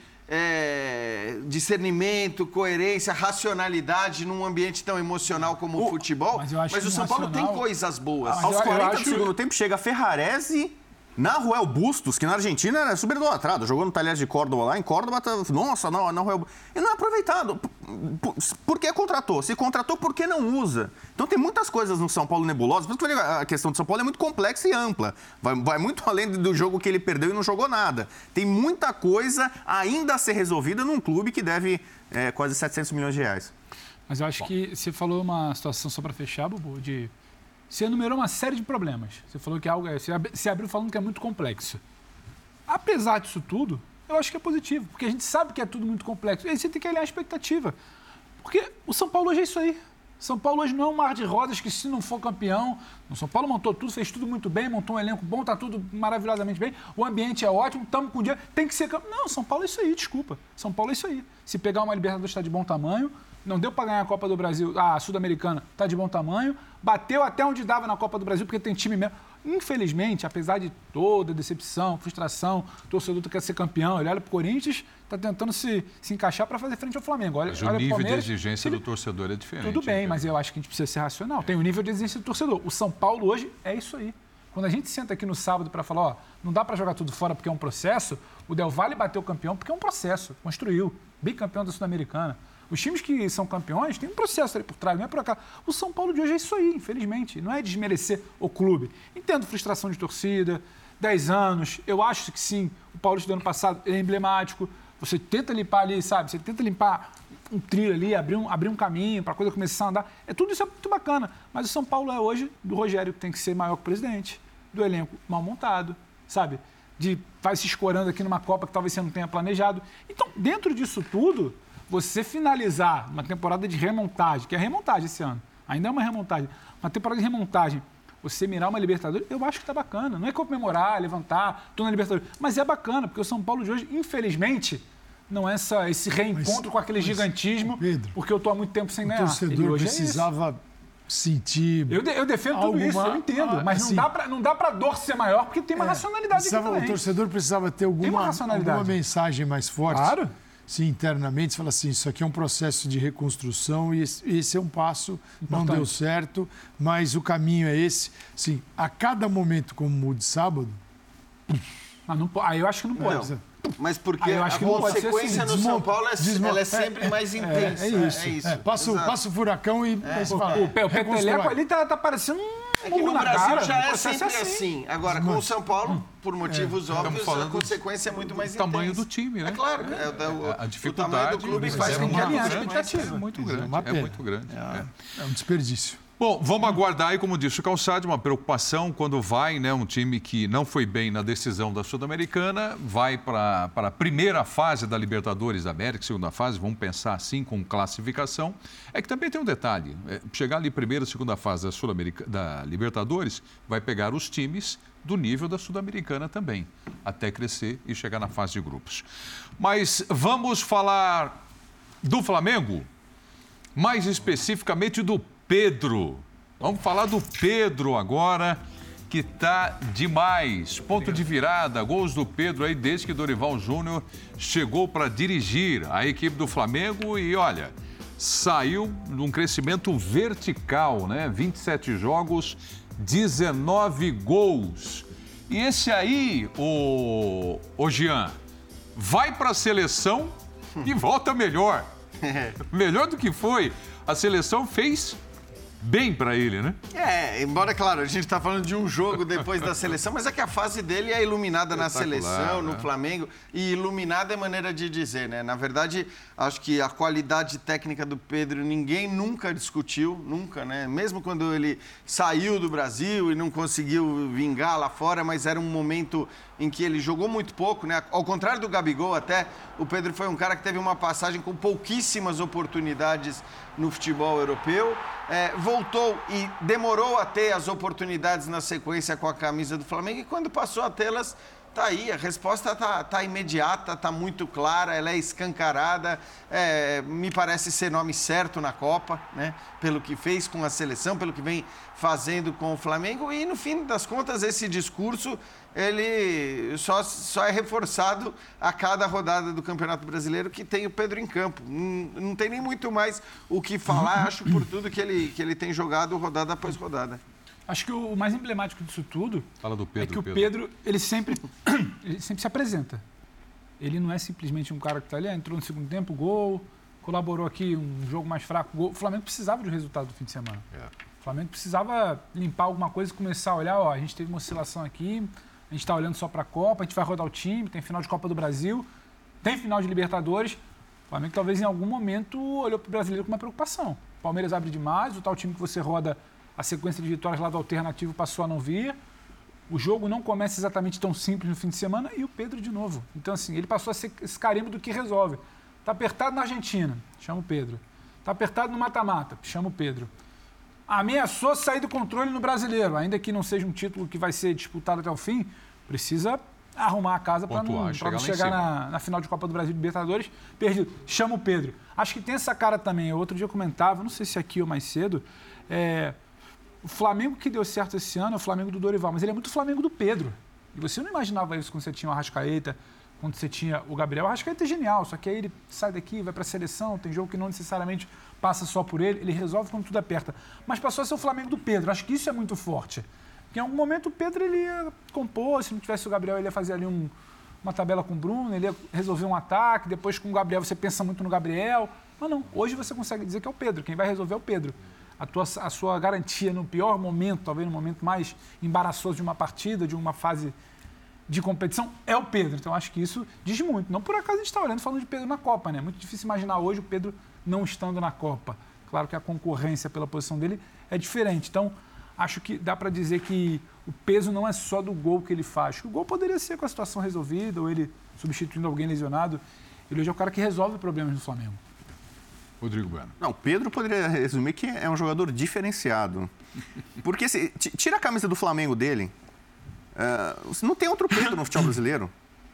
é, discernimento, coerência, racionalidade num ambiente tão emocional como o, o futebol. Mas, mas o São Paulo racional... tem coisas boas. Ah, Aos quarenta do segundo tempo chega Ferrarese... Nahuel Bustos, que na Argentina era super idolatrado, jogou no Talheres de Córdoba lá, em Córdoba, tá, nossa, não, Nahuel... E não é aproveitado. Por, por que contratou? Se contratou, por que não usa? Então tem muitas coisas no São Paulo nebulosas. Por isso que a questão do São Paulo é muito complexa e ampla. Vai, vai muito além do jogo que ele perdeu e não jogou nada. Tem muita coisa ainda a ser resolvida num clube que deve é, quase setecentos milhões de reais. Mas eu acho Bom. que você falou uma situação, só para fechar, Bubu, de... Você enumerou uma série de problemas. Você falou que algo, você abriu falando que é muito complexo. Apesar disso tudo, eu acho que é positivo, porque a gente sabe que é tudo muito complexo. E aí você tem que alinhar a expectativa. Porque o São Paulo hoje é isso aí. São Paulo hoje não é um mar de rosas que, se não for campeão... O São Paulo montou tudo, fez tudo muito bem, montou um elenco bom, está tudo maravilhosamente bem. O ambiente é ótimo, estamos com dinheiro, tem que ser campeão. Não, São Paulo é isso aí, desculpa. São Paulo é isso aí. Se pegar uma Libertadores está de bom tamanho, não deu para ganhar a Copa do Brasil, a Sul-Americana está de bom tamanho, bateu até onde dava na Copa do Brasil, porque tem time mesmo. infelizmente, apesar de toda decepção, frustração, o torcedor quer ser campeão, ele olha para o Corinthians, está tentando se, se encaixar para fazer frente ao Flamengo. Olha, mas olha o nível de Palmeiras, exigência ele... do torcedor é diferente. Tudo bem, né? mas eu acho que a gente precisa ser racional. Tem o nível de exigência do torcedor. O São Paulo hoje é isso aí. Quando a gente senta aqui no sábado para falar, ó, não dá para jogar tudo fora porque é um processo, o Del Valle bateu o campeão porque é um processo, construiu, bicampeão da Sul-Americana. Os times que são campeões têm um processo ali por trás, não é por acaso. O São Paulo de hoje é isso aí, infelizmente. Não é desmerecer o clube. Entendo frustração de torcida, dez anos, eu acho que sim, o Paulista do ano passado é emblemático. Você tenta limpar ali, sabe? Você tenta limpar um trilho ali, abrir um, abrir um caminho para a coisa começar a andar. É tudo isso é muito bacana. Mas o São Paulo é hoje do Rogério, que tem que ser maior que o presidente, do elenco mal montado, sabe? De vai se escorando aqui numa Copa que talvez você não tenha planejado. Então, dentro disso tudo, você finalizar uma temporada de remontagem, que é remontagem esse ano, ainda é uma remontagem, uma temporada de remontagem, você mirar uma Libertadores, eu acho que tá bacana. Não é comemorar, levantar, tô na Libertadores, mas é bacana, porque o São Paulo de hoje, infelizmente, não é essa, esse reencontro mas, com aquele mas, gigantismo, Pedro, porque eu tô há muito tempo sem ganhar. O torcedor precisava é sentir... Eu, de, eu defendo tudo alguma, isso, eu entendo, mas assim, não dá pra, não dá pra dor ser maior, porque tem uma é, racionalidade aqui também. O torcedor precisava ter alguma, alguma mensagem mais forte. Claro. Sim, internamente, você fala assim, isso aqui é um processo de reconstrução e esse, esse é um passo, importante. Não deu certo, mas o caminho é esse. Sim, a cada momento como o de sábado... Ah, não, aí eu acho que não pode. Não. Mas porque ah, eu acho a que não consequência assim, no São Paulo é, ela é sempre é, mais intensa. É, é isso. É isso. É, passa, o, passa o furacão e... É. Você fala, o pé, o Peteleco ali tá, tá parecendo um... É que no Brasil cara, já é sempre assim. assim. Agora, com o São Paulo, por motivos é. óbvios, a consequência é muito mais intensa. O tamanho do time, né? É claro. É, é, o, a dificuldade o tamanho do clube faz com que a expectativa. É muito grande. É muito grande. É, é um desperdício. Bom, vamos aguardar aí, como disse o Calçade, uma preocupação quando vai, né, um time que não foi bem na decisão da Sul-Americana, vai para a primeira fase da Libertadores da América, segunda fase, vamos pensar assim, com classificação. É que também tem um detalhe, é, chegar ali primeira, segunda fase da, Sul-America, da Libertadores, vai pegar os times do nível da Sul-Americana também, até crescer e chegar na fase de grupos. Mas vamos falar do Flamengo, mais especificamente do Pedro. Vamos falar do Pedro agora, que tá demais. Ponto de virada, gols do Pedro aí desde que Dorival Júnior chegou para dirigir a equipe do Flamengo e olha, saiu num crescimento vertical, né? vinte e sete jogos, dezenove gols. E esse aí, o, o Jean, vai para a seleção e volta melhor. Melhor do que foi. A seleção fez bem para ele, né? É, embora, claro, a gente está falando de um jogo depois da seleção, mas é que a fase dele é iluminada na seleção, no né? Flamengo, e iluminada é maneira de dizer, né? Na verdade, acho que a qualidade técnica do Pedro ninguém nunca discutiu, nunca, né? Mesmo quando ele saiu do Brasil e não conseguiu vingar lá fora, mas era um momento em que ele jogou muito pouco, né? Ao contrário do Gabigol até, o Pedro foi um cara que teve uma passagem com pouquíssimas oportunidades no futebol europeu, é, voltou e demorou a ter as oportunidades na sequência com a camisa do Flamengo e quando passou a tê-las, tá aí, a resposta tá, tá imediata, tá muito clara, ela é escancarada, é, me parece ser nome certo na Copa, né? Pelo que fez com a seleção, pelo que vem fazendo com o Flamengo e no fim das contas esse discurso ele só, só é reforçado a cada rodada do Campeonato Brasileiro que tem o Pedro em campo. Não, não tem nem muito mais o que falar, acho por tudo que ele, que ele tem jogado rodada após rodada. Acho que o mais emblemático disso tudo Fala do Pedro, é que o Pedro, Pedro ele, sempre, ele sempre se apresenta. Ele não é simplesmente um cara que está ali, entrou no segundo tempo, gol, colaborou aqui, um jogo mais fraco, gol. O Flamengo precisava de um resultado do fim de semana. É. O Flamengo precisava limpar alguma coisa e começar a olhar, ó, a gente teve uma oscilação aqui, a gente está olhando só para a Copa, a gente vai rodar o time, tem final de Copa do Brasil, tem final de Libertadores. O Flamengo talvez em algum momento olhou para o brasileiro com uma preocupação. O Palmeiras abre demais, o tal time que você roda a sequência de vitórias lá do alternativo passou a não vir. O jogo não começa exatamente tão simples no fim de semana e o Pedro de novo. Então, assim, ele passou a ser esse carimbo do que resolve. Está apertado na Argentina, chama o Pedro. Está apertado no mata-mata, chama o Pedro. Ameaçou sair do controle no Brasileiro, ainda que não seja um título que vai ser disputado até o fim, precisa arrumar a casa para não, chegar, não chegar na, na final de Copa do Brasil e Libertadores perdido. Chama o Pedro. Acho que tem essa cara também. Outro dia eu comentava, não sei se aqui ou mais cedo, é, O Flamengo que deu certo esse ano é o Flamengo do Dorival, mas ele é muito Flamengo do Pedro. E você não imaginava isso quando você tinha o Arrascaeta, quando você tinha o Gabriel. O Arrascaeta é genial, só que aí ele sai daqui, vai para a seleção, tem jogo que não necessariamente passa só por ele, ele resolve quando tudo aperta. Mas passou a ser o Flamengo do Pedro, acho que isso é muito forte. Porque em algum momento o Pedro ele ia compor, se não tivesse o Gabriel ele ia fazer ali um, uma tabela com o Bruno, ele ia resolver um ataque, depois com o Gabriel você pensa muito no Gabriel. Mas não, hoje você consegue dizer que é o Pedro, quem vai resolver é o Pedro. A, tua, a sua garantia no pior momento, talvez no momento mais embaraçoso de uma partida, de uma fase de competição, é o Pedro. Então, acho que isso diz muito. Não por acaso a gente está olhando falando de Pedro na Copa, né? Muito difícil imaginar hoje o Pedro não estando na Copa. Claro que a concorrência pela posição dele é diferente. Então, acho que dá para dizer que o peso não é só do gol que ele faz. O gol poderia ser com a situação resolvida, ou ele substituindo alguém lesionado. Ele hoje é o cara que resolve problemas no Flamengo. Rodrigo Bueno. Não, o Pedro poderia resumir que é um jogador diferenciado. Porque se, tira a camisa do Flamengo dele, uh, não tem outro Pedro no futebol brasileiro.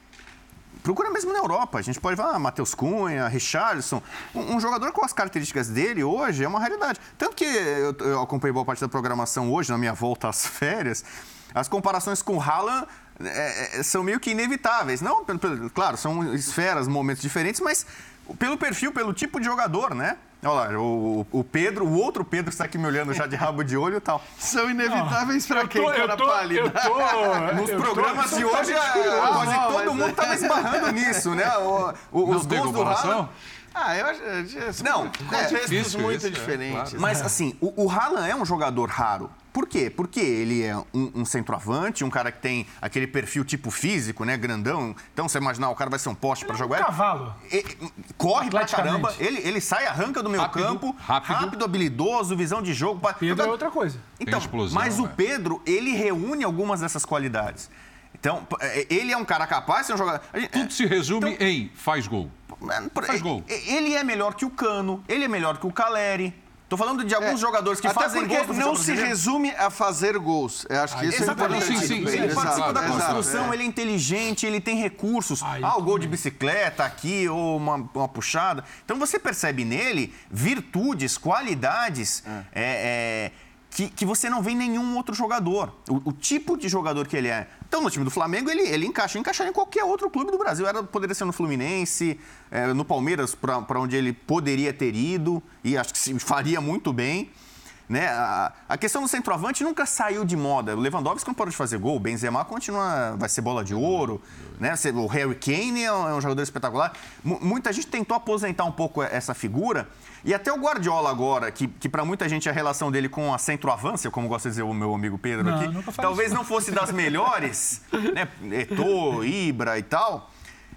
Procura mesmo na Europa. A gente pode falar, ah, Matheus Cunha, Richarlison. Um, um jogador com as características dele hoje é uma realidade. Tanto que eu, eu acompanhei boa parte da programação hoje, na minha volta às férias, as comparações com o Haaland é, é, são meio que inevitáveis. Não, pelo, pelo, claro, são esferas, momentos diferentes, mas pelo perfil, pelo tipo de jogador, né? Olha lá, o, o Pedro, o outro Pedro que está aqui me olhando já de rabo de olho e tal. São inevitáveis para quem, cara pálida. Eu tô, Nos eu programas tô, de hoje, quase ah, todo mundo estava esbarrando nisso, né? O, o, os gols do Haaland... Ah, eu acho... Eu, não, contextos é, muito isso, diferentes. É, claro. Mas, assim, o, o Haaland é um jogador raro. Por quê? Porque ele é um, um centroavante, um cara que tem aquele perfil tipo físico, né? Grandão. Então, você imaginar, o cara vai ser um poste para jogar. É um cavalo. Ele, corre pra caramba. Ele, ele sai, arranca do meio rápido, campo. Rápido. rápido, habilidoso, visão de jogo. Pedro jogar... é outra coisa. Então, explosão, mas é. o Pedro, ele reúne algumas dessas qualidades. Então, ele é um cara capaz de ser um jogador... Tudo se resume então, em faz gol. Faz gol. Ele é melhor que o Cano, ele é melhor que o Caleri. Tô falando de alguns é, jogadores que fazem gols do não se resume a fazer gols. Eu acho que ah, isso exatamente. é importante. Sim, sim, sim. Ele exato, participa da construção, exato, ele é inteligente, ele tem recursos. Aí, ah, o gol de bicicleta aqui, ou uma, uma puxada. Então você percebe nele virtudes, qualidades é. É, é, que, que você não vê em nenhum outro jogador. O, o tipo de jogador que ele é. Então, no time do Flamengo, ele, ele encaixa, encaixaria em qualquer outro clube do Brasil. Era, poderia ser no Fluminense, é, no Palmeiras, para onde ele poderia ter ido, e acho que se faria muito bem. Né? A, a questão do centroavante nunca saiu de moda. O Lewandowski não parou de fazer gol, o Benzema continua, vai ser bola de ouro. Né? O Harry Kane é um, é um jogador espetacular. M- muita gente tentou aposentar um pouco essa figura. E até o Guardiola agora, que, que para muita gente a relação dele com a centroavância, como gosta de dizer o meu amigo Pedro não, aqui, talvez isso. não fosse das melhores, né? Eto'o, Ibra e tal.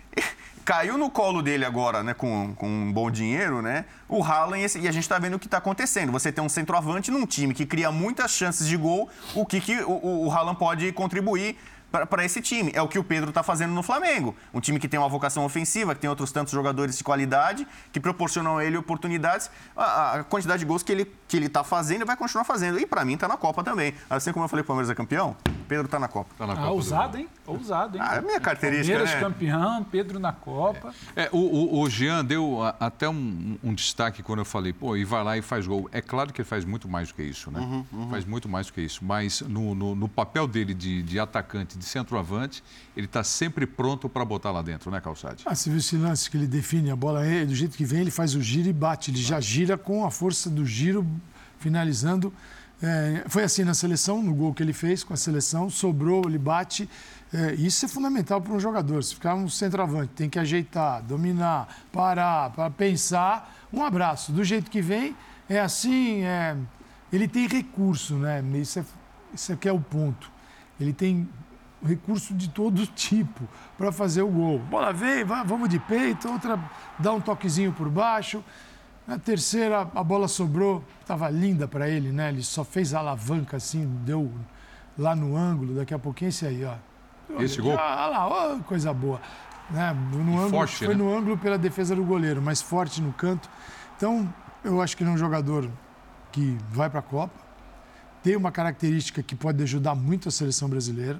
Caiu no colo dele agora, né, com, com um bom dinheiro, né, o Haaland, e a gente está vendo o que está acontecendo. Você tem um centroavante num time que cria muitas chances de gol, o que, que o, o Haaland pode contribuir para esse time. É o que o Pedro está fazendo no Flamengo. Um time que tem uma vocação ofensiva, que tem outros tantos jogadores de qualidade, que proporcionam a ele oportunidades. A, a quantidade de gols que ele que ele está fazendo e vai continuar fazendo. E para mim está na Copa também. Assim como eu falei que o Palmeiras é campeão, Pedro está na Copa. Tá na ah, Copa ousado, hein? Ousado, hein? Ah, é a minha característica, Palmeiras né? campeão, Pedro na Copa. É, é, o, o, o Jean deu até um, um destaque quando eu falei, pô, e vai lá e faz gol. É claro que ele faz muito mais do que isso, né? Uhum, uhum. Faz muito mais do que isso. Mas no, no, no papel dele de, de atacante, de centroavante, ele está sempre pronto para botar lá dentro, né, Calçade? Ah, você viu esse lance que ele define a bola, é, do jeito que vem, ele faz o giro e bate. Ele já gira com a força do giro, finalizando. É, foi assim na seleção, no gol que ele fez com a seleção, sobrou, ele bate. É, isso é fundamental para um jogador. Se ficar um centroavante, tem que ajeitar, dominar, parar, para pensar. Um abraço. Do jeito que vem, é assim, é, ele tem recurso, né? Isso, é, isso aqui é o ponto. Ele tem recurso de todo tipo para fazer o gol. Bola vem, vai, vamos de peito, outra dá um toquezinho por baixo. Na terceira, a bola sobrou, estava linda para ele, né? Ele só fez a alavanca assim, deu lá no ângulo, daqui a pouquinho esse aí, ó. Esse gol? Olha lá, oh, coisa boa. Né? No ângulo, forte, foi né? no ângulo pela defesa do goleiro, mas forte no canto. Então, eu acho que ele é um jogador que vai para a Copa, tem uma característica que pode ajudar muito a seleção brasileira,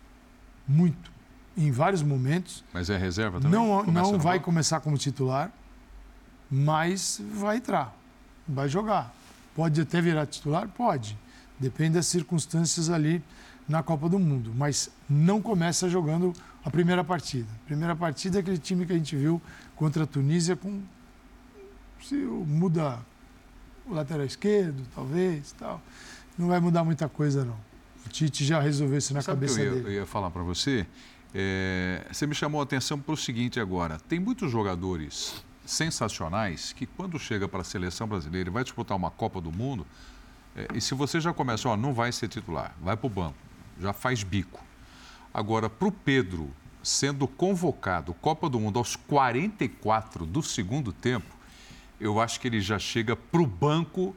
muito, em vários momentos. Mas é reserva também? Não, não vai bola? começar como titular, mas vai entrar, vai jogar. Pode até virar titular? Pode. Depende das circunstâncias ali na Copa do Mundo. Mas não começa jogando a primeira partida. A primeira partida é aquele time que a gente viu contra a Tunísia com... Se muda o lateral esquerdo, talvez, tal. Não vai mudar muita coisa, não. O Tite já resolveu isso na Sabe cabeça que eu ia, dele. eu ia falar para você? É, você me chamou a atenção para o seguinte agora. Tem muitos jogadores sensacionais que quando chega para a seleção brasileira e vai disputar uma Copa do Mundo, é, e se você já começa, ó, não vai ser titular, vai para o banco, já faz bico. Agora, para o Pedro, sendo convocado Copa do Mundo aos quarenta e quatro do segundo tempo, eu acho que ele já chega para o banco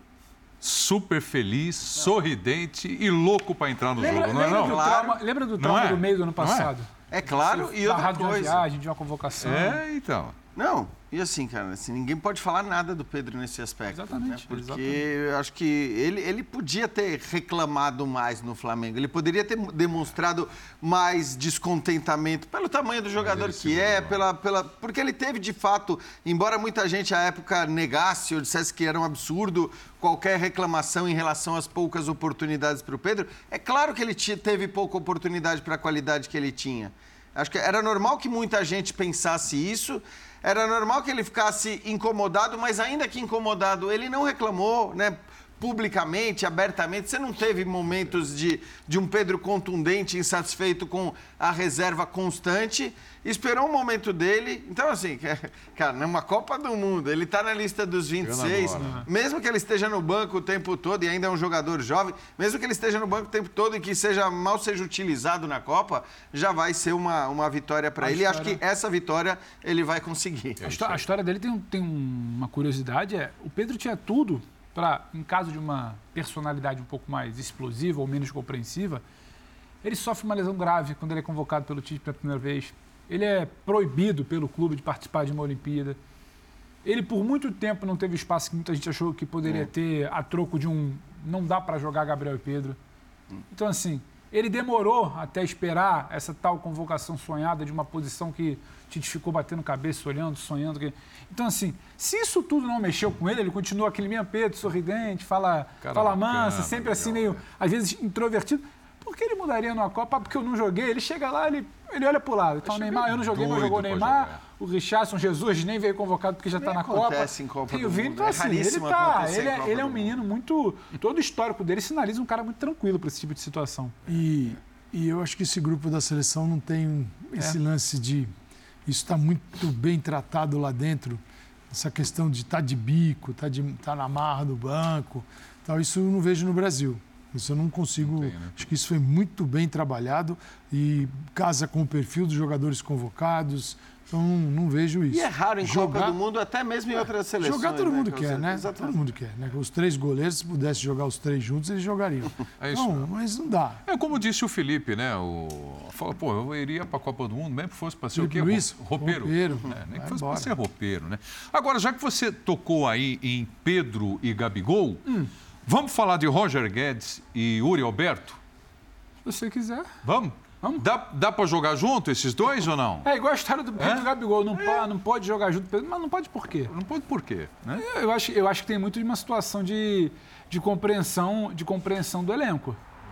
super feliz, não. sorridente e louco para entrar no lembra, jogo, não é não? Do Claro. trauma, lembra do trauma é? do meio do ano passado? É, é claro, e outra coisa. De uma viagem, de uma convocação. É, então. Não, e assim, cara, assim, ninguém pode falar nada do Pedro nesse aspecto. Exatamente. Né? Porque exatamente. eu acho que ele, ele podia ter reclamado mais no Flamengo. Ele poderia ter demonstrado mais descontentamento pelo tamanho do jogador que é, pela, pela, porque ele teve, de fato, embora muita gente à época negasse ou dissesse que era um absurdo qualquer reclamação em relação às poucas oportunidades para o Pedro, é claro que ele teve pouca oportunidade para a qualidade que ele tinha. Acho que era normal que muita gente pensasse isso. Era normal que ele ficasse incomodado, mas ainda que incomodado, ele não reclamou, né? Publicamente, abertamente. Você não teve momentos de, de um Pedro contundente, insatisfeito com a reserva constante. Esperou um momento dele. Então, assim, cara, numa Copa do Mundo, ele está na lista dos vinte e seis. Mesmo que ele esteja no banco o tempo todo e ainda é um jogador jovem, mesmo que ele esteja no banco o tempo todo e que seja mal seja utilizado na Copa, já vai ser uma, uma vitória para ele. História... E acho que essa vitória ele vai conseguir. A, a história dele tem, tem uma curiosidade. É, o Pedro tinha tudo para, em caso de uma personalidade um pouco mais explosiva ou menos compreensiva, ele sofre uma lesão grave quando ele é convocado pelo Tite pela primeira vez. Ele é proibido pelo clube de participar de uma Olimpíada. Ele, por muito tempo, não teve espaço que muita gente achou que poderia é. ter a troco de um... Não dá para jogar Gabriel e Pedro. Então, assim, ele demorou até esperar essa tal convocação sonhada de uma posição que o Tite ficou batendo cabeça, olhando, sonhando. Que... Então, assim, se isso tudo não mexeu com ele, ele continua aquele mesmo Pedro, sorridente, fala, fala mansa, sempre assim, meio, às vezes, introvertido. Por que ele mudaria numa Copa? Porque eu não joguei. Ele chega lá, ele, ele olha pro lado. Então, o Neymar, eu não joguei, mas jogou o Neymar. O Richarlison, Jesus, nem veio convocado porque já está na Copa. Em Copa e o Vini, então, assim, ele tá. Ele é, ele é um menino muito... Todo o histórico dele sinaliza um cara muito tranquilo para esse tipo de situação. E, e eu acho que esse grupo da seleção não tem esse é. lance de... Isso está muito bem tratado lá dentro. Essa questão de estar tá de bico, estar tá tá na marra do banco. Tal. Isso eu não vejo no Brasil. Isso eu não consigo... Não tem, né? Acho que isso foi muito bem trabalhado e casa com o perfil dos jogadores convocados. Então, não, não vejo isso. E é raro em jogar... Copa do Mundo, até mesmo em outras seleções. Jogar todo mundo né? quer, né? Exatamente. Todo mundo quer. Né? Os três goleiros, se pudesse jogar os três juntos, eles jogariam. É isso. Não, mas não dá. É como disse o Felipe, né? O... Fala, pô, eu iria para a Copa do Mundo, mesmo que fosse para ser Felipe o quê? Luiz, roupeiro. roupeiro. É, nem que fosse para ser roupeiro, né? Agora, já que você tocou aí em Pedro e Gabigol, hum. vamos falar de Roger Guedes e Yuri Alberto? Se você quiser. Vamos? Vamos. Dá, dá para jogar junto esses dois ou não? É igual a história do Pedro é? e do Gabigol. Não, é. pode, não pode jogar junto, mas não pode por quê? Não pode por quê? Né? Eu, acho, eu acho que tem muito de uma situação de, de, compreensão, de compreensão do elenco.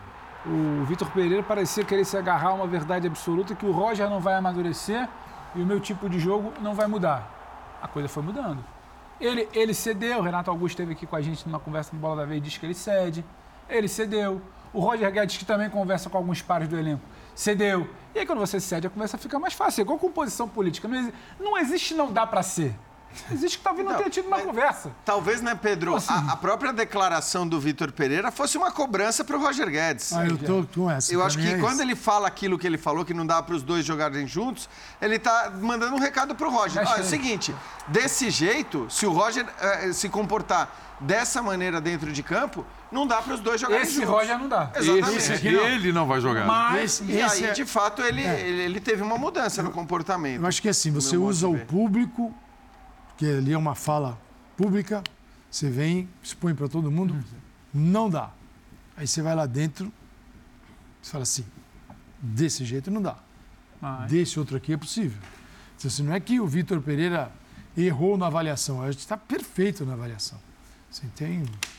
O Vitor Pereira parecia querer se agarrar a uma verdade absoluta que o Roger não vai amadurecer e o meu tipo de jogo não vai mudar. A coisa foi mudando. Ele, ele cedeu, o Renato Augusto esteve aqui com a gente numa conversa no Bola da Vez, disse que ele cede. Ele cedeu. O Roger Guedes, que também conversa com alguns pares do elenco, cedeu. E aí, quando você cede, a conversa fica mais fácil. É igual composição política. Não existe não, existe não dá para ser. Existe que talvez não, não tenha tido uma conversa. Talvez, né, Pedro? Assim, a, a própria declaração do Vitor Pereira fosse uma cobrança para o Roger Guedes. Ah, eu tô com essa. Eu acho que é quando isso. ele fala aquilo que ele falou, que não dá para os dois jogarem juntos, ele está mandando um recado para o Roger. Ah, é o seguinte, desse jeito, se o Roger eh, se comportar dessa maneira dentro de campo, não dá para os dois jogarem esse juntos. Esse Roger não dá. Exatamente. Esse aqui não. Ele não vai jogar. Mas, esse, e esse aí, é... de fato, ele, é. ele, ele teve uma mudança no comportamento. Eu acho que assim, você usa o público, que ali é uma fala pública, você vem, expõe para todo mundo, não dá. Aí você vai lá dentro, você fala assim, desse jeito não dá. Ai. Desse outro aqui é possível. Então, assim, não é que o Vitor Pereira errou na avaliação, a gente está perfeito na avaliação. Assim, tem,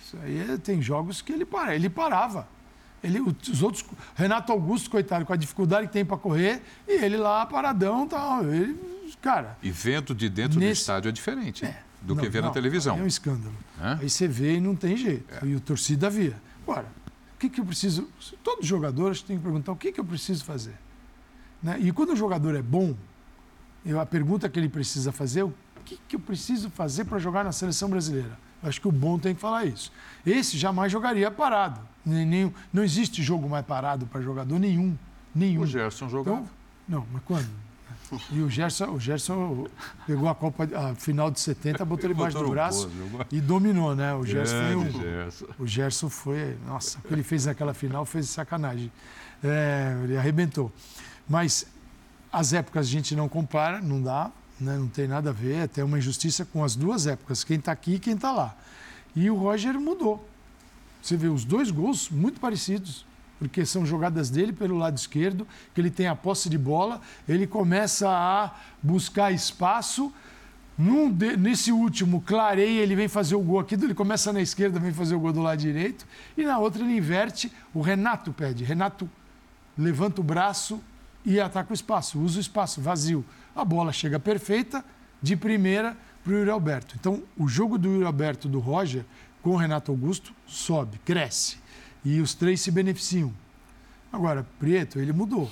Isso aí é, tem jogos que ele para, ele parava. Ele, os outros, Renato Augusto, coitado, com a dificuldade que tem para correr, e ele lá paradão e tal. Ele, cara. E vendo de dentro nesse... do estádio é diferente é, do não, que ver não, na televisão. É um escândalo. Hã? Aí você vê e não tem jeito. É. E o torcida via. Agora, o que, que eu preciso. Todo jogador tem que perguntar o que, que eu preciso fazer. Né? E quando o jogador é bom, eu, a pergunta que ele precisa fazer é o que, que eu preciso fazer para jogar na seleção brasileira. Eu acho que o bom tem que falar isso. Esse jamais jogaria parado. Nem, não existe jogo mais parado para jogador nenhum. nenhum. O Gerson jogava. Então, não, mas quando? E o Gerson, o Gerson pegou a Copa, a final de setenta, botou ele debaixo do braço e dominou, né? O Gerson foi um, Gerson. O Gerson foi... Nossa, o que ele fez naquela final fez sacanagem. É, ele arrebentou. Mas as épocas a gente não compara, não dá, né? Não tem nada a ver, é até uma injustiça com as duas épocas, quem está aqui e quem está lá. E o Roger mudou. Você vê os dois gols muito parecidos, porque são jogadas dele pelo lado esquerdo, que ele tem a posse de bola, ele começa a buscar espaço. Num de, nesse último, clareia, ele vem fazer o gol aqui, ele começa na esquerda, vem fazer o gol do lado direito, e na outra ele inverte, o Renato pede. Renato levanta o braço e ataca o espaço, usa o espaço vazio. A bola chega perfeita, de primeira, para o Yuri Alberto. Então, o jogo do Yuri Alberto, do Roger, com o Renato Augusto, sobe, cresce. E os três se beneficiam. Agora, Prieto, ele mudou.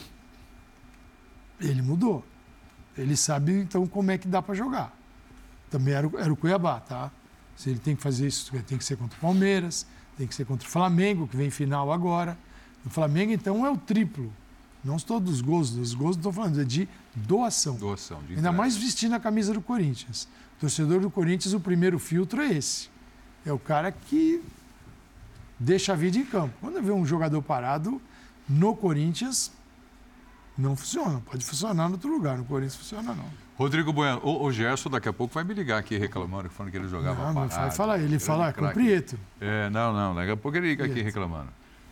Ele mudou. Ele sabe, então, como é que dá para jogar. Também era o, era o Cuiabá, tá? Se ele tem que fazer isso, tem que ser contra o Palmeiras, tem que ser contra o Flamengo, que vem final agora. O Flamengo, então, é o triplo. Não todos os gols, os gols, estou falando, é de doação. Doação. De Ainda mais vestindo a camisa do Corinthians. O torcedor do Corinthians, o primeiro filtro é esse. É o cara que deixa a vida em campo. Quando vê um jogador parado no Corinthians, não funciona. Pode funcionar em outro lugar, no Corinthians funciona não. Rodrigo Bueno, o, o Gerson daqui a pouco vai me ligar aqui reclamando, falando que ele jogava não, parado. Não, vai falar, ele fala com o Prieto. É, não, não, daqui a pouco ele liga aqui reclamando.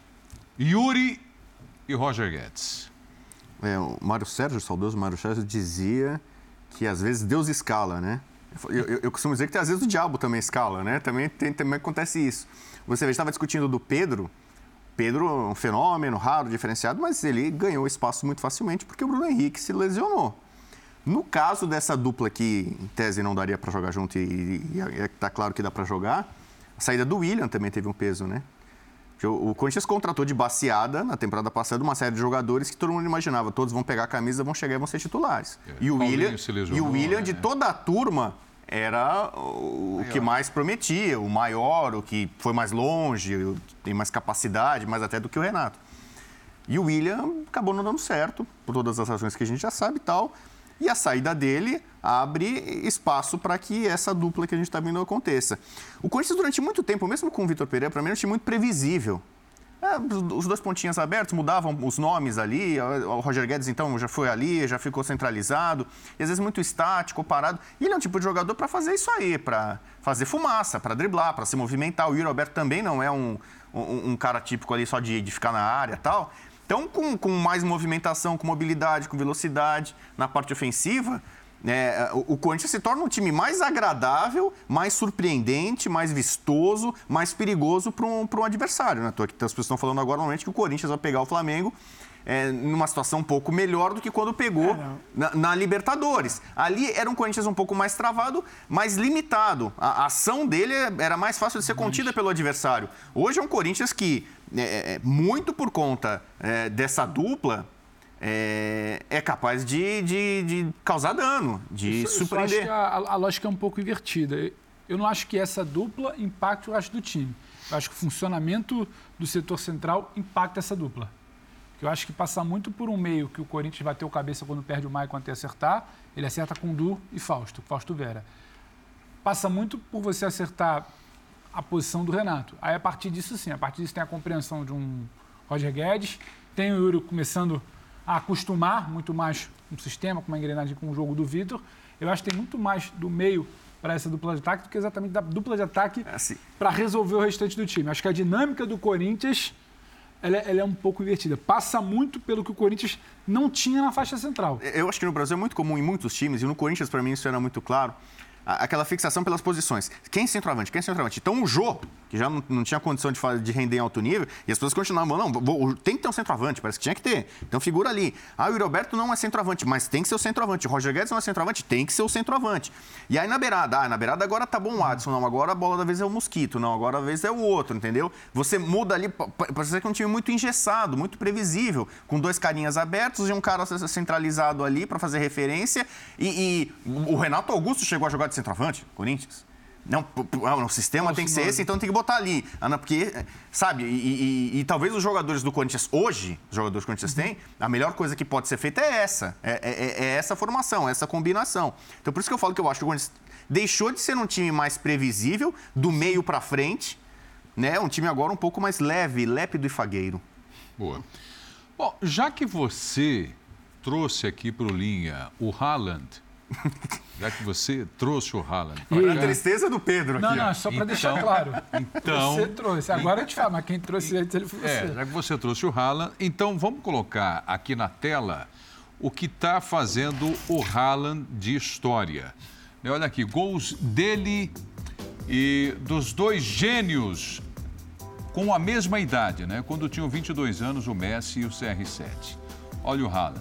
Yuri e Roger Guedes. É, o Mário Sérgio, o saudoso Mário Sérgio, dizia que às vezes Deus escala, né? Eu, eu, eu costumo dizer que às vezes o diabo também escala, né? Também, tem, também acontece isso. Você estava discutindo do Pedro. Pedro é um fenômeno raro, diferenciado, mas ele ganhou espaço muito facilmente porque o Bruno Henrique se lesionou. No caso dessa dupla que, em tese, não daria para jogar junto e está claro que dá para jogar, a saída do William também teve um peso, né? O Corinthians contratou de baseada, na temporada passada, uma série de jogadores que todo mundo imaginava. Todos vão pegar a camisa, vão chegar e vão ser titulares. É, e o William, e o William né? de toda a turma, era o maior. Que mais prometia, o maior, o que foi mais longe, tem mais capacidade, mais até do que o Renato. E o William acabou não dando certo, por todas as razões que a gente já sabe e tal. E a saída dele abre espaço para que essa dupla que a gente está vendo aconteça. O Corinthians, durante muito tempo, mesmo com o Vitor Pereira, para mim, era um time muito previsível. É, os dois pontinhos abertos, mudavam os nomes ali. O Roger Guedes, então, já foi ali, já ficou centralizado. E às vezes muito estático, parado. E ele é um tipo de jogador para fazer isso aí, para fazer fumaça, para driblar, para se movimentar. O Yuri Alberto também não é um, um, um cara típico ali só de, de ficar na área e tal. Então, com, com mais movimentação, com mobilidade, com velocidade na parte ofensiva, é, o, o Corinthians se torna um time mais agradável, mais surpreendente, mais vistoso, mais perigoso para um, para um adversário. Né? As pessoas estão falando agora, normalmente, que o Corinthians vai pegar o Flamengo é, numa situação um pouco melhor do que quando pegou é, na, na Libertadores. Ali era um Corinthians um pouco mais travado, mais limitado. A, a ação dele era mais fácil de ser contida pelo adversário. Hoje é um Corinthians que... É, é, muito por conta é, dessa dupla, é, é capaz de, de, de causar dano, de isso, surpreender. Isso, eu acho que a, a lógica é um pouco invertida. Eu não acho que essa dupla impacte o resto do time. Eu acho que o funcionamento do setor central impacta essa dupla. Eu acho que passa muito por um meio que o Corinthians bateu cabeça quando perde o Maicon até acertar. Ele acerta com Du e Fausto, Fausto Vera. Passa muito por você acertar a posição do Renato. Aí, a partir disso, sim, a partir disso tem a compreensão de um Roger Guedes, tem o Yuri começando a acostumar muito mais com o sistema, com uma engrenagem com o jogo do Vitor. Eu acho que tem muito mais do meio para essa dupla de ataque do que exatamente da dupla de ataque é assim. Para resolver o restante do time. Acho que a dinâmica do Corinthians ela é, ela é um pouco invertida. Passa muito pelo que o Corinthians não tinha na faixa central. Eu acho que no Brasil é muito comum em muitos times, e no Corinthians, para mim, isso era muito claro. aquela fixação pelas posições. Quem é centroavante? Quem é centroavante? Então o Jô, que já não, não tinha condição de, de render em alto nível, e as pessoas continuavam, não, vou, tem que ter um centroavante, parece que tinha que ter. Então figura ali. Ah, o Roberto não é centroavante, mas tem que ser o centroavante. O Roger Guedes não é centroavante, tem que ser o centroavante. E aí na beirada, ah, na beirada agora tá bom o Adson, não, agora a bola da vez é o Mosquito, não, agora a vez é o outro, entendeu? Você muda ali, parece que é um time muito engessado, muito previsível, com dois carinhas abertos e um cara centralizado ali para fazer referência. E, e o Renato Augusto chegou a jogar de centroavante, Corinthians. Não, o sistema Nossa, tem que ser esse, então tem que botar ali. Porque, sabe, e, e, e talvez os jogadores do Corinthians hoje, os jogadores do Corinthians têm, a melhor coisa que pode ser feita é essa. É, é, é essa formação, essa combinação. Então por isso que eu falo que eu acho que o Corinthians deixou de ser um time mais previsível, do meio para frente, né? Um time agora um pouco mais leve, lépido e fagueiro. Boa. Bom, já que você trouxe aqui para o Linha o Haaland, já que você trouxe o Haaland. E a tristeza do Pedro aqui. Não, não, só para então, deixar claro. Então, você trouxe. Agora eu te falo, mas quem trouxe antes ele foi você. É, já que você trouxe o Haaland, então vamos colocar aqui na tela o que está fazendo o Haaland de história. Olha aqui, gols dele e dos dois gênios com a mesma idade, né? Quando tinham vinte e dois anos, o Messi e o C R sete. Olha o Haaland.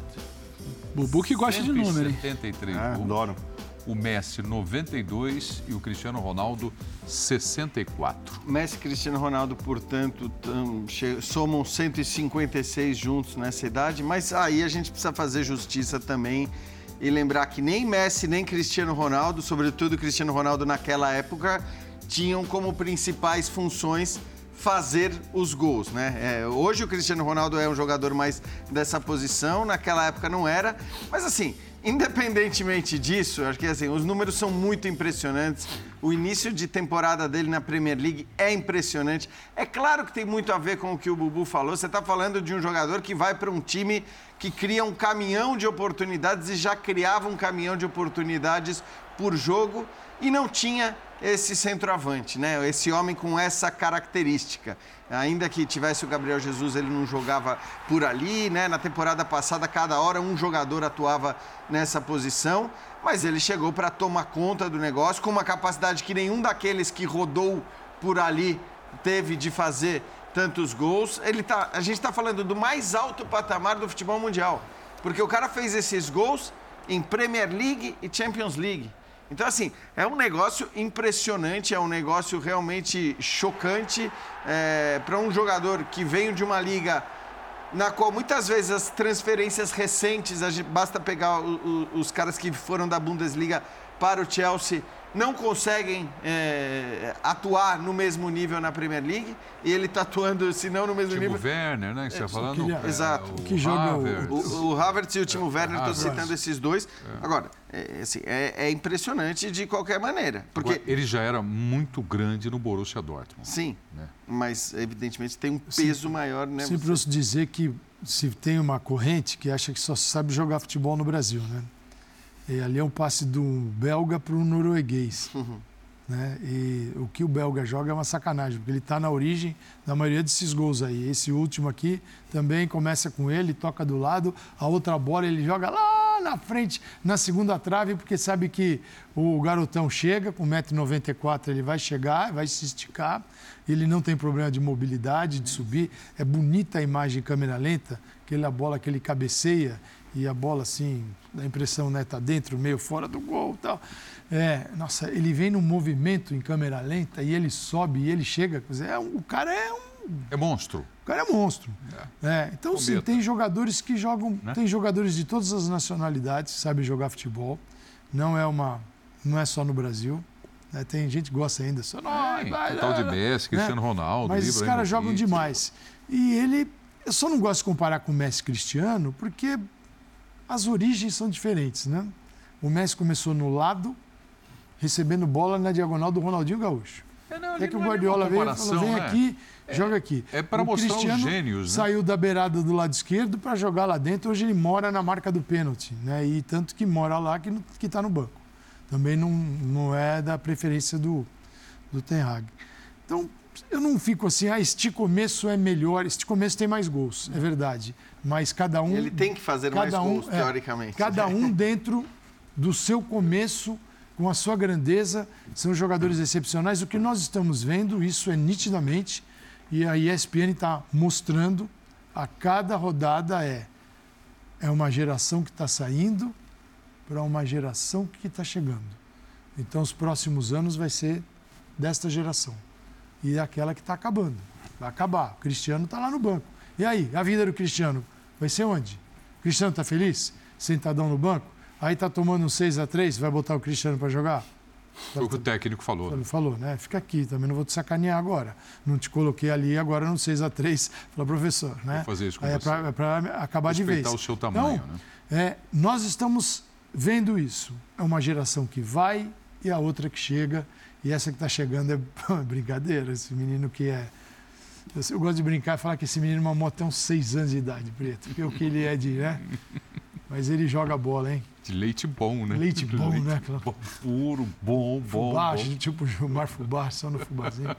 Bubu que gosta de número, hein? setenta e três. Ah, adoro. O Messi, noventa e dois e o Cristiano Ronaldo, sessenta e quatro. Messi e Cristiano Ronaldo, portanto, tam, somam cento e cinquenta e seis juntos nessa idade, mas aí a gente precisa fazer justiça também e lembrar que nem Messi, nem Cristiano Ronaldo, sobretudo Cristiano Ronaldo naquela época, tinham como principais funções fazer os gols, né? É, hoje o Cristiano Ronaldo é um jogador mais dessa posição, naquela época não era, mas assim, independentemente disso, acho que assim, os números são muito impressionantes, o início de temporada dele na Premier League é impressionante, é claro que tem muito a ver com o que o Bubu falou, você está falando de um jogador que vai para um time que cria um caminhão de oportunidades e já criava um caminhão de oportunidades por jogo e não tinha esse centroavante, né? Esse homem com essa característica. Ainda que tivesse o Gabriel Jesus, ele não jogava por ali, né? Na temporada passada, cada hora um jogador atuava nessa posição, mas ele chegou para tomar conta do negócio com uma capacidade que nenhum daqueles que rodou por ali teve de fazer tantos gols. Ele tá, a gente está falando do mais alto patamar do futebol mundial, porque o cara fez esses gols em Premier League e Champions League. Então, assim, é um negócio impressionante, é um negócio realmente chocante é, para um jogador que veio de uma liga na qual muitas vezes as transferências recentes, a gente, basta pegar o, o, os caras que foram da Bundesliga para o Chelsea, não conseguem é, atuar no mesmo nível na Premier League, e ele está atuando, se não no mesmo Timo nível... Timo Werner, né, que você está falando? Queria... É, Exato. O, que joga o, o, o Havertz e o Timo é, Werner, estou citando esses dois. É. Agora, é, assim, é, é impressionante de qualquer maneira. Porque... Agora, ele já era muito grande no Borussia Dortmund. Sim, né? Mas evidentemente tem um peso Sim, maior, né? Sempre ouço dizer que se tem uma corrente que acha que só sabe jogar futebol no Brasil, né? E ali é um passe do belga para o norueguês. Uhum. Né? E o que o belga joga é uma sacanagem, porque ele está na origem da maioria desses gols aí. Esse último aqui também começa com ele, toca do lado, a outra bola ele joga lá na frente, na segunda trave, porque sabe que o garotão chega, com um metro e noventa e quatro ele vai chegar, vai se esticar, ele não tem problema de mobilidade, de subir. É bonita a imagem em câmera lenta, aquela bola que ele cabeceia, e a bola, assim, dá a impressão, né, tá dentro, meio fora do gol e tal. É, nossa, ele vem num movimento em câmera lenta e ele sobe e ele chega. Quer dizer, é um, o cara é um... É monstro. O cara é monstro. É. É, então, sim, tem jogadores que jogam... Né? Tem jogadores de todas as nacionalidades que sabem jogar futebol. Não é, uma, não é só no Brasil. Né? Tem gente que gosta ainda. Só, é, vai, total de Messi, Cristiano né? Ronaldo. Mas os caras jogam demais. E ele... Eu só não gosto de comparar com o Messi e Cristiano porque... As origens são diferentes, né? O Messi começou no lado, recebendo bola na diagonal do Ronaldinho Gaúcho. É, não, é que o Guardiola veio e falou, vem né? aqui, é, joga aqui. É para mostrar os gênios, né? Saiu da beirada do lado esquerdo para jogar lá dentro. Hoje ele mora na marca do pênalti, né? E tanto que mora lá que que está no banco. Também não, não é da preferência do, do Ten Hag. Então, eu não fico assim, ah, este começo é melhor, este começo tem mais gols, é verdade. Mas cada um... Ele tem que fazer mais um, gols, é, teoricamente. Cada um dentro do seu começo, com a sua grandeza, são jogadores excepcionais. O que nós estamos vendo, isso é nitidamente, e a E S P N está mostrando a cada rodada é, é uma geração que está saindo para uma geração que está chegando. Então, os próximos anos vai ser desta geração. E é aquela que está acabando. Vai acabar. O Cristiano está lá no banco. E aí, a vida do Cristiano vai ser onde? O Cristiano está feliz? Sentadão no banco? Aí está tomando um seis a três, vai botar o Cristiano para jogar? Foi o que o técnico falou. Ele falou, né? Fica aqui, também não vou te sacanear agora. Não te coloquei ali agora no seis a três. Falou, professor, né? Vou fazer isso com aí você. É para acabar de vez. Respeitar o seu tamanho, então, né? É, nós estamos vendo isso. É uma geração que vai e a outra que chega. E essa que está chegando é brincadeira. Esse menino que é... Eu gosto de brincar e falar que esse menino mamou até uns seis anos de idade, Preto. Porque o que ele é de, né? Mas ele joga bola, hein? De leite bom, né? Leite bom, leite né? Bom, puro, bom, bom. Fubá, bom. tipo Gilmar Fubá, só no fubazinho.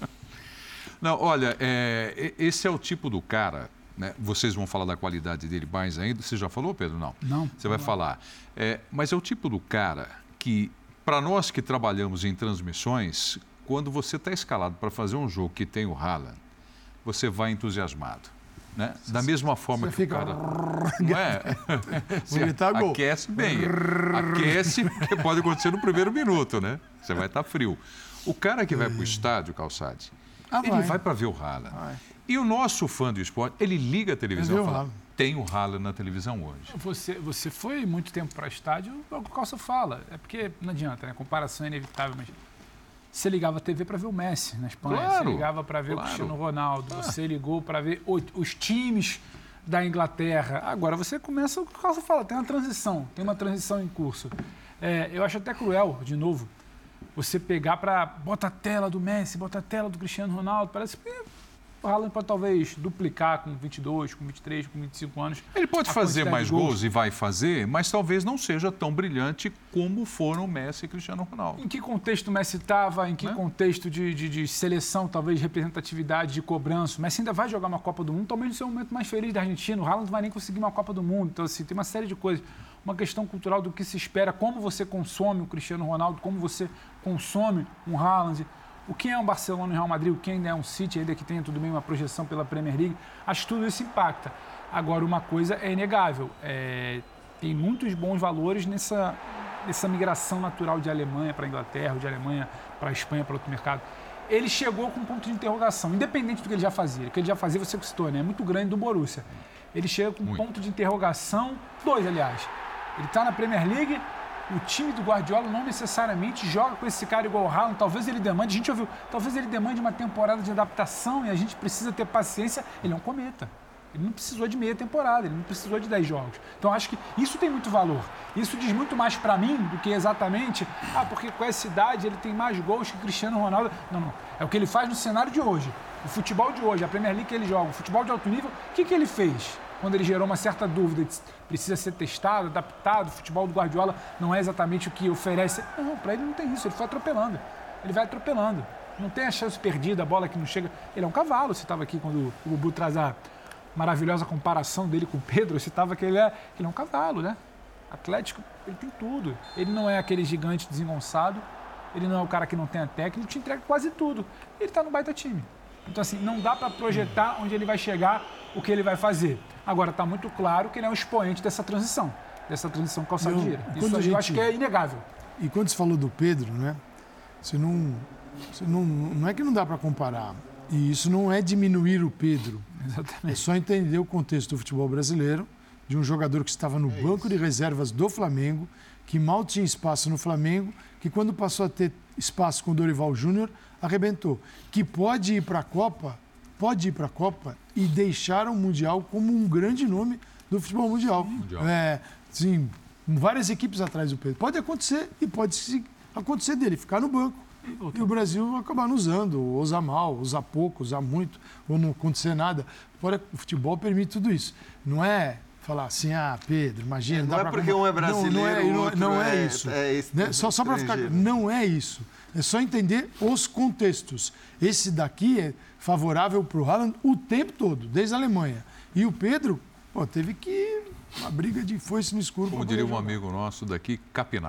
Não, olha, é, esse é o tipo do cara, né? Vocês vão falar da qualidade dele mais ainda. Você já falou, Pedro? Não. Não. Você vai não. falar. É, mas é o tipo do cara que, para nós que trabalhamos em transmissões, quando você está escalado para fazer um jogo que tem o Haaland, você vai entusiasmado. Né? Da mesma forma você que fica... o cara... Não é? Você tá gol. aquece bem. Aquece, porque pode acontecer no primeiro minuto, né? Você vai estar frio. O cara que vai para o estádio, Calçade, ah, ele vai, vai para ver o Haaland. Vai. E o nosso fã do esporte, ele liga a televisão e fala, Haaland. tem o Haaland na televisão hoje. Você, você foi muito tempo para estádio, é o que o Calça fala. É porque não adianta, né? A comparação é inevitável, mas... Você ligava a T V para ver o Messi na Espanha, claro, você ligava para ver claro. o Cristiano Ronaldo, Ah. você ligou para ver o, os times da Inglaterra. Agora você começa, o que o Calça fala, tem uma transição, tem uma transição em curso. É, eu acho até cruel, de novo, você pegar para... Bota a tela do Messi, bota a tela do Cristiano Ronaldo, parece que o Haaland pode talvez duplicar com vinte e dois, com vinte e três, com vinte e cinco anos. Ele pode a fazer quantidade mais de gols. gols e vai fazer, mas talvez não seja tão brilhante como foram Messi e Cristiano Ronaldo. Em que contexto o Messi estava? Em que Né? contexto de, de, de seleção, talvez, de representatividade, de cobrança? O Messi ainda vai jogar uma Copa do Mundo, talvez no seu momento mais feliz da Argentina. O Haaland não vai nem conseguir uma Copa do Mundo. Então, assim, tem uma série de coisas. Uma questão cultural do que se espera, como você consome o Cristiano Ronaldo, como você consome um Haaland. O que é um Barcelona e um Real Madrid, o que ainda é um City, ainda que tenha tudo bem uma projeção pela Premier League. Acho que tudo isso impacta. Agora, uma coisa é inegável. É, tem muitos bons valores nessa... essa migração natural de Alemanha para a Inglaterra, ou de Alemanha para a Espanha, para outro mercado. Ele chegou com um ponto de interrogação, independente do que ele já fazia. O que ele já fazia, você citou, né? É muito grande do Borussia. Ele chega com um muito. ponto de interrogação, dois, aliás. Ele está na Premier League, o time do Guardiola não necessariamente joga com esse cara igual o Haaland. Talvez ele demande, a gente ouviu, talvez ele demande uma temporada de adaptação e a gente precisa ter paciência. Ele é um cometa. Ele não precisou de meia temporada, ele não precisou de dez jogos. Então, acho que isso tem muito valor. Isso diz muito mais para mim do que exatamente, ah, porque com essa idade ele tem mais gols que Cristiano Ronaldo. Não, não. É o que ele faz no cenário de hoje. O futebol de hoje, a Premier League que ele joga, o futebol de alto nível, o que, que ele fez? Quando ele gerou uma certa dúvida, de precisa ser testado, adaptado, o futebol do Guardiola não é exatamente o que oferece. Não, para ele não tem isso, ele foi atropelando. Ele vai atropelando. Não tem a chance perdida, a bola que não chega. Ele é um cavalo, você estava aqui quando o Bubu traz a maravilhosa comparação dele com o Pedro, você estava que ele é, que ele é um cavalo, né? Atlético, ele tem tudo. Ele não é aquele gigante desengonçado, ele não é o cara que não tem a técnica, ele te entrega quase tudo. Ele está no baita time. Então, assim, não dá para projetar onde ele vai chegar, o que ele vai fazer. Agora, está muito claro que ele é um expoente dessa transição, dessa transição calçadeira. Isso aí, gente... eu acho que é inegável. E quando você falou do Pedro, né? Você não, você não, não é que não dá para comparar. E isso não é diminuir o Pedro. Exatamente. É só entender o contexto do futebol brasileiro, de um jogador que estava no é banco de reservas do Flamengo, que mal tinha espaço no Flamengo, que quando passou a ter espaço com o Dorival Júnior, arrebentou. Que pode ir para a Copa, pode ir para a Copa e deixar o Mundial como um grande nome do futebol mundial. mundial. É, sim, várias equipes atrás do Pedro. Pode acontecer e pode sim, acontecer dele ficar no banco. E o Brasil acabar não usando, ou usar mal, usar pouco, usar muito, ou não acontecer nada. Fora o futebol permite tudo isso. Não é falar assim, ah, Pedro, imagina... É, não dá é pra porque comprar. um é brasileiro, não, não é, o outro não é, é isso. É né? Só, só para ficar... Não é isso. É só entender os contextos. Esse daqui é favorável para o Haaland o tempo todo, desde a Alemanha. E o Pedro, pô, teve que... Uma briga de foice no escuro. Como diria um amigo nosso daqui, capinar.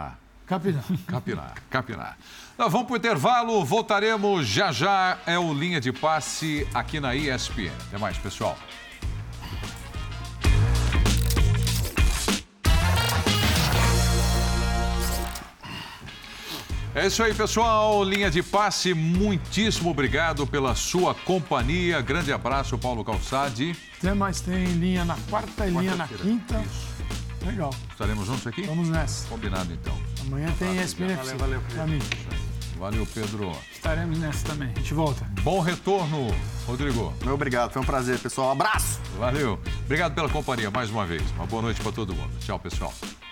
Capinar. Capinar, capinar. Nós vamos para o intervalo, voltaremos já já. É o Linha de Passe aqui na E S P N. Até mais, pessoal. É isso aí, pessoal. Linha de Passe, muitíssimo obrigado pela sua companhia. Grande abraço, Paulo Calçade. Até mais, tem linha na quarta e linha na quinta. Isso. Legal. Estaremos juntos aqui? Vamos nessa. Combinado, então. Amanhã tem E S P N F C. Valeu, valeu, Pedro. Valeu, Pedro. Estaremos nessa também. A gente volta. Bom retorno, Rodrigo. Meu obrigado, foi um prazer, pessoal. Abraço! Valeu. Obrigado pela companhia mais uma vez. Uma boa noite para todo mundo. Tchau, pessoal.